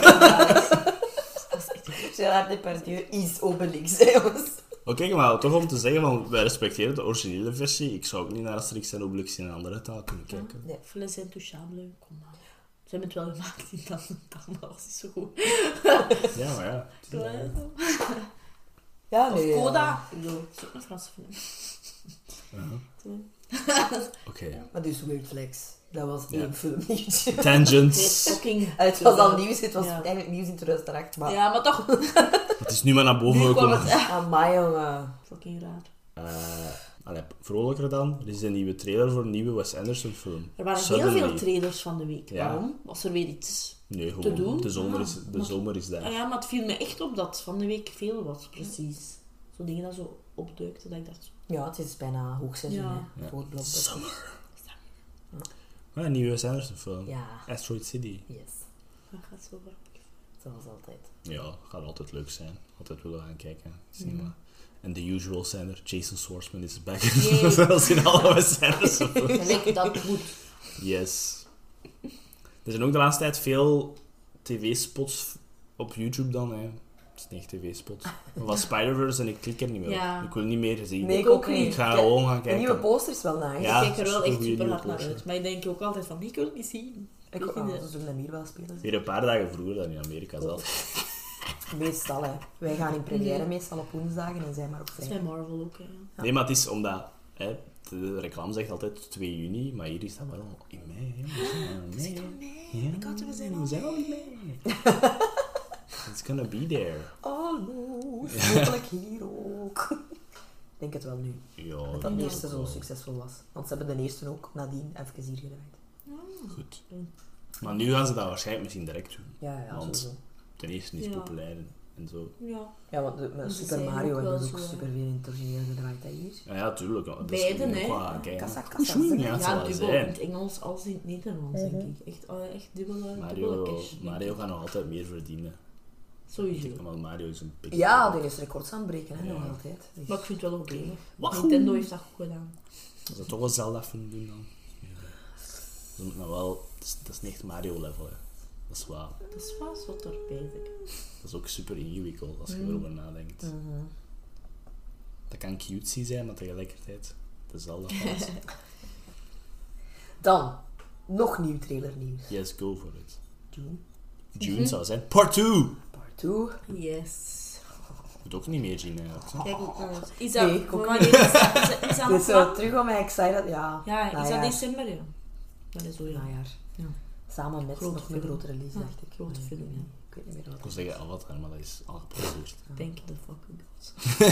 Gérard Depardieu is Obelix, hè, jongens. Oké, maar toch om te zeggen, van, wij respecteren de originele versie. Ik zou ook niet naar Asterix en Obelix in een andere taal kunnen kijken. Nee. Les Intouchables, kom maar. Ze hebben het wel gemaakt in dat was niet zo goed. Ja, maar ja. Ja, Of nee. Coda. Ik bedoel, het is ook een Franse film. Oké. Maar dus Weird Flex. Dat was Ja. één filmnieuwtje. Tangents. Fucking... Het was al nieuws, het was Ja. eigenlijk nieuws in 2008, maar... Ja, maar toch. Het is nu maar naar boven Nu kwam gekomen. het... Amai, jongen. Fucking raar. Vrolijker dan. Er is een nieuwe trailer voor een nieuwe Wes Anderson film. Er waren Suddenly. heel veel trailers van de week. Ja. Waarom? Was er weer iets... Nee, te gewoon. doen? De zomer, Ah, is, de maar- zomer is daar. Ah ja, maar het viel me echt op dat van de week veel was, precies. Zo dingen dat zo opduikten, dat ik dacht... Ja, het is bijna hoogseizoen, Ja. hè. Voor blockbusters. Summer. Ja, een nieuwe Wes Anderson film. Ja. Asteroid City. Yes. Dat gaat zo ver. Zoals altijd. Ja, gaat altijd leuk zijn. Altijd willen gaan kijken. Cinema. En The Usual zijn er. Jason Schwartzman is back. Yay. Zoals in alle Wes Anderson films. Gelijk dat moet. Yes. Er zijn ook de laatste tijd veel tv-spots op YouTube dan. Hè. Het is niet echt tv-spot. Van Spider-Verse en ik klik er niet meer Ja. op. Ik wil niet meer zien. Nee, ik ook ook niet. Ik ga gewoon gaan De kijken. nieuwe poster is wel nice. Ja. Ik kijk er wel dat is echt een goede super hard nieuwe naar uit. Maar ik denk ook altijd van, ik wil het niet zien. Ik Ik ook vind wel. het- Ze zullen hem hier wel spelen. Weer een paar dagen vroeger dan in Amerika zelf. Meestal, hè. Wij gaan in première meestal op woensdagen en zij maar op Dat is vrijdag. bij Marvel ook, hè. Ja. Nee, maar het is omdat... Hè, de reclame zegt altijd 2 juni, maar hier is dat wel in mei. Hè. We zijn al in mei. Ja, Ik had er we zijn al in mei. It's gonna be there. Almost. Hopelijk hier ook. Ik denk het wel nu. Ja, Dat de ik eerste denk zo wel. succesvol was. Want ze hebben de eerste ook nadien even hier gedraaid. Goed. Maar nu gaan ze dat waarschijnlijk misschien direct doen. Ja, ja, Want sowieso. ten eerste is het Ja. populair en zo. Ja. Ja, want met Ze Super zijn Mario ook wel hebben ze ook zo, superveel in het origineel gedraaid, hè, hier. Ja, ja, tuurlijk. Dat is Beide, gewoon hè. qua kijken. Kassa, Ja, het zal Ja, wel dubbel in zijn. het Engels als in het Nederlands, denk ik. Echt, echt dubbele Mario, cash. denk Mario ik. gaat nog altijd meer verdienen. Sowieso. Want Mario is een pik. Ja, die is records aan het breken, hè, Ja. nog altijd. Dus- Maar ik vind het wel oké. Wahoo! Nintendo heeft dat goed gedaan. Als dat toch wel Zelda film doen dan. Ja. Dat moet nou wel... Dat is niet echt Mario level, hè. Dat is waar. Dat is wel zotter, bezig. Dat is ook super ingewikkeld als je erover nadenkt. Mhm. Dat kan cutesy zijn, maar tegelijkertijd de Zelda fans. Dan, nog nieuw trailernieuws. Yes, go for it. June, June zou zijn. Part 2! part 2. Yes. Moet ook niet meer zien eigenlijk. Hè. Kijk ook naar uit. Is dat... Nee, ik ook wanneer is dat? Is dat nog Dus lang? terug om mij excited, ja. Ja, is dat najaar. december, ja? Dat is zo, ja. Najaar. Ja. Samen met Grote nog een film. grote release, Ja, dacht ik. grote Nee, film, ik weet ja. niet. Ik weet niet meer Ik wat wil het zeggen Avatar, maar dat is al geproduceerd. Thank the fucking gods.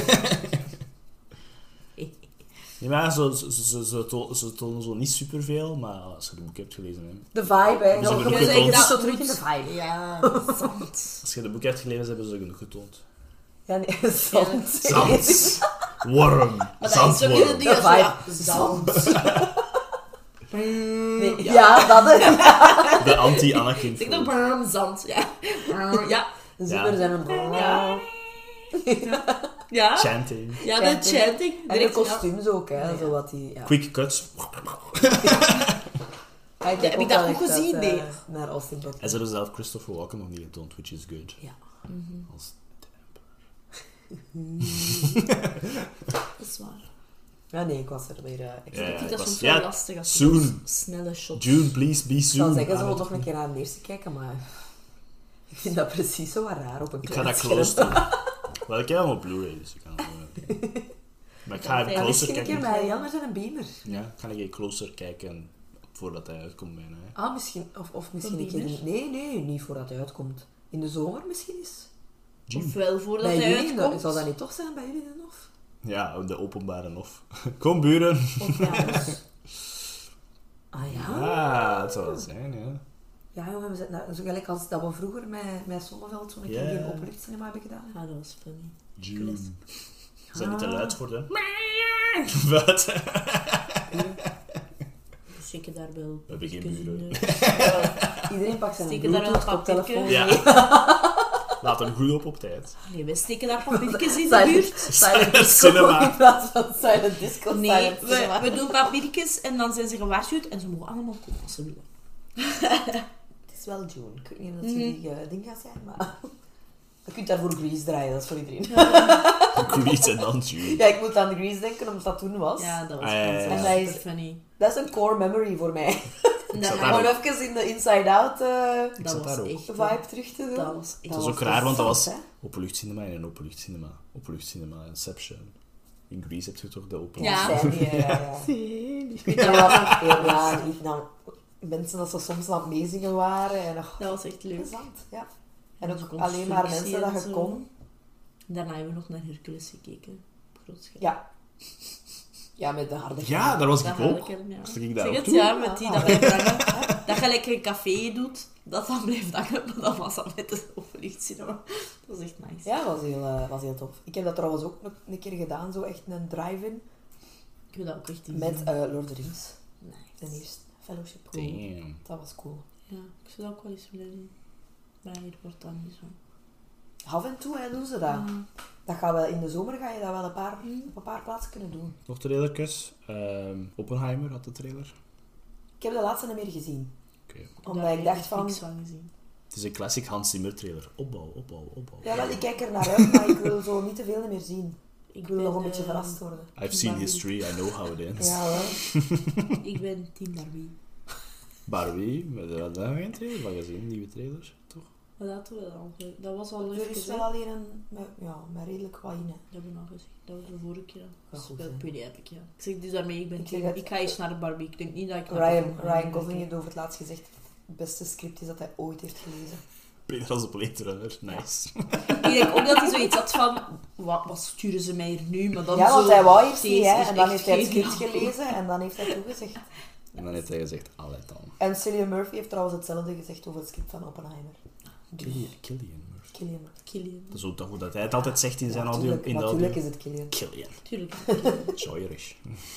Nee, maar ze tonen zo niet superveel, maar als je het boek hebt gelezen, hè. De vibe, hè. Hebben ze Je genoeg zit getoond? zo terug in de vibe. Ja, zand. Als je het boek hebt gelezen, hebben ze genoeg getoond. Ja, nee, zand. Zand! Worm! Maar dat is ook in Zandworm! het De ding vibe. zand. Nee, ja, dat is. De anti-Anakin Ik denk film. dat zand, ja. Ja. De zoekers zijn een... Ja. Ja, Chanting. ja dat chanting. En de Direct, kostuums ook, hè. Ja. Zo wat die... Ja. Quick cuts. Ja, ik Heb ik dat ook gezien? Nee. Naar Austin Butler. En ze hebben zelf Christopher Walken nog niet getoond, which is good. Ja. Als Dat is waar. Ja, nee, ik was er weer... Ik vind dat was- soms ja, wel lastig als soon. je snelle shots... June, please be Ik zou soon. zeggen, zo Ah, nog een keer naar de eerste kijken, maar... Ik vind dat precies zo wat raar op een Ik ga klein dat close doen. Wel, ik heb hem op Blu-ray, dus ik kan hem... Maar ik ga even Ja, closer Misschien een keer kijken. met Jan, zijn een beamer. Ja, ik ga een keer closer kijken voordat hij uitkomt bijna. Hè. Ah, misschien... Of misschien een beamer? keer... Nee, niet voordat hij uitkomt. In de zomer misschien eens. June. Ofwel voordat Bij hij jullie, uitkomt. zou dat niet toch zijn bij jullie dan of? Ja, op de openbare hof. Kom, buren. Of ja, dus- Ah ja? Ja, het zou wel zijn, ja. Ja, jongen, we zitten zo gelijk als dat we vroeger met Zonneveld zo'n keer Ja. geen openluchtcinema hebben gedaan. Ah, dat was funny. June. Classic. Is dat niet te luid voor de... Ah. Buiten. Steken daar wel... We hebben geen even buren. in de- Iedereen pakt zijn Steken daar wel Bluetooth papiertje? koptelefoon Ja. mee. Laat hem goed op tijd. Nee, wij steken daar papiertjes in de buurt. Silent disco Cinema. in plaats van silent disco. Nee, silent cinema. we doen papiertjes en dan zijn ze gewaarschuwd en ze mogen allemaal komen als ze willen. Het is wel June. Ik weet niet of dat jullie ding gaat zijn, maar... Je kunt daarvoor Grease draaien, dat is voor iedereen. Grease en dan June. Ja, ik moet aan Grease denken, omdat dat toen was. Ja, dat was Ah, ja, ja, ja. En dat is- super funny. Dat is een core memory voor mij. En zat dan daar Gewoon ook. even in de Inside-Out Ik dat zat daar was ook. echt... vibe terug te doen. Dat was echt... Dat is ook raar, want dat was zot, hè? openluchtcinema en een openluchtcinema. Openluchtcinema, Inception. In Grease heb je toch de open. Ja. Zijn die, ja. Ik weet Dat dat wel. was ook heel raar. Mensen dat ze soms aan het meezingen waren. En, Dat was echt leuk. interessant, ja. En Onze ook alleen maar constructie mensen dat en je zo. kon. Daarna hebben we nog naar Hercules gekeken. Op groot scherm. Ja. Ja, met de harde Ja, daar was ik Dat ook. had ik hem, ja. Was ik daar Zeg ook het, toen? ja, met die Ja. dat blijft hangen. Dat je lekker een café doet, dat dan blijft hangen, maar dat was al met de openluchtcinema. Dat was echt nice. Ja, was heel tof. Ik heb dat trouwens ook nog een keer gedaan, zo echt een drive-in. Ik wil dat ook echt zien. Met Lord of the Rings. De Nice. eerste Fellowship. Damn. Dat was cool. Ja, ik zou dat ook wel eens willen doen. Maar hier wordt dat niet zo. Af en toe hè, doen ze dat. Dat gaat wel, in de zomer ga je dat wel op een paar plaatsen kunnen doen. Nog trailertjes. Oppenheimer had de trailer. Ik heb de laatste niet meer gezien. Oké. Omdat Daar ik heb dacht van... niks van gezien. Het is een classic Hans Zimmer trailer. Opbouw, opbouw, opbouw. Ja, wel, ik kijk er naar uit, maar ik wil zo niet te veel meer zien. Ik wil ben, nog een beetje verrast worden. I've seen Barbie. history, I know how it ends. Ja, wel. Ik ben team Barbie. Barbie, we hebben daar geen trailer van gezien, nieuwe trailers, toch? Maar dat, dat was al leuk Er is gezegd. wel alleen een... met redelijk wat in, hè. Dat hebben we al gezegd. Dat was de vorige keer. Ja, Dat is goed, wel hè. puur heb ik, ja. Ik zeg dus daarmee, ik ben Ik zeg team. het. Ik ga eens naar de Barbie. Ik denk niet dat ik... naar de film ga Ryan gaan Gosling kijken. heeft over het laatst gezegd... Het beste script is dat hij ooit heeft gelezen. Beter als de Blade Runner, nice. Ik denk ook dat hij zoiets had van... Wat sturen ze mij hier nu? Maar dan Ja, want zo, hij wou eerst deze niet, hè. is En dan echt heeft hij het geniaal. script gelezen en dan heeft hij toegezegd. En dan heeft hij gezegd, allee dan. En Cillian Murphy heeft trouwens hetzelfde gezegd over het script van Oppenheimer. Killian Murphy. Cillian Murphy. Killian. Dat is ook toch hoe dat hij het altijd zegt in zijn audio. In de Natuurlijk audio. is het Cillian. Killian. Tuurlijk. Joyerish.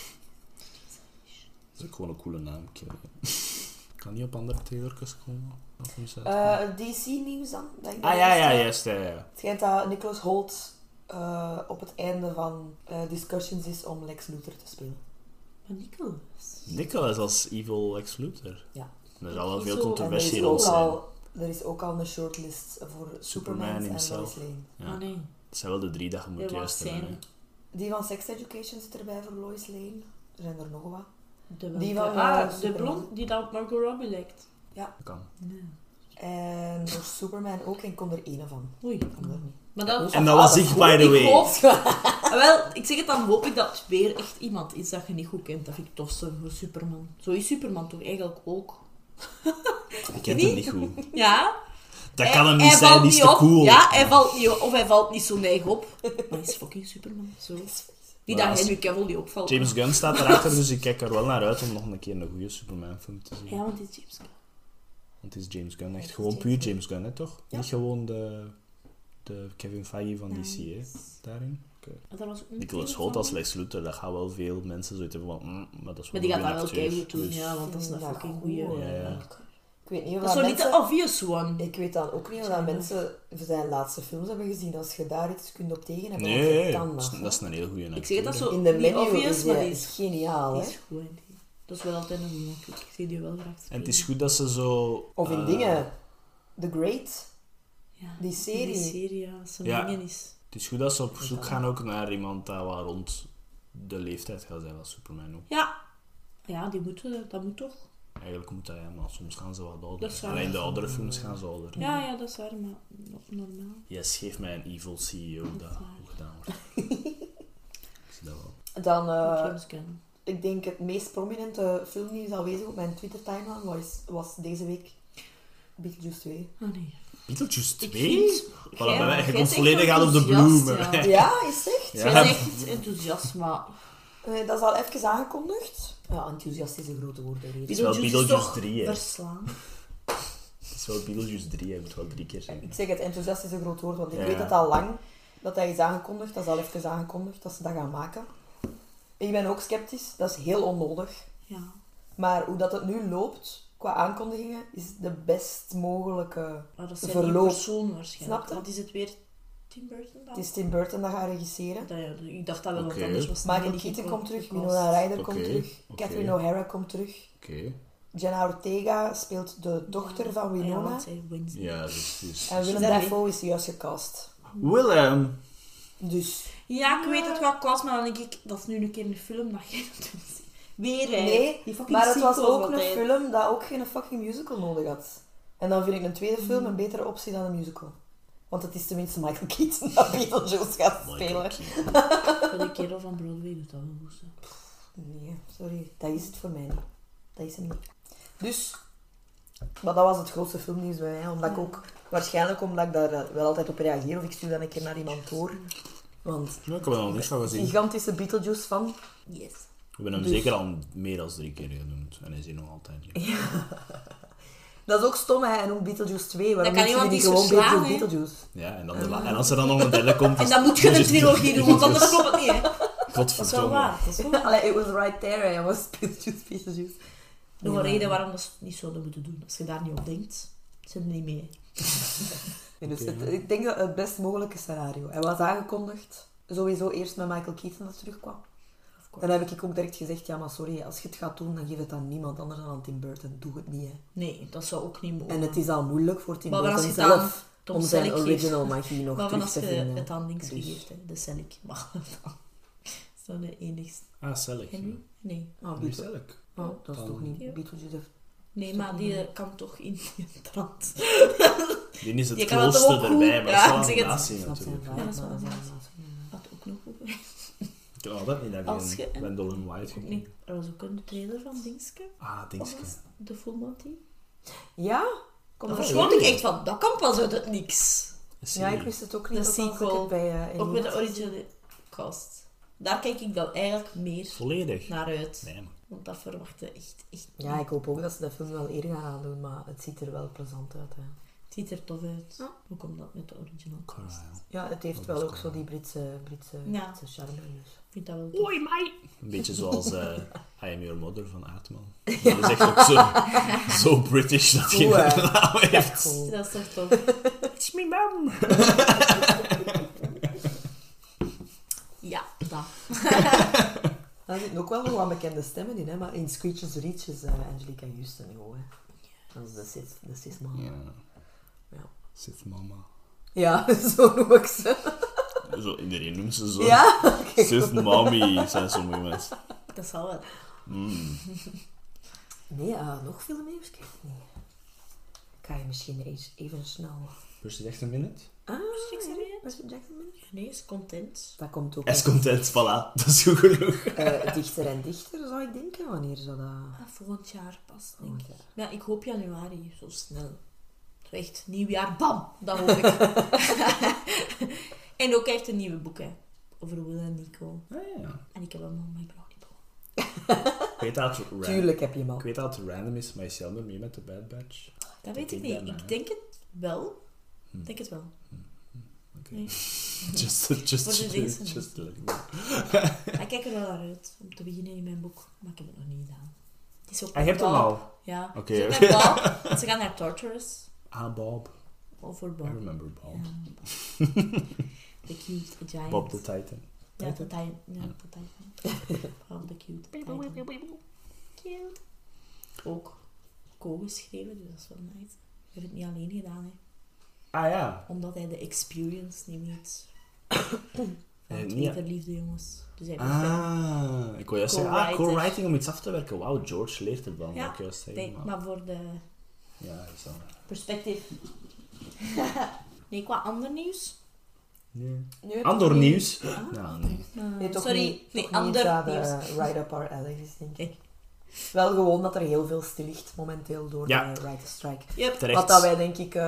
Dat is ook gewoon een coole naam, Killian. Kan niet op andere trailertjes komen? Of hoe is dat? DC-nieuws dan? Dat ik Ah ja, juist. Ja. Het schijnt dat Nicholas Hoult op het einde van discussions is om Lex Luthor te spelen. Maar Nicholas. Nicholas als evil Lex Luthor. Ja. Er zal wel Niet veel zo- En controversie rond zijn. er is ook al een shortlist voor Superman en himself. Lois Lane. Ja. Ah nee. Het zijn wel de 3 dat je moet Ja, wat juist hebben. zijn- hè. Die van Sex Education zit erbij voor Lois Lane. Er zijn er nog wat. De Die welke? van, de Superman. blond die dat Margot Robbie lijkt. Dat kan. Nee. En voor Superman ook, en ik kon er één van. Oei. Kan er niet. Maar dat... En dat was ik, by the Ik way. hoop... Wel, ik zeg het dan, hoop ik dat het weer echt iemand is dat je niet goed kent. Dat vind ik tof zo voor Superman. Zo is Superman toch eigenlijk ook. Ik ken hem niet goed. Ja. Dat kan hem Hij niet zijn, valt die is niet te op. cool. Ja, hij valt niet op. Of hij valt niet zo neig op. Maar hij is fucking Superman. Zo. Niet Maar dat als- Henry Cavill die opvalt. James Gunn staat erachter, dus ik kijk er wel naar uit om nog een keer een goede Superman-film te zien. Ja, want het is James Gunn. Want het is James Gunn, echt Het is gewoon James puur Gunn. James Gunn, hè, toch? Ja. Niet gewoon de Kevin Feige van DC, hè, daarin. Oké. Maar daar was ook een Nicholas trailer Hoult van. als Lex Luthor, dat gaan wel veel mensen zoiets hebben van, maar dat is Maar wel die een gaat dat goede wel acteur, keigoed doen, dus- ja, want dat is een Ja, fucking cool. goeie. Ja, ja. Ik Ik weet niet of Dat is zo niet mensen... de obvious one. Ik weet dan ook niet of dat mensen zijn laatste films hebben gezien. Als je daar iets kunt op tegen hebben, want Nee, je kan dat is een heel goede Ik zeg dat zo In de niet menu obvious, is, maar die die is is, geniaal, die hè. is goed. Dat is wel altijd een goede acteur. Ik zie die wel graag En het is spelen. goed dat ze zo... Of in dingen. The Great. Ja, die serie. Die serie, ja, als ze Ja. dingen is. Het is goed dat ze op zoek gaan ook naar iemand dat wat rond de leeftijd gaat zijn als Superman ook. Ja, dat moet toch? Eigenlijk moet dat, ja, maar soms gaan ze wat ouder. Dat is waar. Alleen de oudere films gaan ze ouder. Ja, dat is waar, maar normaal. Yes, geef mij een evil CEO dat goed gedaan wordt. Ik zie dat wel. Dan, James Gunn. ik denk het meest prominente filmnieuws aanwezig op mijn Twitter-timeline was deze week Beetlejuice 2. Oh nee. Beetlejuice Ik 2? vind... Voilà, bij mij, je jij komt bent volledig echt aan op de enthousiast, bloem. ja. Ja, is het echt? Ja. Jij bent echt enthousiast, maar... Dat is al even aangekondigd. Ja, enthousiast is een grote woord. Hè, is wel Beetlejuice toch 3, hè. verslaan. Het is wel Beetlejuice 3, je moet wel 3 keer zeggen. Ik zeg het, enthousiast is een groot woord, want ik Ja. weet het al lang dat dat is aangekondigd. Dat is al even aangekondigd dat ze dat gaan maken. Ik ben ook sceptisch. Dat is heel onnodig. Ja. Maar hoe dat het nu loopt, qua aankondigingen, is de best mogelijke Maar dat zijn verloop. die persoon waarschijnlijk. Snap je? Want is het weer Tim Burton dan? Het is Tim Burton dat gaat regisseren. Ik dacht dat wel, want Oké. anders was het Michael niet Keaton enkel komt terug, gecast. Winona Ryder komt Oké, terug, oké. Catherine O'Hara komt terug. Oké. Jenna Ortega speelt de dochter van Ah ja, Winona. want zij wint. Ja, dus... En Willem Is dat Dafoe is juist gecast. Willem! Dus Ja, ik weet het wel, Klaas, maar dan denk ik, dat is nu een keer een film dat jij dat doet. Weer, hè. nee, Die fucking maar het was sequels ook een altijd. film dat ook geen fucking musical nodig had. En dan vind ik een tweede film een betere optie dan een musical. Want het is tenminste Michael Keaton dat Beetlejuice gaat spelen. Voor de kerel van Broadway doet dat wel goed. Zo. Nee, sorry. Dat is het voor mij niet. Dat is hem niet. Dus, maar dat was het grootste filmnieuws bij mij. Omdat ik ook, waarschijnlijk omdat ik daar wel altijd op reageer. Of ik stuur dan een keer naar iemand door. Want Ja, ik heb er nog niks van gezien. gigantische Beetlejuice fan. Yes. We hebben hem Dus- zeker al meer dan 3 keer genoemd. En hij is hier nog altijd niet. Dat is ook stom, hè. En ook Beetlejuice 2. Waarom kan noem je iemand niet iets gewoon verslaan, hè? Beetlejuice? Ja, en als er dan nog een derde komt... En dan moet je een trilogie doen, want anders klopt het niet, hè. Dat is wel Godverdomme. waar. Dat is wel waar. Allee, it was right there, hè. Was Beetlejuice. Nog een reden waarom dat niet zouden moeten doen. Als je daar niet op denkt, zit er niet mee. Nee, dus ik denk dat het best mogelijke scenario. Hij was aangekondigd, sowieso eerst met Michael Keaton dat terugkwam. Dan heb ik ook direct gezegd, ja maar sorry, als je het gaat doen, dan geef het aan niemand anders dan aan Tim Burton. Doe het niet, hè. Nee, dat zou ook niet mogen. En het is al moeilijk voor Tim Maar als Burton je het aan zelf Tom om zijn Selleck original magie nog maar terug als te je vinden. het aan links Dus- geeft, hè, de Selleck. Maar dat is dan de enigste. Ah, Selleck. Henry? Nee. Ah, Wie Beetle- Selleck? oh, dat is toch niet... Ja. Beetlejuice heeft... Nee, maar die kan toch in die trant. Die is het Je kan het closste ook goed- erbij, maar Ja, dat ik is zeg wel een het. nazi Snap zijn natuurlijk. vibe, Ja, dat is maar wel dat een is- Had ook nog goed geweest. Ik heb altijd niet naar Als die je- Gwendolyn White gekeken. Nee, er was ook een trailer van Dingske. Ah, Wat dingske. was het? De Full Monty. Ja? Kom, Ah, daar ja. schoot ik echt van. Dat kan pas uit het niks. Ja, ik wist het ook niet. De ook al als ik sequel. het bij, Ook met de animaties- originele cast. Daar kijk ik dan eigenlijk meer Volledig. naar uit. Nee, man. Want dat verwachtte echt Ja, ik hoop ook dat ze de film wel eer gaan aandoen, maar het ziet er wel plezant uit. Hè. Het ziet er tof uit. Ja. Hoe komt dat met de original cast? Carlisle. Ja, het heeft Dat wel is ook cool. zo die Britse Ja. charme. Dus. Ik vind dat wel tof. Een beetje zoals I Am Your Mother van Aardman. Dat is echt ook zo British dat hij Goed, hè? een naam heeft. Echt cool. Dat is toch tof. It's me mom. Ja, dat. Daar zitten ook wel nog wat bekende stemmen in, hè? Maar in Screeches Reaches, Angelica Houston, joh, hè. Dat is de cis-man. Ja. Ja. Sith mama. Ja, zo noem ik ze. Zo, iedereen noemt ze zo. Ja? Sith mommy zijn sommige mensen. Dat zal wel. Mm. Nee, nog veel nieuws? Ik weet het niet. Ik ga je misschien eens even snel... Percy Jackson Minute? Percy Jackson Jackson? Nee, is content. Dat komt ook Hij is content, voilà. Dat is goed genoeg. dichter en dichter, zou ik denken. Wanneer zou dat... Volgend jaar pas, denk Volgend ik. jaar. Ja, ik hoop januari, zo snel. Zo echt, nieuwjaar, bam! Dat hoop ik. En ook echt een nieuwe boek, hè. Over Will en Nico. Ah, ja. En ik heb hem al, maar ik ben nog niet begonnen. Ik weet dat het Tuurlijk heb je hem al. Ik weet dat het random is, maar is Jelmer mee met de Bad Batch? Dat weet ik denk niet. dat, Ik hè. denk het wel. Ik denk het wel. Oké. Nee. Just Voor de deze. let it go. Maar ik kijk er wel naar uit om te beginnen in mijn boek. Maar ik heb het nog niet gedaan. Die is ook Hij hebt hem Bob. al. Ja. Oké. Ze is ook met Bob. En ze gaan naar Tartarus. Ah, Bob. Over Bob. I remember Bob. Ja, the cute giant. Bob the Titan. Ja, de Titan. Ja, de Titan. Bob the cute Titan. Cute. Ook co-geschreven, dus dat is wel nice. Hij heeft het niet alleen gedaan, hè. Ah ja. Omdat hij de experience niet weet. Van niet- twee verliefde jongens. Dus hij heeft Ik wil juist zeggen, Co-writer. co-writing om iets af te werken. Wauw, George leert het dan. Ja, wil ik juist zeggen, nee, maar voor de Ja, dat is dan... perspectief. Nee, qua ander nieuws. Nee. Nee, Ander toch nieuws? niet. Nou, nee. Nee, toch Sorry, niet, nee, toch niet ander dat nieuws. right up our alley is, denk ik. Kijk. Wel gewoon dat er heel veel stil ligt momenteel door Ja. de writer strike. Yep, Terecht. Wat dat wij denk ik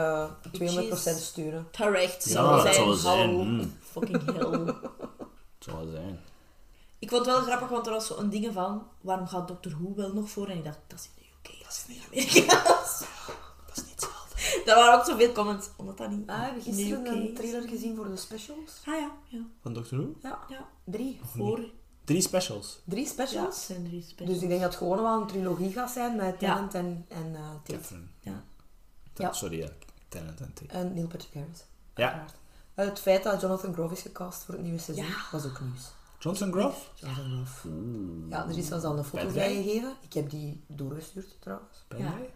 200% sturen. terecht Ja, zal dat zijn. zal zijn. Hallo. Fucking hell. Het zal wel zijn. Ik vond het wel grappig, want er was zo'n ding van, waarom gaat Doctor Who wel nog voor? En ik dacht, dat is in de UK, dat is niet Amerikaans. Dat is niet hetzelfde. Daar waren ook zoveel comments, omdat dat niet Ah, heb je in de gisteren UK een trailer gezien voor de specials? Ah ja, ja. Van Doctor Who? Ja. Ja. 3. Voor. 3 specials. 3 Ja, specials? het zijn 3 specials. Dus ik denk dat het gewoon wel een trilogie gaat zijn met Ja. Tennant en Tate. Catherine. Ja. Ja. Sorry, ja. Tennant en Tate. En Neil Patrick Harris. Ja. uiteraard. Het feit dat Jonathan Groff is gecast voor het nieuwe seizoen, Ja. was ook nieuws. Johnson Groff? Jonathan Groff. Oeh. Ja, er is zelfs al een foto Bad guy? vrijgegeven. Ik heb die doorgestuurd trouwens. Ben Ja. jij?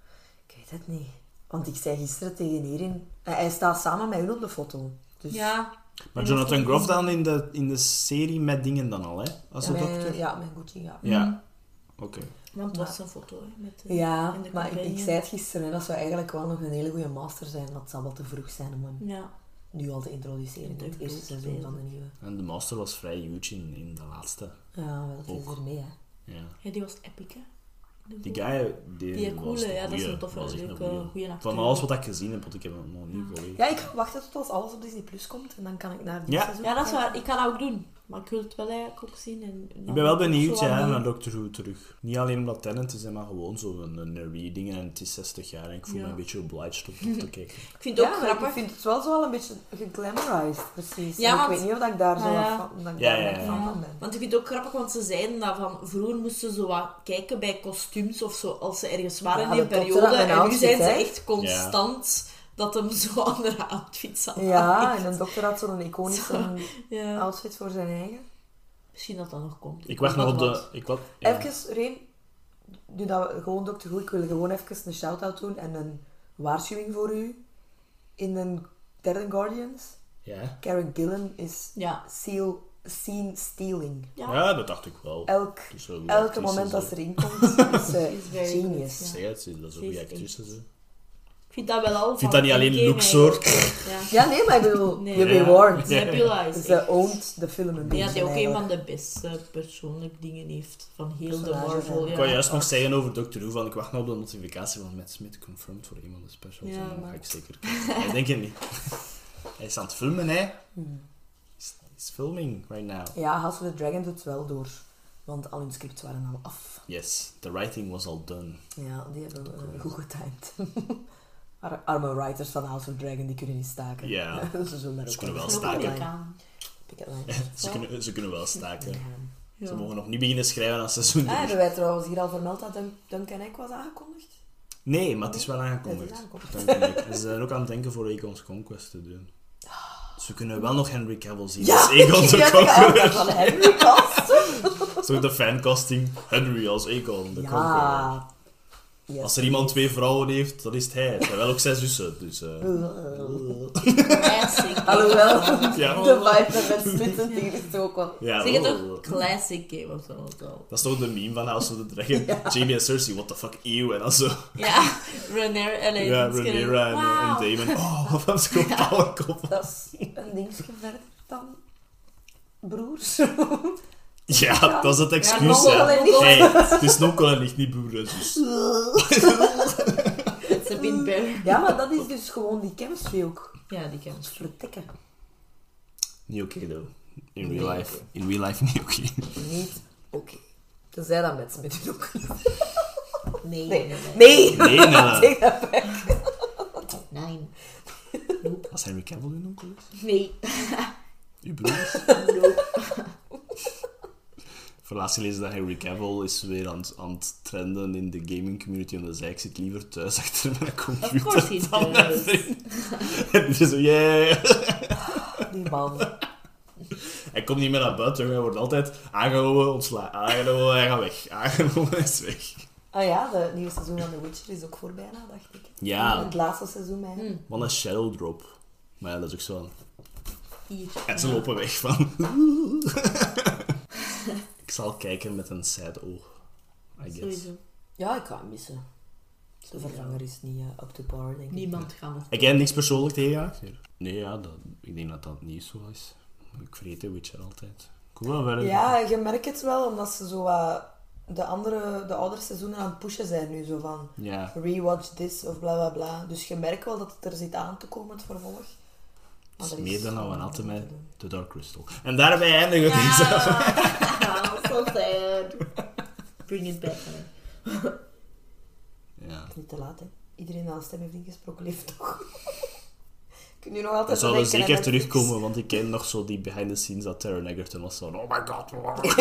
Ik weet het niet. Want ik zei gisteren tegen Erin... Hij staat samen met hun op de foto. Dus Ja. Maar En Jonathan dat- Groff dan in de serie met dingen dan al, hè? Als een dokter? ja, mijn Gucci, ja. Ja. Oké. Want het was een foto, hè, met de, Ja, in de maar ik compagnie. zei het gisteren, hè, dat zou eigenlijk wel nog een hele goede master zijn. Maar het zal wel te vroeg zijn om hem Ja. nu al te introduceren in het eerste seizoen van de nieuwe. En de master was vrij huge in de laatste. Ja, wel, het is Ook. er mee, hè. Ja. Ja, die was epic, hè. Die guy, Die was coole, een ja, dat is goeie. een toffe, Was echt een leuke, goeie. goeie acteur. Van alles wat ik gezien heb, want ik heb hem nog niet gehoord. Ja, ik ga wachten tot als alles op Disney Plus komt en dan kan ik naar die Ja. seizoen Ja, dat is kijken. waar. Ik ga dat ook doen. Maar ik wil het wel eigenlijk ook zien. En Ik ben wel benieuwd, ja, maar naar Doctor Who terug. Niet alleen omdat Tennant is, maar gewoon zo'n reading en het is 60 jaar en ik voel me Ja. een beetje obliged om dat te kijken. Ik vind het ook Ja, maar grappig. ik vind het wel zo wel een beetje geglamorized, precies. Ja, En want- ik weet niet of ik daar zo Ah, ja. van, dat ik Ja, daar ja, echt ja. fan van ben. Want ik vind het ook grappig, want ze zeiden dat van vroeger moesten ze wat kijken bij kostuums of zo, als ze ergens waren Ja, in een dat topte periode. dat met En nu outfit, zijn ze hè? echt constant dat hem zo andere outfits had. Ja, en een dokter had zo'n iconische Ja. outfit voor zijn eigen. Misschien dat dat nog komt. Ik wacht nog op wat. de... Ja. Even, Reen, nu dat we gewoon Dr. Who, ik wil gewoon even een shout-out doen en een waarschuwing voor u. In de derde Guardians, Ja. Karen Gillan is Ja. scene stealing. Ja. Ja, dat dacht ik wel. Elk Dus wel een elke actrice, moment zo. dat ze erin komt, is ze Is very genius. good, Zeg het, dat is een goede Ze is actrice. echt- Zo. Ik vind dat wel al Ik vind van dat niet alleen Endgame looksoort. eigenlijk. Ja. Ja, nee, maar ik bedoel, Nee. you'll Ja. be warned. Ja. Nebula is Ze echt... oont de film een Ik denk beetje dat hij ook een eigenlijk. van de beste persoonlijke dingen heeft van heel de Personages, Marvel. hè. Ik wou Ja. juist nog zeggen over Doctor Who, van ik wacht nog op de notificatie van Matt Smith confirmed voor een van de specials. Ja, en dan maar- ga ik zeker kijken. Ik denk het niet. Hij is aan het filmen, hè. He's filming right now. Ja, House of the Dragon doet het wel door. Want al hun scripts waren al af. Yes, the writing was all done. Ja, die hebben goed getimed. Arme writers van House of the Dragon, die kunnen niet staken. Ja. Ze zullen daar Ze ook kunnen wel Dat is ook staken. een Amerikaan. Picket line. Ze kunnen wel staken. Ja. Ze mogen nog niet beginnen schrijven aan seizoen 3. Hebben wij trouwens hier al vermeld dat Duncan Egg was aangekondigd? Nee, maar het is wel Ja, het aangekondigd. is aangekondigd. Dank je. En ze zijn ook aan het denken voor Aegon's Conquest te doen. Dus we kunnen wel nog Henry Cavill zien. Ja, als Aegon ik de heb het Conqueror. van Henry Cast. Dat is ook de fancasting. Henry als Aegon de Conqueror. Ja. Yes. Als er iemand 2 vrouwen heeft, dan is het hij. Het zijn wel ook 6 zussen. Dus, Classic. Alhoewel, Ja. de vibe met Matt Smith en tegen is ook wel... ja, Zeg het oh. ook? Classic Game of Thrones. wel. Dat is toch de meme van House of the Dragon? Jamie en Cersei, what the fuck, eeuw. En dan zo. Ja, Rhaenyra en Ja, Rhaenyra en Daemon. Oh, wat hebben ze gewoon powerkop. Dat is een dingetje verder dan broers. Ja, dat is het excuus. nonkel Ja, en nicht. hey, het is nonkel en nicht, niet broer en zus. Ze been bear. Ja, maar dat is dus gewoon die chemistry ook. Ja, die ken ik. Vertikken. Niet oké, though. In Nee. real life. In real life niet oké. Niet oké. Tenzij dat met Smith ook. Nee, Nee. nee. Nee! Nee, nee. Take that back. Nee. Als Henry Cavill uw onkel is? Nee. Uw broer is? Nope. Verlaatst gelezen dat Henry Cavill is weer aan het trenden in de gaming community. En dan zei ik zit liever thuis achter mijn computer. Of course he dan does. en die is zo, yeah. Die man. Hij komt niet meer naar buiten. Hij wordt altijd aangenomen, ontslagen. Aangenomen, hij gaat weg. Aangenomen, hij is weg. Ah ja, het nieuwe seizoen van The Witcher is ook voor bijna, dacht ik. Ja. Het laatste seizoen, mij. Wat een shadow drop. Maar ja, dat is ook zo. Hier. En ze lopen weg van... Ik zal kijken met een sad oog. I guess. Sowieso. Ja, ik ga hem missen. De vervanger is niet up to par, denk ik. Niemand gaat nog. Ik heb niks persoonlijk tegen haar. Nee, ja, ik denk dat dat niet zo is. Ik vergeet de Witcher altijd. Ik wil wel verder. Ja, je merkt het wel, omdat ze zo wat de oudere seizoenen aan het pushen zijn nu. Zo van, Ja. rewatch this of bla bla bla. Dus je merkt wel dat het er zit aan te komen, het vervolg. Het is Maar er meer dan gewoon we hadden wat met te doen. The Dark Crystal. En daarbij eindigen we deze. So sad. Bring it back. Ja. Het is niet te laat, hè. Iedereen aan stem heeft ingesproken, leeft toch. Kun je nog altijd Dat zal denken aan zeker Netflix? terugkomen, want ik ken nog zo die behind the scenes dat Taron Egerton was zo. Oh my god.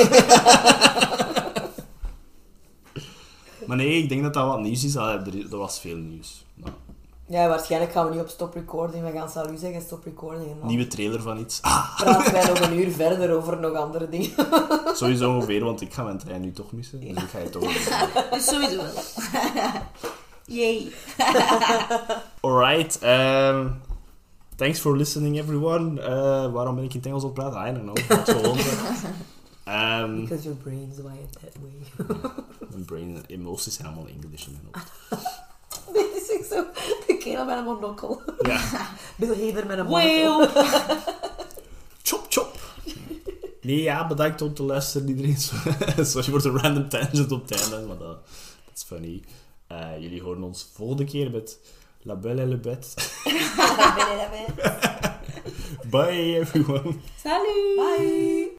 Maar nee, ik denk dat dat wat nieuws is. Er was veel nieuws. Nou, Ja, waarschijnlijk gaan we niet op stop recording. We gaan salu zeggen, stop recording. En dan nieuwe trailer van iets. Ah, praten wij nog een uur verder over nog andere dingen. sowieso ongeveer, want ik ga mijn trein nu toch missen. Dus ik ga je toch wel. Dus sowieso wel. Yay. Alright. Thanks for listening, everyone. Waarom ben ik in het Engels aan het praten? I don't know. Wat gewoon. Because your brain's wired that way. Mijn brain emoties zijn allemaal English in mijn hoofd. Dit is echt zo. De kerel met een monokkel. Ja. Bill Hader met een monokkel. Well. Chop, chop. Nee, ja, bedankt om te luisteren, iedereen. Sorry voor de random tangent op het einde, maar dat is funny. Jullie horen ons volgende keer met La Belle et le Bête. Bye, everyone. Salut. Bye.